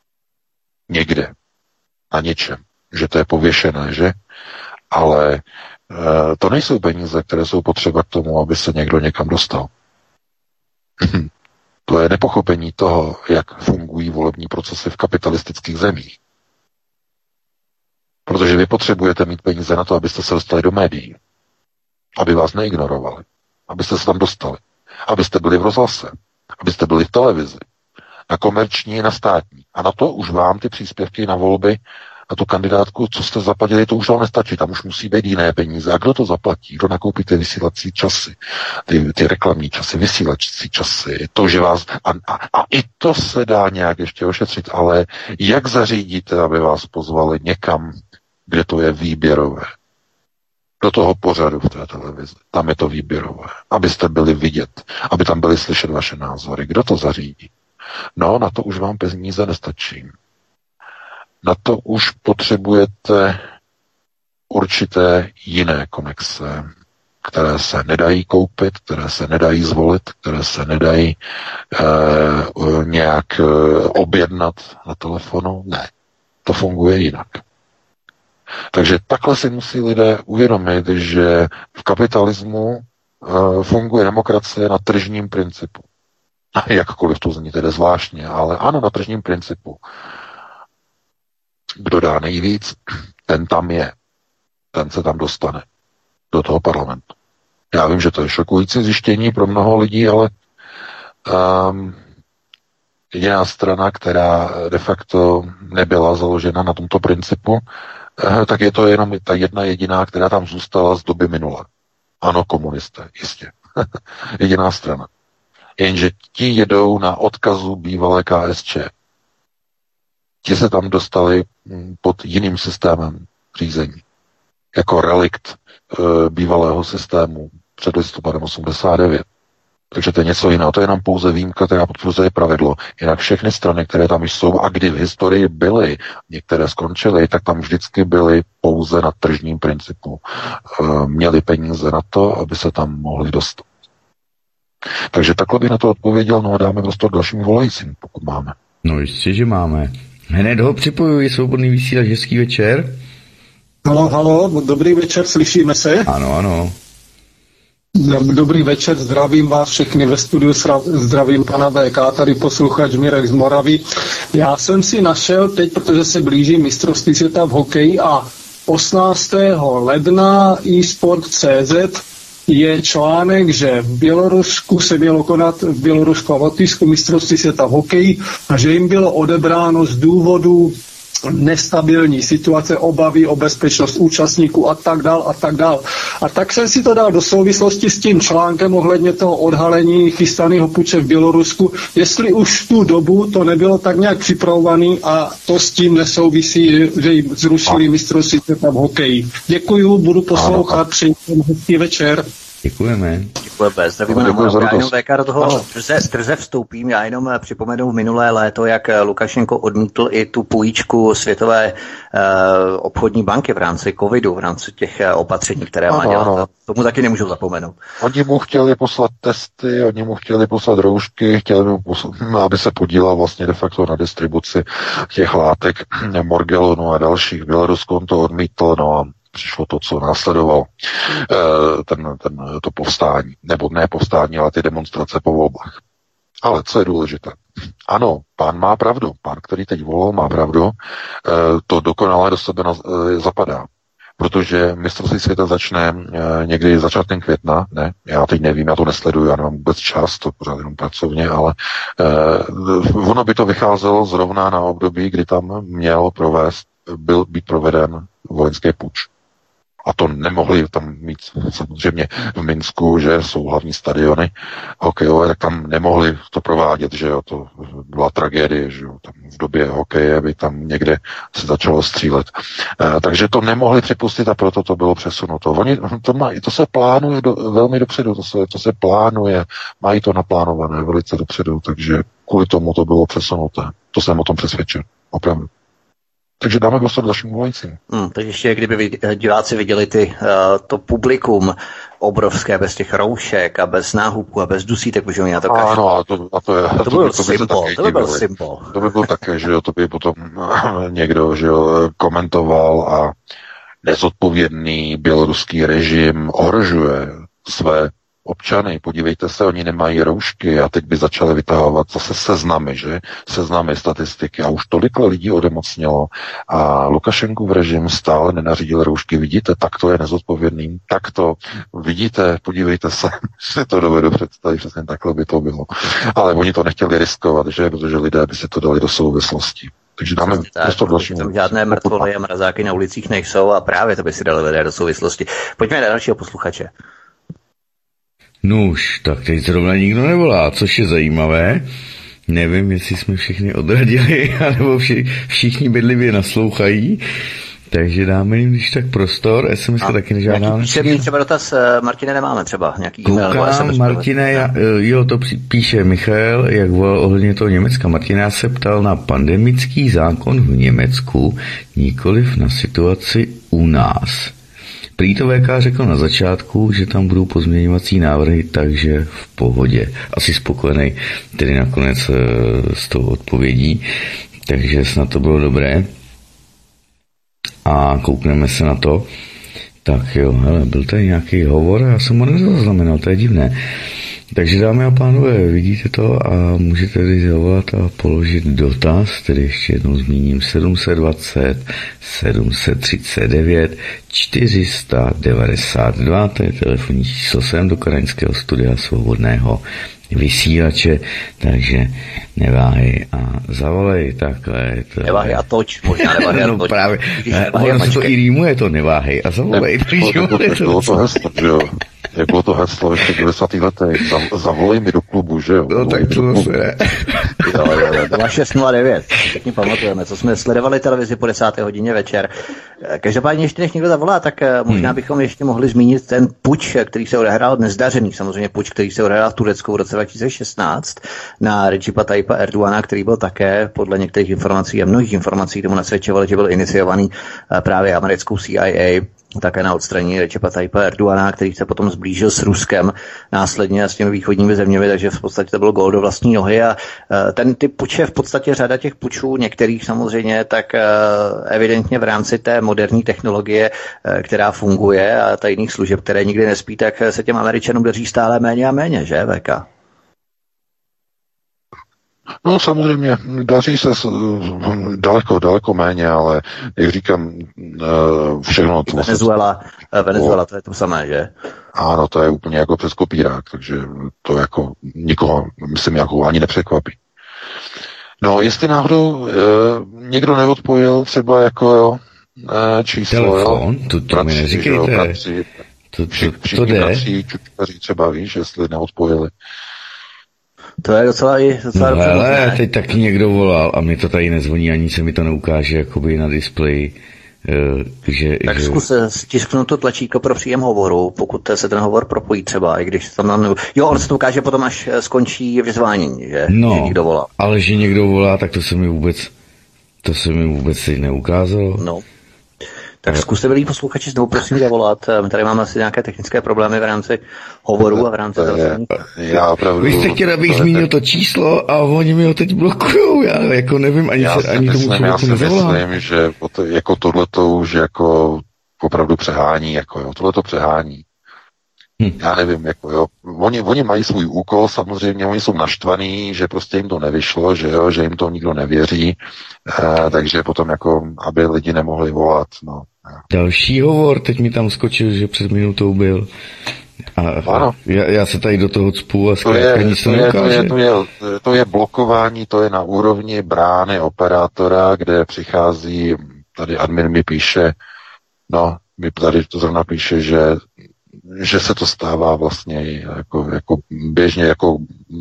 Někde. Na něčem. Že to je pověšené, že? Ale e, to nejsou peníze, které jsou potřeba k tomu, aby se někdo někam dostal. To je nepochopení toho, jak fungují volební procesy v kapitalistických zemích. Protože vy potřebujete mít peníze na to, abyste se dostali do médií. Aby vás neignorovali. Abyste se tam dostali. Abyste byli v rozhlase. Abyste byli v televizi. Na komerční, na státní. A na to už vám ty příspěvky na volby, na tu kandidátku, co jste zaplatili, to už vám nestačí. Tam už musí být jiné peníze. A kdo to zaplatí? Kdo nakoupí ty vysílací časy? Ty, ty reklamní časy, vysílací časy. To, že vás... A, a, a i to se dá nějak ještě ošetřit. Ale jak zařídíte, aby vás pozvali někam, kde to je výběrové? Do toho pořadu v té televizi. Tam je to výběrové. Abyste byli vidět. Aby tam byly slyšet vaše názory. Kdo to zařídí? No, na to už vám peníze nestačí. Na to už potřebujete určité jiné konexe, které se nedají koupit, které se nedají zvolit, které se nedají eh, nějak eh, objednat na telefonu. Ne, to funguje jinak. Takže takhle si musí lidé uvědomit, že v kapitalismu uh, funguje demokracie na tržním principu. A jakkoliv to zní tedy zvláštně, ale ano, na tržním principu. Kdo dá nejvíc, ten tam je. Ten se tam dostane do toho parlamentu. Já vím, že to je šokující zjištění pro mnoho lidí, ale um, jediná strana, která de facto nebyla založena na tomto principu, tak je to jenom ta jedna jediná, která tam zůstala z doby minulé. Ano, komunisté, jistě. Jediná strana. Jenže ti jedou na odkazu bývalé K S Č. Ti se tam dostali pod jiným systémem řízení. Jako relikt e, bývalého systému před listopadem osmdesát devět. Takže to je něco jiného, to je nám pouze výjimka, která potvrzuje pravidlo. Jinak všechny strany, které tam jsou a kdy v historii byly, některé skončily, tak tam vždycky byly pouze na tržním principu. Měli peníze na to, aby se tam mohli dostat. Takže takhle bych na to odpověděl, no a dáme prostor dalším volajícím, pokud máme. No jistě, že máme. Hned ho připojuji, svobodný vysílač, hezký večer. Halo, halo, dobrý večer, slyšíme se? Ano, ano. Dobrý večer, zdravím vás všechny ve studiu, zdravím pana V K, tady posluchač Mirek z Moravy. Já jsem si našel teď, protože se blíží mistrovství světa v hokeji a osmnáctého ledna eSport tečka cé zet je článek, že v Bělorusku se mělo konat v Bělorusku a Lotyšsku mistrovství světa v hokeji a že jim bylo odebráno z důvodu nestabilní situace, obavy o bezpečnost účastníků a tak dál a tak dál. A tak jsem si to dal do souvislosti s tím článkem ohledně toho odhalení chystaného puče v Bělorusku, jestli už v tu dobu to nebylo tak nějak připravovaný a to s tím nesouvisí, že jim zrušili mistrovství světa v hokeji. Děkuju, budu poslouchat, přeji hezký večer. Děkujeme. Děkujeme, zdravíme na Moravu. Já jenom V K do toho trze, trze vstoupím. Já jenom připomenu minulé léto, jak Lukašenko odmítl i tu půjčku Světové uh, obchodní banky v rámci covidu, v rámci těch uh, opatření, které má dělat. Tomu taky nemůžu zapomenout. Oni mu chtěli poslat testy, oni mu chtěli poslat roušky, chtěli mu poslat, aby se podílel vlastně de facto na distribuci těch látek Morgelonu a dalších. Bělorusko on to odmítl, no a přišlo to, co následovalo, ten, ten, to povstání, nebo ne povstání, ale ty demonstrace po volbách. Ale co je důležité? Ano, pán má pravdu, pán, který teď volal, má pravdu, to dokonale do sebe zapadá. Protože mistrovství světa začne někdy začátkem května, ne, já teď nevím, já to nesleduju, já nemám vůbec čas, to pořád jenom pracovně, ale eh, ono by to vycházelo zrovna na období, kdy tam měl provést, byl být proveden vojenský puč. A to nemohli tam mít samozřejmě v Minsku, že jsou hlavní stadiony hokejové, tak tam nemohli to provádět, že jo, to byla tragédie, že jo, tam v době hokeje by tam někde se začalo střílet. E, takže to nemohli připustit a proto to bylo přesunuto. Oni, to, má, to se plánuje do, velmi dopředu, to se, to se plánuje, mají to naplánované velice dopředu, takže kvůli tomu to bylo přesunuté. To jsem o tom přesvědčen, opravdu. Takže dáme prostor dalším volajícím. Hmm, takže ještě kdyby diváci viděli ty, uh, to publikum obrovské, bez těch roušek a bez náhubků a bez dusítek, už oni na to kašlou. Ano, a to, a to, je, to, to byl to symbol, to by byl symbol. To by byl také, že jo, to by potom někdo, že jo, komentoval a nezodpovědný běloruský režim ohrožuje své občany, podívejte se, oni nemají roušky a teď by začali vytahovat zase seznamy, že? Seznamy, statistiky a už tolik lidí odemocnělo a Lukašenkův režim stále nenařídil roušky. Vidíte, tak to je nezodpovědný, tak to vidíte, podívejte se, si to dovedu představit, přesně takhle by to bylo. Ale oni to nechtěli riskovat, že? Protože lidé by si to dali do souvislosti. Takže dáme prostor dalšímu. Tam žádné mrtvoly a mrazáky na ulicích nejsou a právě to by si dali lidé do souvislosti. Pojďme na dalšího posluchače. Nuž, tak teď zrovna nikdo nevolá, což je zajímavé. Nevím, jestli jsme všichni odradili, anebo vši, všichni bedlivě naslouchají. Takže dáme jim když tak prostor, es em es taky nežádá. Nějaký třeba dotaz, Martine, nemáme třeba nějaký e-mail nebo es em es? Martine, já, jo, to píše Michal, jak volal ohledně toho Německa. Martine, já se ptal na pandemický zákon v Německu, nikoliv na situaci u nás. Prý to V K řekl na začátku, že tam budou pozměňovací návrhy, takže v pohodě. Asi spokojený tedy nakonec s tou odpovědí, takže snad to bylo dobré. A koukneme se na to. Tak jo, hele, byl tady nějaký hovor, já jsem ho nezaznamenal, to je divné. Takže dámy a pánové, vidíte to a můžete tady zavolat a položit dotaz, tedy ještě jednou zmíním sedm set dvacet, sedm set třicet devět, čtyři sta devadesát dva, to je telefonní číslo sem do Karaňského studia Svobodného vysílače, takže neváhej a zavolej, takhle. To neváhej a toč, možná neváhej a toč. No právě, ono se to i rýmuje, to neváhej a zavolej. Bylo to hezlo, že jo. Jak bylo to heslo ještě v devadesátých letech, zavolej mi do klubu, že jo? No tak to zase ne. dva šest nula devět. Všichni pamatujeme, co jsme sledovali televizi po desáté hodině večer. Každopádně ještě než někdo zavolá, tak možná bychom ještě mohli zmínit ten puč, který se odehrál nezdařený, samozřejmě puč, který se odehrál v Turecku v roce dva tisíce šestnáct na Recipa Tayyipa Erdogana, který byl také podle některých informací a mnohých informací tomu nasvědčovali, že byl iniciovaný právě americkou C I A, také na odstranění Recipa Tayyipa Erdogana, který se potom zblížil s Ruskem následně a s těmi východními zeměmi, takže v podstatě to bylo gól do vlastní nohy a ten typ puče, v podstatě řada těch pučů, některých samozřejmě, tak evidentně v rámci té moderní technologie, která funguje a tajných služeb, které nikdy nespí, tak se těm Američanům daří stále méně a méně, že, V K? No samozřejmě, daří se daleko, daleko méně, ale jak říkám, všechno... Venezuela, Venezuela, to je to samé, že? Ano, to je úplně jako přes kopírák, takže to jako nikoho, myslím, jako ani nepřekvapí. No, jestli náhodou e, někdo neodpojil třeba jako jo, e, číslo, telefon, jo, to, to bratři, mi neříkejte. Jo, bratři, to, to, všichni to jde. Bratři, čučkaři třeba, víš, jestli neodpojili. To je docela i docela no, dobře. Ale teď taky někdo volal a mi to tady nezvoní, ani se mi to neukáže jakoby na displeji. Že, tak že... zkus stisknout to tlačítko pro příjem hovoru, pokud se ten hovor propojí třeba, i když tam nám... Jo, on se to ukáže potom, až skončí vyzvánění, že, no, že někdo volá. Ale že někdo volá, tak to se mi vůbec to se mi vůbec teď neukázalo. No. Tak zkuste, milí posluchači, znovu prosím zavolat. My tady máme asi nějaké technické problémy v rámci hovoru a v rámci zavření. Já opravdu... Vy jste chtěli, abych zmínil to číslo a oni mi ho teď blokujou. Já jako nevím, ani, se, ani myslím, tomu já si nezavolám. myslím, že jako tohleto už jako opravdu přehání. Jako jo, tohleto přehání. Hm. Já nevím, jako jo. Oni, oni mají svůj úkol, samozřejmě, oni jsou naštvaní, že prostě jim to nevyšlo, že jo, že jim to nikdo nevěří, e, takže potom jako, aby lidi nemohli volat, no. Další hovor, teď mi tam skočil, že před minutou byl. A, a já, já se tady do toho cpu a zkrátka nic to neukáže. To je, to, je, to je blokování, to je na úrovni brány operátora, kde přichází, tady admin mi píše, no, mi tady to zrovna píše, že že se to stává vlastně jako, jako běžně jako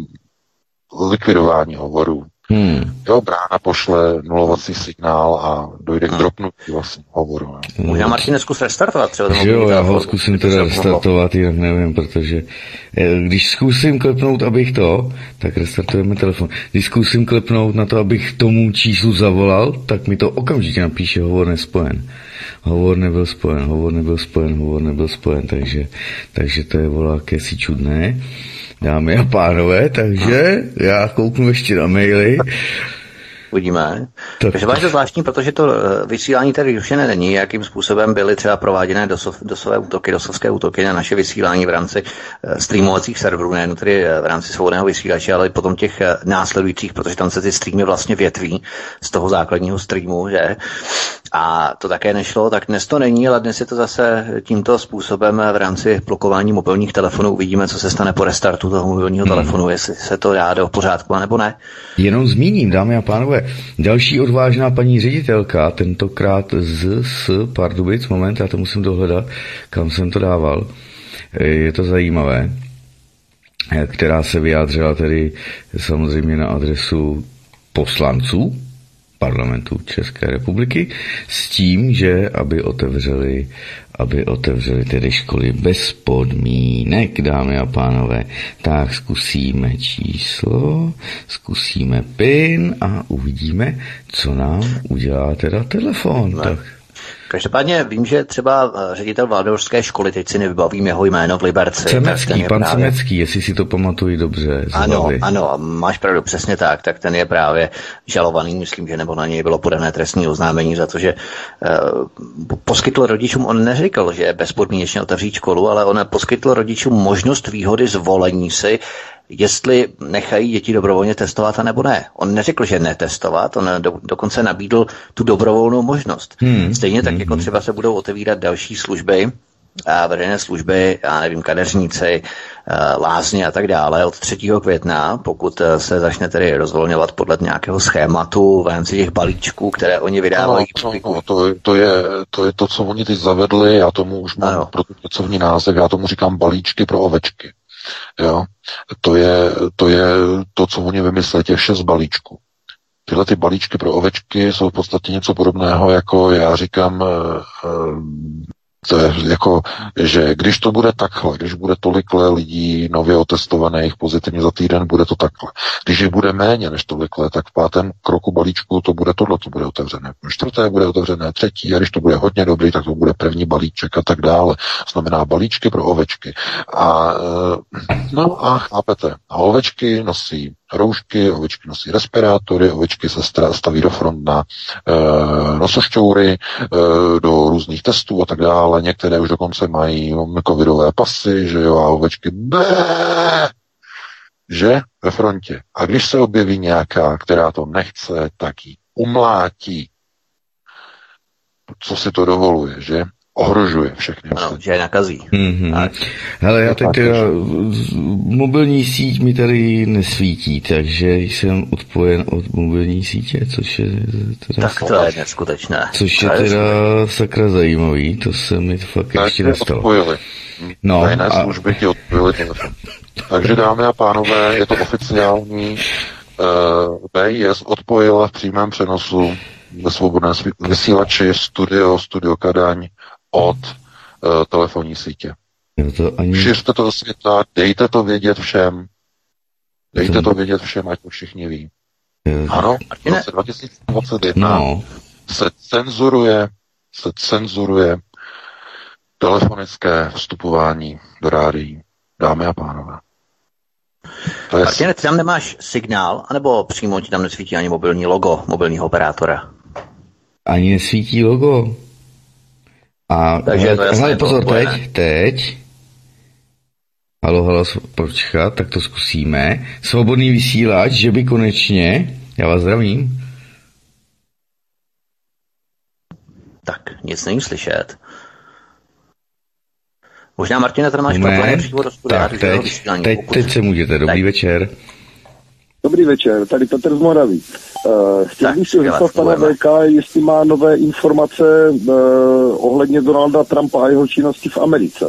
likvidování hovorů. Hmm. Jo, brána pošle nulovací signál a dojde hmm. k dropnutí vlastně hovoru. Hmm. Možná Martin zkus restartovat třeba. Jo, já ho zkusím teda restartovat, jinak nevím, protože když zkusím klepnout, abych to, tak restartujeme telefon. Když zkusím klepnout na to, abych tomu číslu zavolal, tak mi to okamžitě napíše hovor nespojen. Hovor nebyl spojen, hovor nebyl spojen, hovor nebyl spojen, takže, takže to je voláké si čudné. Dámy a pánové, takže já kouknu ještě na maily. Uvidíme. Tak. Takže máš to zvláštní, protože to vysílání tady rušené není, jakým způsobem byly třeba prováděné dosov, dosové útoky, dosovské útoky na naše vysílání v rámci streamovacích serverů, nejen tedy v rámci svobodného vysílače, ale i potom těch následujících, protože tam se ty streamy vlastně větví z toho základního streamu, že? A to také nešlo, tak dnes to není, ale dnes je to zase tímto způsobem v rámci blokování mobilních telefonů. Uvidíme, co se stane po restartu toho mobilního hmm. telefonu, jestli se to dá do pořádku, nebo ne. Jenom zmíním, dámy a pánové, další odvážná paní ředitelka, tentokrát z, z Pardubic, moment, já to musím dohledat, kam jsem to dával, je to zajímavé, která se vyjádřila tedy samozřejmě na adresu poslanců parlamentu České republiky s tím, že aby otevřeli, aby otevřeli tedy školy bez podmínek, dámy a pánové. Tak zkusíme číslo, zkusíme PIN a uvidíme, co nám udělá teda telefon. Ne. Tak. Každopádně vím, že třeba ředitel Valdorské školy, teď si nevybavím jeho jméno v Liberci. Cemecký, pan právě... Cemecký, jestli si to pamatuji dobře. Ano, ano, máš pravdu, přesně tak, tak ten je právě žalovaný, myslím, že nebo na něj bylo podané trestní oznámení za to, že uh, poskytl rodičům, on neřekl, že bezpodmínečně otevřít školu, ale on poskytl rodičům možnost výhody zvolení si, jestli nechají děti dobrovolně testovat, a nebo ne. On neřekl, že netestovat, on do, dokonce nabídl tu dobrovolnou možnost. Hmm. Stejně tak, hmm. jako třeba se budou otevírat další služby, a veřejné služby, já nevím, kadeřníci, lázně a tak dále od třetího května, pokud se začne tedy rozvolňovat podle nějakého schématu v rámci těch balíčků, které oni vydávají. No, no, no, to, to, je, to je to, co oni teď zavedli, já tomu už mám ano. pro tu pracovní název, já tomu říkám balíčky pro ovečky. Jo? To je, to je to, co oni vymysleli, těch šest balíčků. Tyhle ty balíčky pro ovečky jsou v podstatě něco podobného, jako já říkám, to je jako, že když to bude takhle, když bude tolikle lidí nově otestovaných pozitivně za týden, bude to takhle. Když je bude méně než tolikle, tak v pátém kroku balíčku to bude tohle, to bude otevřené. Čtvrté bude otevřené, třetí, a když to bude hodně dobrý, tak to bude první balíček a tak dále. Znamená balíčky pro ovečky. A no a chápete, a ovečky nosí roušky, ovečky nosí respirátory, ovečky se staví do front na e, nosošťoury, e, do různých testů a tak dále. Některé už dokonce mají covidové pasy, že jo, a ovečky bé, že ve frontě. A když se objeví nějaká, která to nechce, tak ji umlátí. Co si to dovoluje, že? Ohrožuje všechny. Ano, že je nakazí. Mm-hmm. Ale já teď teda, mobilní síť mi tady nesvítí, takže jsem odpojen od mobilní sítě, což je teda... Tak to je neskutečné. Což je teda sakra zajímavý, to se mi fakt tak ještě nestalo. Odpojili. No, Tajné a... služby ti odpojili telefon. Takže dámy a pánové, je to oficiální. Uh, B I S odpojila v přímém přenosu ve svobodné vysílači studio, studio Kadaň od uh, telefonní sítě. To ani... Šiřte to do světa, dejte to vědět všem. Dejte to vědět všem, ať to všichni ví. Je... Ano, v roce dva tisíce dvacet jedna no. se cenzuruje, se cenzuruje telefonické vstupování do rádií. Dámy a pánové. Je... Martine, ty tam nemáš signál, anebo přímo ti tam nesvítí ani mobilní logo mobilního operátora? Ani nesvítí logo. A takže to hele, pozor, teď, teď. Halo, halo, počkat, tak to zkusíme. Svobodný vysílač, že by konečně, já vás zdravím. Tak, nic není slyšet. Možná, Martine, tady máš problémy přímo do studia. Tak teď, teď, teď se můžete. Dobrý tak. večer. Dobrý večer, tady Petr z Moraví. Uh, chtěl bych si zeptat pana V K, jestli má nové informace uh, ohledně Donalda Trumpa a jeho činnosti v Americe.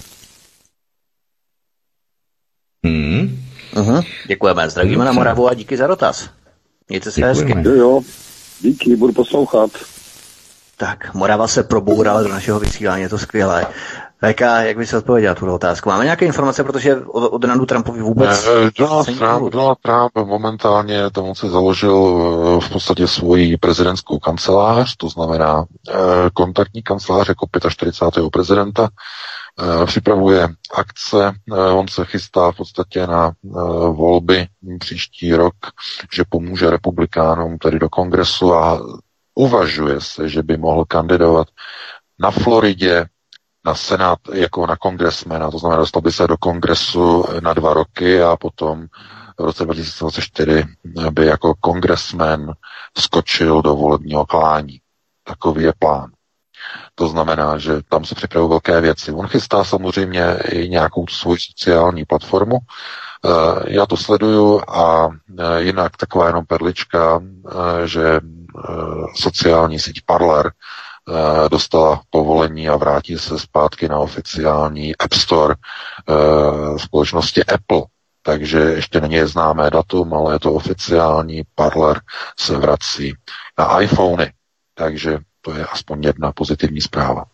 Hmm. Uh-huh. Děkujeme, zdravíme hmm. na Moravu a díky za dotaz. Mějte se hezky. Jo, jo, díky, budu poslouchat. Tak, Morava se probourala do našeho vysílání, je to skvělé. V K, jak by se odpověděl tuhle otázku? Máme nějaké informace, protože o Donaldu Trumpovi vůbec... Ne, Donald, Trump, Donald Trump momentálně tomu si založil v podstatě svoji prezidentskou kancelář, to znamená kontaktní kancelář jako čtyřicátého pátého prezidenta. Připravuje akce, on se chystá v podstatě na volby příští rok, že pomůže republikánům tedy do kongresu a uvažuje se, že by mohl kandidovat na Floridě na senát jako na kongresmena, to znamená, dostal by se do kongresu na dva roky a potom v roce dva tisíce dvacet čtyři by jako kongresmen skočil do volebního klání. Takový je plán. To znamená, že tam se připravují velké věci. On chystá samozřejmě i nějakou svou sociální platformu. Já to sleduju a jinak taková jenom perlička, že sociální síť Parler dostala povolení a vrátí se zpátky na oficiální App Store společnosti Apple. Takže ještě není známé datum, ale je to oficiální. Parler se vrací na iPhony. Takže to je aspoň jedna pozitivní zpráva.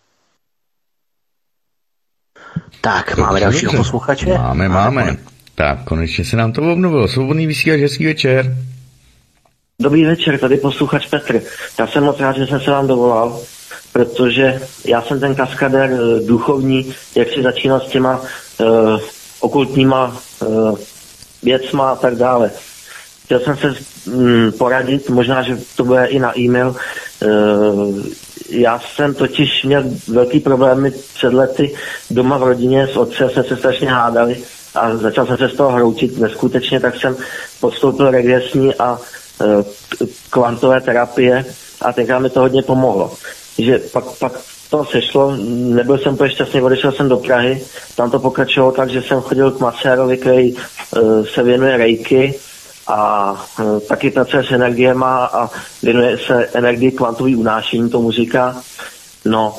Tak, máme dalšího posluchače? Máme, máme. máme. Tak, konečně se nám to obnovilo. Svobodný vysílač, hezký večer. Dobrý večer, tady posluchač Petr. Já jsem moc rád, že jsem se vám dovolal, protože já jsem ten kaskadér duchovní, jak si začínal s těma uh, okultníma uh, věcma a tak dále. Chtěl jsem se um, poradit, možná, že to bude i na e-mail. Uh, já jsem totiž měl velký problémy před lety doma v rodině, s otcem jsme se strašně hádali a začal jsem se z toho hroutit neskutečně, tak jsem podstoupil regresní a uh, kvantové terapie a tenkrát mi to hodně pomohlo. Že pak, pak to sešlo, nebyl jsem úplně šťastný, odešel jsem do Prahy, tam to pokračovalo tak, že jsem chodil k masérovi, který uh, se věnuje reiki a uh, taky pracuje s energiema a věnuje se energii kvantový unášení, tomu říká. No,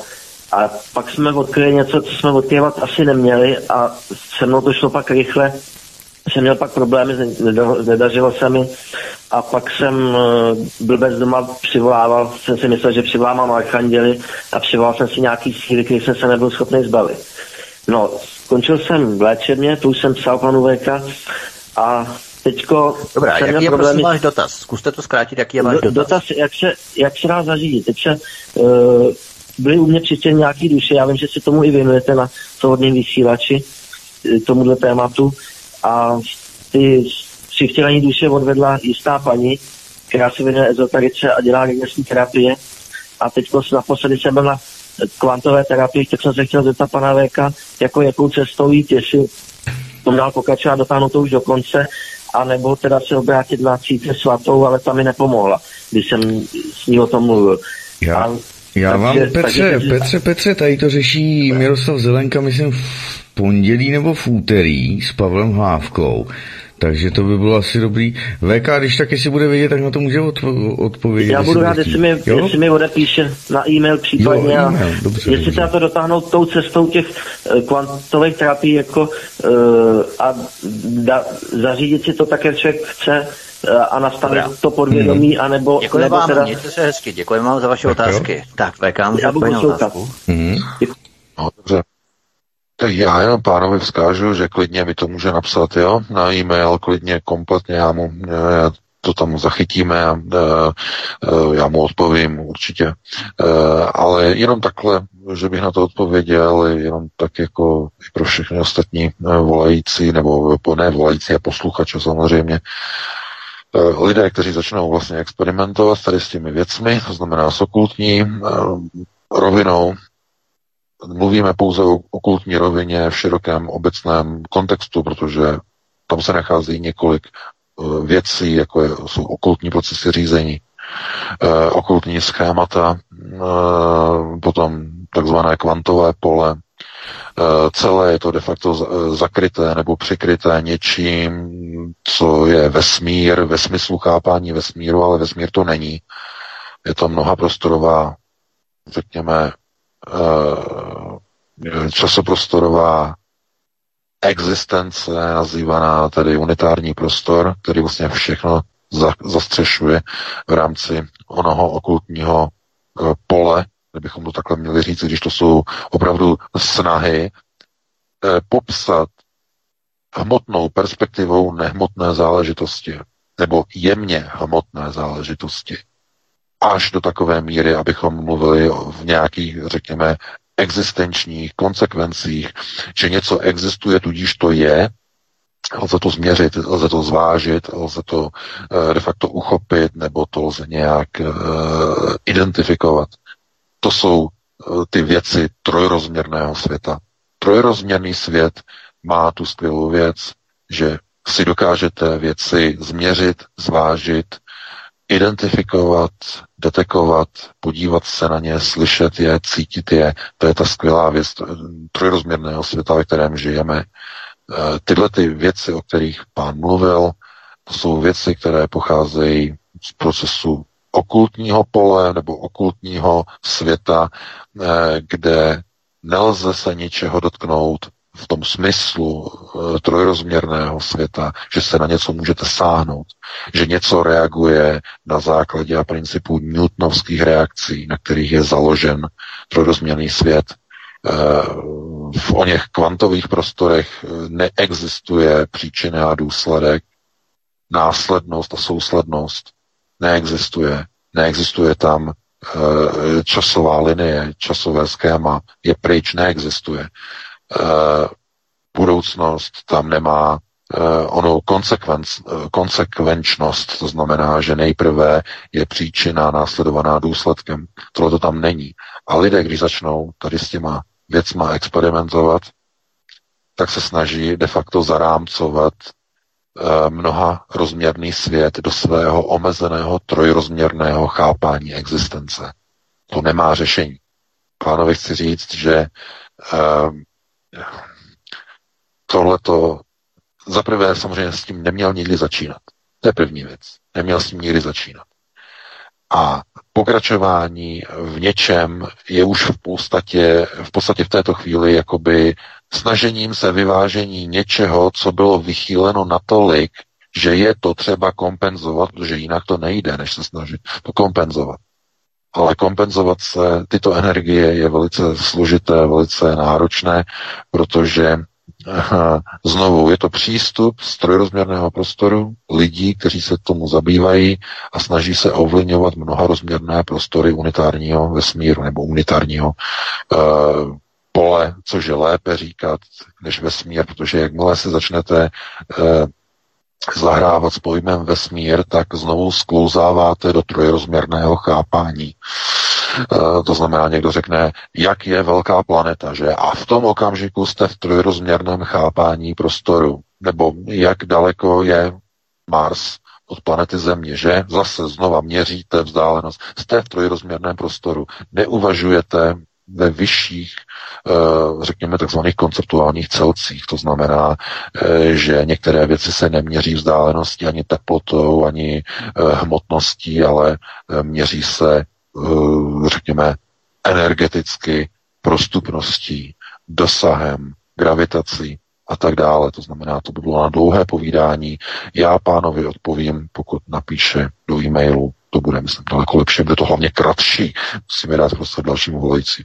A pak jsme odkryli něco, co jsme odkryvat asi neměli a se mnou to šlo pak rychle. Jsem měl pak problémy, nedařilo se mi a pak jsem byl bez doma, přivolával, jsem si myslel, že přivolávám archanděli a přivolal jsem si nějaký síly, který jsem se nebyl schopný zbavit. No, skončil jsem v léčebně, tu už jsem psal panu Véka a teďko... Dobrá, jaký je prosím váš dotaz? Zkuste to zkrátit, jaký je váš dotaz? Dotaz, jak se, jak se dá zařídit. Teď se, uh, byly u mě přistěny nějaký duše, já vím, že si tomu i věnujete na svobodném vysílači, tomuhle tématu. A ty přivtělení duše odvedla jistá paní, která se věnuje ezoterice a dělá regresní terapie. A teď naposledy jsem byl na kvantové terapii, tak jsem se chtěl zeptat pana Véka, jako jakou cestou jít, jestli to dál pokračovat, dotáhnout to už do konce, anebo teda se obrátit na církev svatou, ale tam mi nepomohla, když jsem s ní o tom mluvil. Já, a, já takže, vám, Petře, takže, Petře, Petře, tady to řeší Miroslav Zelenka, myslím, v pondělí nebo v úterý s Pavlem Hlávkou. Takže to by bylo asi dobrý. V K, když tak, jestli bude vědět, tak na to může odpo- odpovědět. Já budu rád, jestli mi, jestli mi odepíše na e-mail případně. Jo, e-mail. Dobře, jestli se na to dotáhnout tou cestou těch uh, kvantových terapií jako, uh, a da, zařídit si to tak, jak člověk chce uh, a nastavit Dobrá. to podvědomí, hmm. anebo... Děkujeme nebo vám, teda... mějte se hezky, děkujeme vám za vaše tak otázky. Jo. Tak, V K, můžete odpovědět na otázku. Hmm. No, dobře. Tak já jenom pánovi vzkážu, že klidně mi to může napsat, jo, na e-mail, klidně kompletně, já mu já to tam zachytíme a já mu odpovím určitě. Ale jenom takhle, že bych na to odpověděl, jenom tak jako i pro všechny ostatní volající, nebo ne volající a posluchače samozřejmě, lidé, kteří začnou vlastně experimentovat tady s těmi věcmi, to znamená s okultní rovinou, mluvíme pouze o okultní rovině v širokém obecném kontextu, protože tam se nachází několik uh, věcí, jako je, jsou okultní procesy řízení, uh, okultní schémata, uh, potom takzvané kvantové pole. Uh, celé je to de facto z, zakryté nebo přikryté něčím, co je vesmír, ve smyslu chápání vesmíru, ale vesmír to není. Je to mnohaprostorová, řekněme, časoprostorová existence, nazývaná tedy unitární prostor, který vlastně všechno za, zastřešuje v rámci onoho okultního pole, kdybychom to takhle měli říct, když to jsou opravdu snahy popsat hmotnou perspektivou nehmotné záležitosti, nebo jemně hmotné záležitosti. Až do takové míry, abychom mluvili v nějakých, řekněme, existenčních konsekvencích, že něco existuje, tudíž to je, lze to změřit, lze to zvážit, lze to de facto uchopit, nebo to lze nějak uh, identifikovat. To jsou uh, ty věci trojrozměrného světa. Trojrozměrný svět má tu skvělou věc, že si dokážete věci změřit, zvážit, identifikovat, detekovat, podívat se na ně, slyšet je, cítit je. To je ta skvělá věc trojrozměrného světa, ve kterém žijeme. Tyhle ty věci, o kterých pán mluvil, to jsou věci, které pocházejí z procesu okultního pole nebo okultního světa, kde nelze se ničeho dotknout v tom smyslu e, trojrozměrného světa, že se na něco můžete sáhnout, že něco reaguje na základě a principu newtonovských reakcí, na kterých je založen trojrozměrný svět. E, v oněch kvantových prostorech neexistuje příčina a důsledek, následnost a souslednost neexistuje. Neexistuje tam e, časová linie, časové schéma je pryč, neexistuje. Uh, budoucnost tam nemá uh, onou uh, konsekvenčnost, to znamená, že nejprve je příčina následovaná důsledkem. Tohle to tam není. A lidé, když začnou tady s těma věcma experimentovat, tak se snaží de facto zarámcovat uh, mnoha rozměrný svět do svého omezeného trojrozměrného chápání existence. To nemá řešení. Pánovi chci říct, že uh, tohleto zaprvé samozřejmě s tím neměl nikdy začínat. To je první věc. Neměl s tím nikdy začínat. A pokračování v něčem je už v podstatě, v podstatě v této chvíli jakoby snažením se vyvážení něčeho, co bylo vychýleno natolik, že je to třeba kompenzovat, protože jinak to nejde, než se snažit to kompenzovat. Ale kompenzovat se tyto energie je velice složité, velice náročné, protože aha, znovu je to přístup z trojrozměrného prostoru lidí, kteří se tomu zabývají a snaží se ovlivňovat mnoharozměrné prostory unitárního vesmíru nebo unitárního uh, pole, což je lépe říkat než vesmír, protože jakmile se začnete uh, zahrávat s pojmem vesmír, tak znovu sklouzáváte do trojrozměrného chápání. Uh, to znamená, někdo řekne, jak je velká planeta, že? A v tom okamžiku jste v trojrozměrném chápání prostoru. Nebo jak daleko je Mars od planety Země, že? Zase znova měříte vzdálenost. Jste v trojrozměrném prostoru. Neuvažujete ve vyšších, řekněme, takzvaných konceptuálních celcích. To znamená, že některé věci se neměří vzdáleností, ani teplotou, ani hmotností, ale měří se, řekněme, energeticky, prostupností, dosahem, gravitací a tak dále. To znamená, to by bylo na dlouhé povídání. Já pánovi odpovím, pokud napíše do e-mailu. To bude, myslím, daleko lepší, bude to hlavně kratší. Musíme dát prostě dalšímu volající.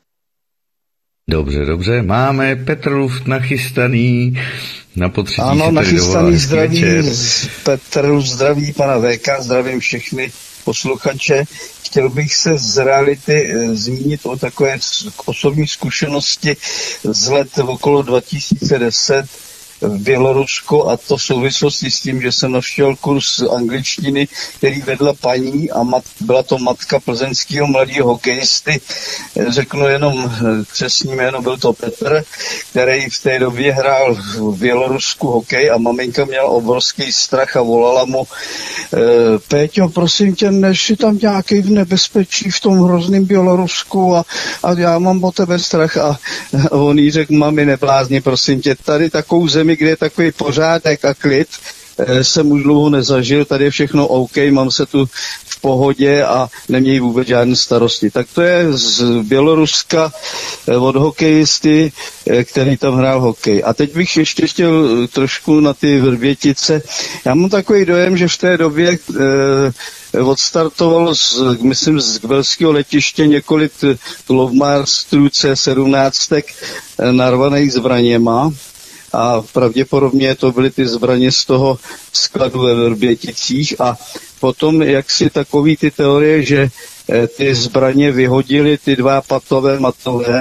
Dobře, dobře, máme Petr Luft nachystaný na potřetí. Ano, nachystaný zdraví, Petr Luft zdraví pana V K, zdravím všechny posluchače. Chtěl bych se z reality e, zmínit o takové osobní zkušenosti z let okolo dva tisíce deset v Bělorusku, a to v souvislosti s tím, že jsem navštěvoval kurz angličtiny, který vedla paní a mat, byla to matka plzeňského mladého hokejisty. Řeknu jenom křestní jméno, byl to Petr, který v té době hrál v Bělorusku hokej a maminka měla obrovský strach a volala mu: Péťo, prosím tě, než je tam nějaký v nebezpečí v tom hrozném Bělorusku a, a já mám o tebe strach. A on jí řekl: mami, neblázni, prosím tě, tady takovou zemi, kde je takový pořádek a klid, jsem už dlouho nezažil, tady je všechno OK, mám se tu v pohodě a nemějí vůbec žádné starosti. Tak to je z Běloruska od hokejisty, který tam hrál hokej. A teď bych ještě chtěl trošku na ty Vrbětice. Já mám takový dojem, že v té době eh, odstartovalo, z, myslím, z Kbelského letiště několik Lovmarstrů C sedmnáct narvaných zbraněma. A pravděpodobně to byly ty zbraně z toho skladu ve Vrběticích. A potom jaksi takový ty teorie, že ty zbraně vyhodili ty dva patové matové,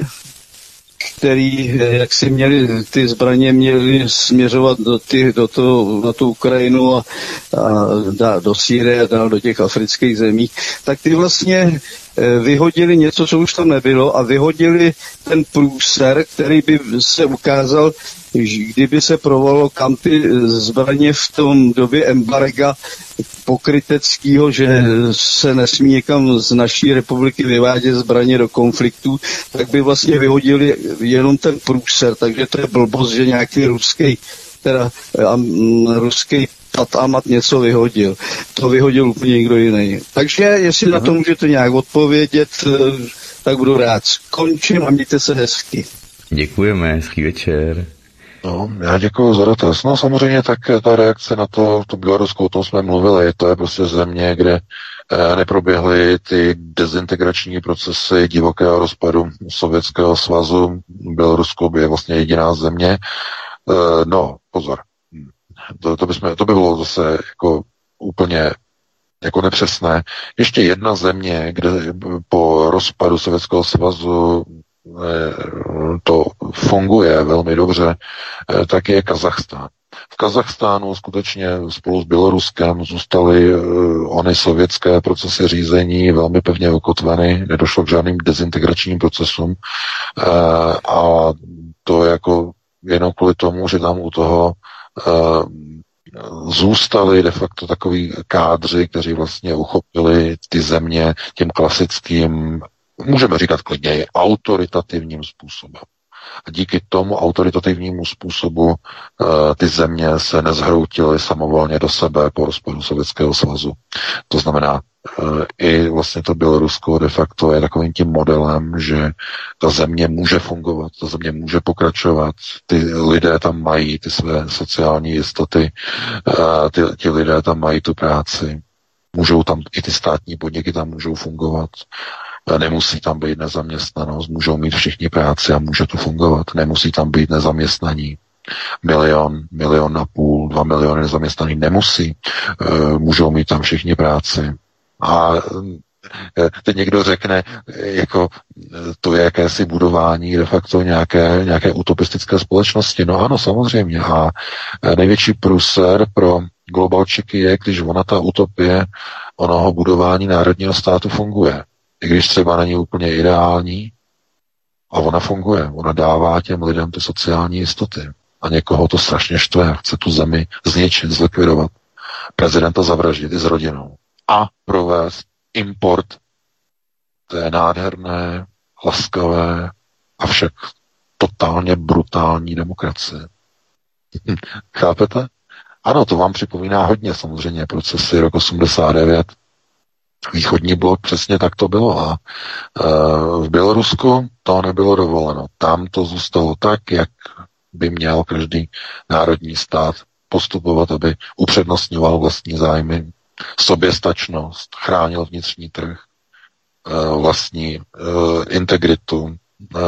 který jaksi měli, ty zbraně měly směřovat do, ty, do toho, na tu Ukrajinu a, a do Sýrie a dál do těch afrických zemí, tak ty vlastně vyhodili něco, co už tam nebylo, a vyhodili ten průser, který by se ukázal, kdyby se provalo, kam ty zbraně v tom době embarga pokryteckého, že se nesmí někam z naší republiky vyvádět zbraně do konfliktů, tak by vlastně vyhodili jenom ten průser. Takže to je blbost, že nějaký ruský, teda um, ruský Patamat něco vyhodil. To vyhodil úplně někdo jiný. Takže jestli na to můžete nějak odpovědět, tak budu rád. Skončím a mějte se hezky. Děkujeme, hezký večer. No, já děkuji za dotaz. No samozřejmě tak ta reakce na to, to Bělorusko, o tom jsme mluvili, to je prostě země, kde eh, neproběhly ty dezintegrační procesy divokého rozpadu Sovětského svazu. Bělorusko je vlastně jediná země. Eh, no, pozor. To, to, by jsme, to by bylo zase jako úplně jako nepřesné. Ještě jedna země, kde po rozpadu Sovětského svazu to funguje velmi dobře, tak je Kazachstán. V Kazachstánu skutečně spolu s Běloruskem zůstaly ony sovětské procesy řízení velmi pevně ukotveny, nedošlo k žádným dezintegračním procesům a to jako jenom kvůli tomu, že tam u toho zůstali de facto takový kádři, kteří vlastně uchopili ty země tím klasickým, můžeme říkat klidně, autoritativním způsobem. A díky tomu autoritativnímu způsobu ty země se nezhroutily samovolně do sebe po rozpadu Sovětského svazu. To znamená, i vlastně to Bělorusko de facto je takovým tím modelem, že ta země může fungovat, ta země může pokračovat, ty lidé tam mají ty své sociální jistoty, ty, ti lidé tam mají tu práci, můžou tam, i ty státní podniky tam můžou fungovat, nemusí tam být nezaměstnanost, můžou mít všichni práci a může to fungovat, nemusí tam být nezaměstnaní. Milion, milion a půl, dva miliony nezaměstnaných nemusí, můžou mít tam všichni práci. A teď někdo řekne, jako to je jakési budování de facto nějaké, nějaké utopistické společnosti. No ano, samozřejmě. A největší průser pro globalčiky je, když ona ta utopie onoho budování národního státu funguje. I když třeba není úplně ideální, a ona funguje. Ona dává těm lidem ty sociální jistoty. A někoho to strašně štve. Chce tu zemi zničit, zlikvidovat. Prezidenta zavraždit i s rodinou. A provést import té nádherné, laskavé, avšak totálně brutální demokracie. Chápete? Ano, to vám připomíná hodně samozřejmě procesy roku osmdesát devět. Východní blok, přesně tak to bylo. A e, v Bělorusku to nebylo dovoleno. Tam to zůstalo tak, jak by měl každý národní stát postupovat, aby upřednostňoval vlastní zájmy, soběstačnost, chránil vnitřní trh, vlastní integritu,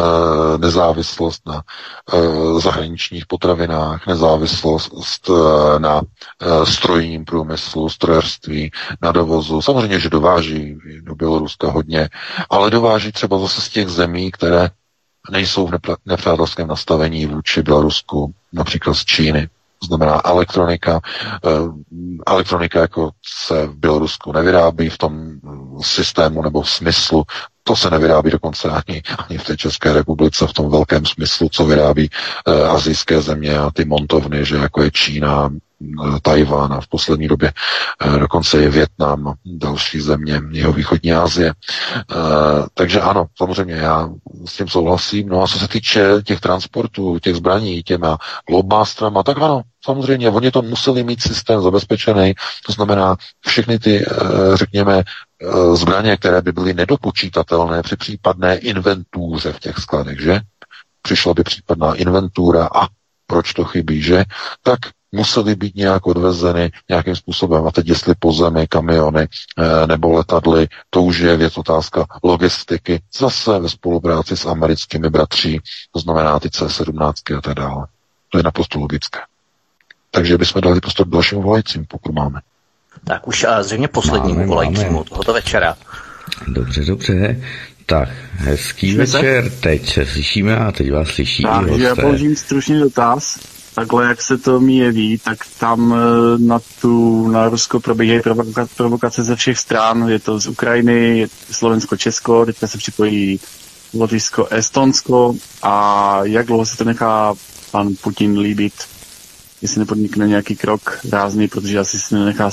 nezávislost na zahraničních potravinách, nezávislost na strojním průmyslu, strojařství, na dovozu. Samozřejmě, že dováží do Běloruska hodně, ale dováží třeba zase z těch zemí, které nejsou v nepřátelském nastavení vůči Bělorusku, například z Číny. To znamená elektronika. Elektronika jako se v Bělorusku nevyrábí v tom systému nebo v smyslu. To se nevyrábí dokonce ani, ani v té České republice v tom velkém smyslu, co vyrábí eh, asijské země a ty montovny, že jako je Čína, Tajván a v poslední době eh, dokonce je Vietnam, další země jihovýchodní Asie. Eh, takže ano, samozřejmě já s tím souhlasím. No a co se týče těch transportů, těch zbraní, těma globemasterama, tak ano, samozřejmě, oni to museli mít systém zabezpečený, to znamená všechny ty, eh, řekněme, zbraně, které by byly nedopočítatelné při případné inventuře v těch skladech, že? Přišla by případná inventura a proč to chybí, že? Tak musely být nějak odvezeny nějakým způsobem. A teď jestli po zemi, kamiony nebo letadly, to už je věc otázka logistiky, zase ve spolupráci s americkými bratří, to znamená ty C sedmnáct a tak dále. To je naprosto logické. Takže bychom dali prostor dalším volajícím, pokud máme. Tak už a zřejmě poslednímu volajícímu tohoto večera. Dobře, dobře. Tak, hezký Slyšíte? Večer, teď se slyšíme a teď vás slyší tak, i hosté. Já položím stručný dotaz. Takhle, jak se to mi jeví, tak tam na tu na Rusko probíhají provoka- provokace ze všech stran. Je to z Ukrajiny, je Slovensko, Česko, teďka se připojí Lotyšsko, Estonsko. A jak dlouho se to nechá pan Putin líbit, jestli nepodnikne nějaký krok rázný, protože asi si nenechá s...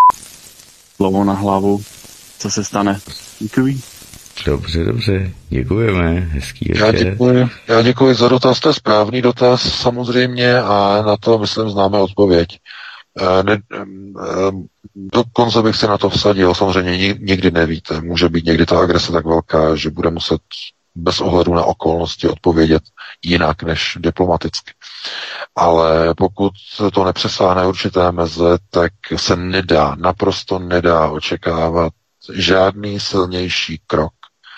slovo na hlavu, co se stane. Děkuji. Dobře, dobře, děkujeme, hezký večer. Já děkuji, já děkuji za dotaz, to je správný dotaz samozřejmě a na to, myslím, známe odpověď. Ne, dokonce bych se na to vsadil, samozřejmě nikdy nevíte, může být někdy ta agrese tak velká, že bude muset bez ohledu na okolnosti odpovědět jinak než diplomaticky. Ale pokud to nepřesáhne určité meze, tak se nedá, naprosto nedá očekávat žádný silnější krok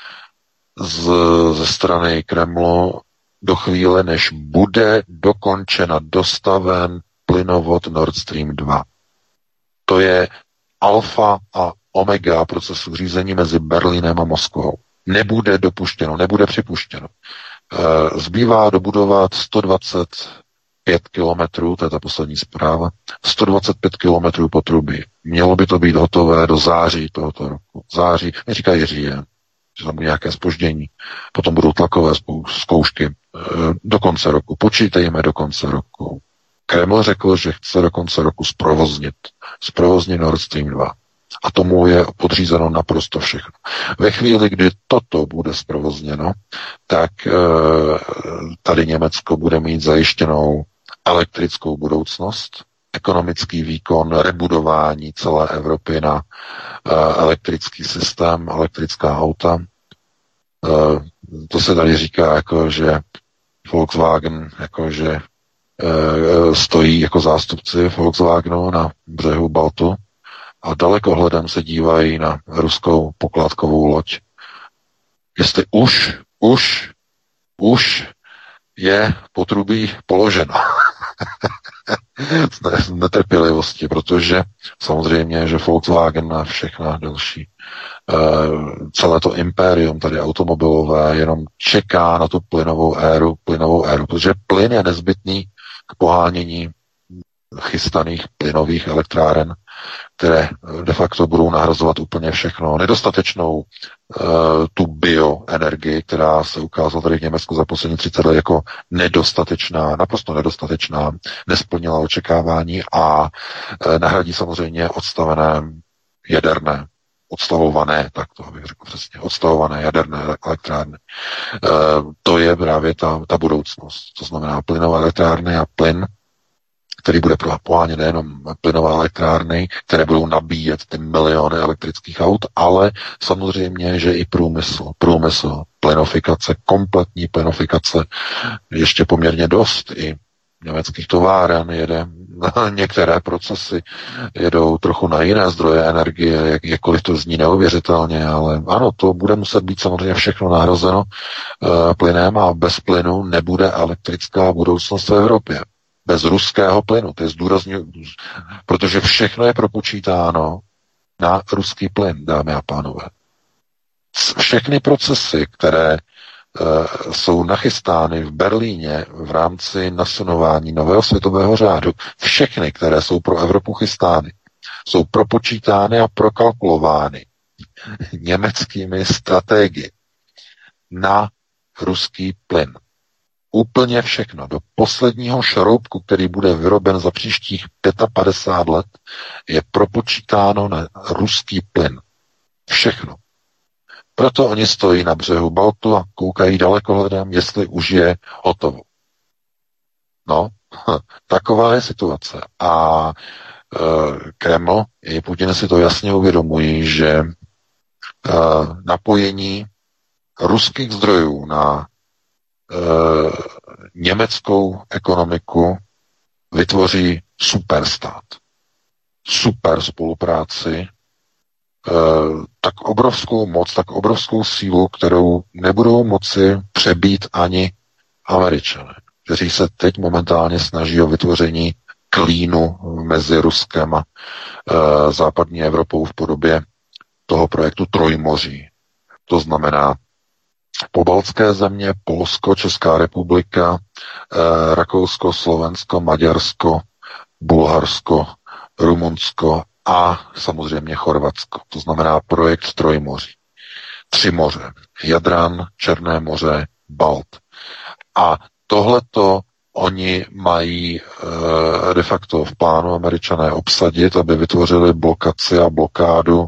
z, ze strany Kremlu do chvíle, než bude dokončena, dostaven plynovod Nord Stream dva. To je alfa a omega procesu řízení mezi Berlínem a Moskvou. Nebude dopuštěno, nebude připuštěno. E, zbývá dobudovat sto dvacet pět kilometrů, to je ta poslední zpráva, sto dvacet pět kilometrů potrubí. Mělo by to být hotové do září tohoto roku. Září, mi říkají říjen, že tam bude nějaké zpoždění. Potom budou tlakové zkoušky e, do konce roku. Počítejme do konce roku. Kreml řekl, že chce do konce roku zprovoznit. Zprovoznit Nord Stream dva. A tomu je podřízeno naprosto všechno. Ve chvíli, kdy toto bude zprovozněno, tak e, tady Německo bude mít zajištěnou elektrickou budoucnost, ekonomický výkon, rebudování celé Evropy na uh, elektrický systém, elektrická auta. Uh, to se tady říká, jako, že Volkswagen jakože uh, stojí jako zástupci Volkswagenu na břehu Baltu a dalekohledem se dívají na ruskou pokládkovou loď. Jestli už, už, už je potrubí položeno. Z netrpělivosti, protože samozřejmě, že Volkswagen a všechna další, celé to impérium tady automobilové jenom čeká na tu plynovou éru, plynovou éru, protože plyn je nezbytný k pohánění chystaných plynových elektráren, které de facto budou nahrazovat úplně všechno. Nedostatečnou uh, tu bioenergii, která se ukázala tady v Německu za poslední třicet let jako nedostatečná, naprosto nedostatečná, nesplnila očekávání a uh, nahradí samozřejmě odstavené jaderné, odstavované, tak to bych řekl přesně, odstavované jaderné elektrárny. Uh, to je právě ta, ta budoucnost. To znamená plynové elektrárny a plyn, který bude pohánět nejenom plynové elektrárny, které budou nabíjet ty miliony elektrických aut, ale samozřejmě, že i průmysl, průmysl, plynofikace, kompletní plynofikace, ještě poměrně dost i německých továren jede, některé procesy jedou trochu na jiné zdroje energie, jak, jakkoliv to zní neuvěřitelně, ale ano, to bude muset být samozřejmě všechno nahrazeno uh, plynem a bez plynu nebude elektrická budoucnost v Evropě. Bez ruského plynu, to je zdůrazňuji, protože všechno je propočítáno na ruský plyn, dámy a pánové. Všechny procesy, které uh, jsou nachystány v Berlíně v rámci nasunování nového světového řádu, všechny, které jsou pro Evropu chystány, jsou propočítány a prokalkulovány německými strategy na ruský plyn. Úplně všechno, do posledního šroubku, který bude vyroben za příštích padesát pět let, je propočítáno na ruský plyn. Všechno. Proto oni stojí na břehu Baltu a koukají dalekohledem, jestli už je hotovo. No, taková je situace. A e, Kreml i Putin si to jasně uvědomují, že e, napojení ruských zdrojů na německou ekonomiku vytvoří superstát. Super spolupráci, tak obrovskou moc, tak obrovskou sílu, kterou nebudou moci přebít ani Američané, kteří se teď momentálně snaží o vytvoření klínu mezi Ruskem a západní Evropou v podobě toho projektu Trojmoří. To znamená pobaltské země, Polsko, Česká republika, eh, Rakousko, Slovensko, Maďarsko, Bulharsko, Rumunsko a samozřejmě Chorvatsko. To znamená projekt Trojmoří. Tři moře. Jadran, Černé moře, Balt. A tohleto oni mají eh, de facto v plánu Američané obsadit, aby vytvořili blokaci a blokádu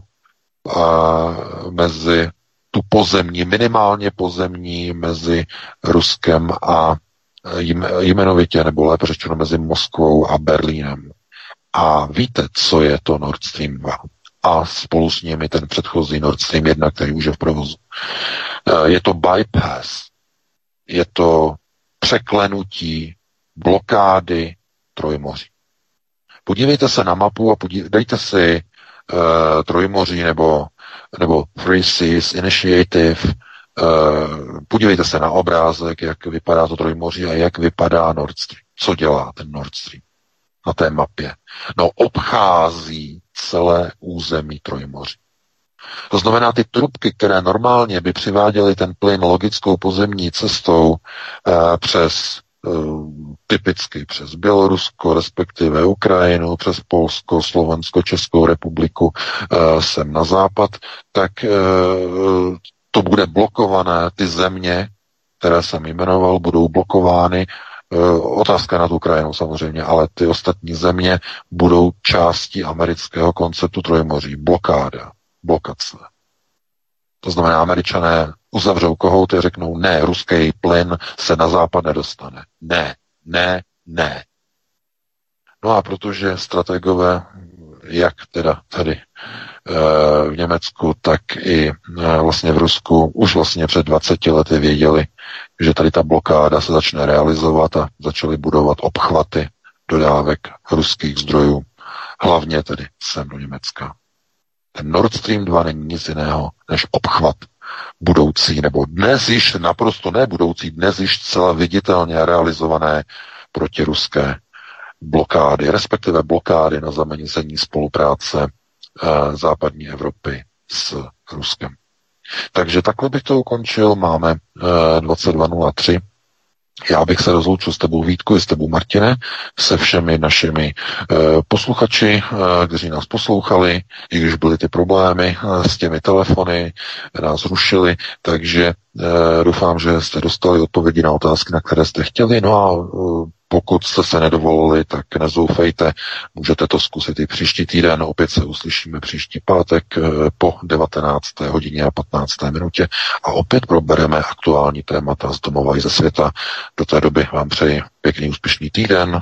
a mezi tu pozemní, minimálně pozemní mezi Ruskem a jmenovitě, nebo lépe řečeno mezi Moskvou a Berlínem. A víte, co je to Nord Stream dva? A spolu s nimi ten předchozí Nord Stream jedna, který už je v provozu. Je to bypass, je to překlenutí blokády Trojmoří. Podívejte se na mapu a podívejte, dejte si uh, Trojmoří nebo nebo Three Seas Initiative. Uh, podívejte se na obrázek, jak vypadá to Trojmoří a jak vypadá Nord Stream. Co dělá ten Nord Stream na té mapě? No, obchází celé území Trojmoří. To znamená, ty trubky, které normálně by přiváděly ten plyn logickou pozemní cestou uh, přes uh, typicky přes Bělorusko, respektive Ukrajinu, přes Polsko, Slovensko, Českou republiku uh, sem na západ, tak uh, to bude blokované, ty země, které jsem jmenoval, budou blokovány. Uh, otázka nad Ukrajinou samozřejmě, ale ty ostatní země budou částí amerického konceptu Trojmoří. Blokáda, blokace. To znamená, Američané Uzavřou kohouty, řeknou ne, ruský plyn se na západ nedostane. Ne, ne, ne. No a protože strategové, jak teda tady e, v Německu, tak i e, vlastně v Rusku už vlastně před dvaceti lety věděli, že tady ta blokáda se začne realizovat a začali budovat obchvaty dodávek ruských zdrojů, hlavně tedy sem do Německa. Ten Nord Stream dva není nic jiného než obchvat budoucí, nebo dnes již naprosto ne budoucí, dnes již celá viditelně realizované protiruské blokády, respektive blokády na zamezení spolupráce e, západní Evropy s Ruskem. Takže takhle bych to ukončil, máme e, dvacet dva nula tři. Já bych se rozloučil s tebou, Vítku, i s tebou, Martine, se všemi našimi e, posluchači, e, kteří nás poslouchali, i když byly ty problémy e, s těmi telefony, nás rušili, takže e, doufám, že jste dostali odpovědi na otázky, na které jste chtěli. No a e, pokud jste se nedovolili, tak nezoufejte, můžete to zkusit i příští týden. Opět se uslyšíme příští pátek po devatenácté hodině a patnácté minutě a opět probereme aktuální témata z domova i ze světa. Do té doby vám přeji pěkný úspěšný týden,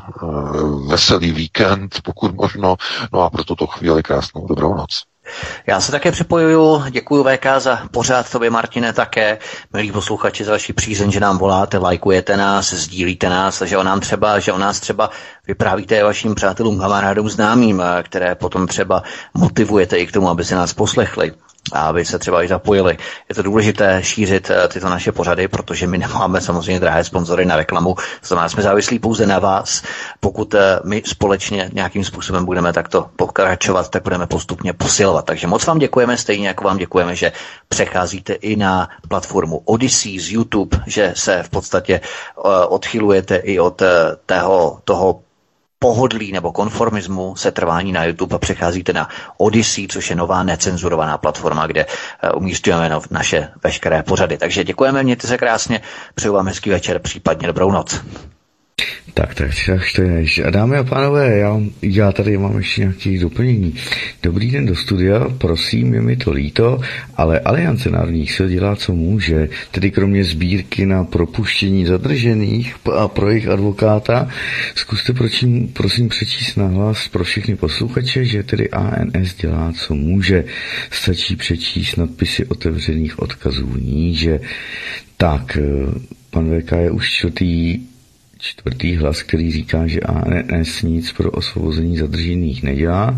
veselý víkend, pokud možno, no a pro tuto chvíli krásnou dobrou noc. Já se také připojuju, děkuji V K za pořád, tobě, Martine, také, milí posluchači, za vaši přízeň, že nám voláte, lajkujete nás, sdílíte nás, že o nám třeba, že o nás třeba vyprávíte vašim přátelům, kamarádům, známým, které potom třeba motivujete i k tomu, aby se nás poslechli a aby se třeba i zapojili. Je to důležité šířit tyto naše pořady, protože my nemáme samozřejmě drahé sponzory na reklamu, to znamená, jsme závislí pouze na vás. Pokud my společně nějakým způsobem budeme takto pokračovat, tak budeme postupně posilovat. Takže moc vám děkujeme, stejně jako vám děkujeme, že přecházíte i na platformu Odyssey z YouTube, že se v podstatě odchylujete i od tého, toho pohodlí nebo konformismu setrvání na YouTube a přecházíte na Odyssey, což je nová necenzurovaná platforma, kde umístujeme no, naše veškeré pořady. Takže děkujeme, mějte se krásně, přeju vám hezký večer, případně dobrou noc. Tak, tak, tak to je. A dámy a pánové, já, já tady mám ještě nějaké doplnění. Dobrý den do studia, prosím, je mi to líto, ale Aliance národních sil dělá, co může, tedy kromě sbírky na propuštění zadržených a pro jejich advokáta, zkuste prosím, prosím přečíst nahlas pro všechny posluchače, že tedy A N S dělá, co může. Stačí přečíst nadpisy otevřených odkazů níže. Tak, pan V K je už čtvrtý Čtvrtý hlas, který říká, že A N S nic pro osvobození zadržených nedělá.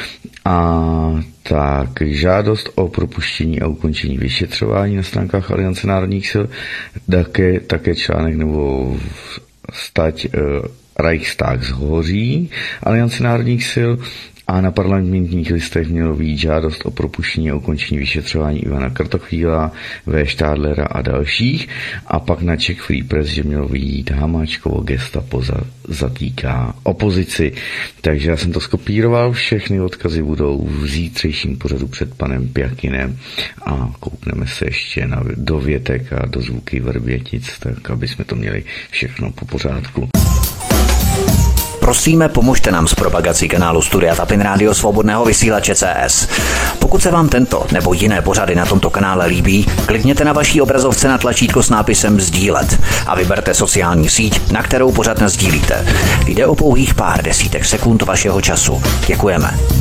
A tak žádost o propuštění a ukončení vyšetřování na stránkách Aliance národních sil, také, také článek nebo stať uh, Reichstag zhoří Aliance národních sil. A na parlamentních listech mělo být žádost o propuštění a ukončení vyšetřování Ivana Kratochvíla, V. Štádlera a dalších. A pak na Czech Free Press, že mělo být Hamáčkovo gestapo zatýká opozici. Takže já jsem to skopíroval, všechny odkazy budou v zítřejším pořadu před panem Pjakinem a koukneme se ještě na dovětek a do zvuky Vrbětic, tak aby jsme to měli všechno po pořádku. Prosíme, pomožte nám s propagací kanálu Studia Tapin Rádio Svobodného vysílače C S. Pokud se vám tento nebo jiné pořady na tomto kanále líbí, klikněte na vaší obrazovce na tlačítko s nápisem sdílet a vyberte sociální síť, na kterou pořad nasdílíte. Jde o pouhých pár desítek sekund vašeho času. Děkujeme.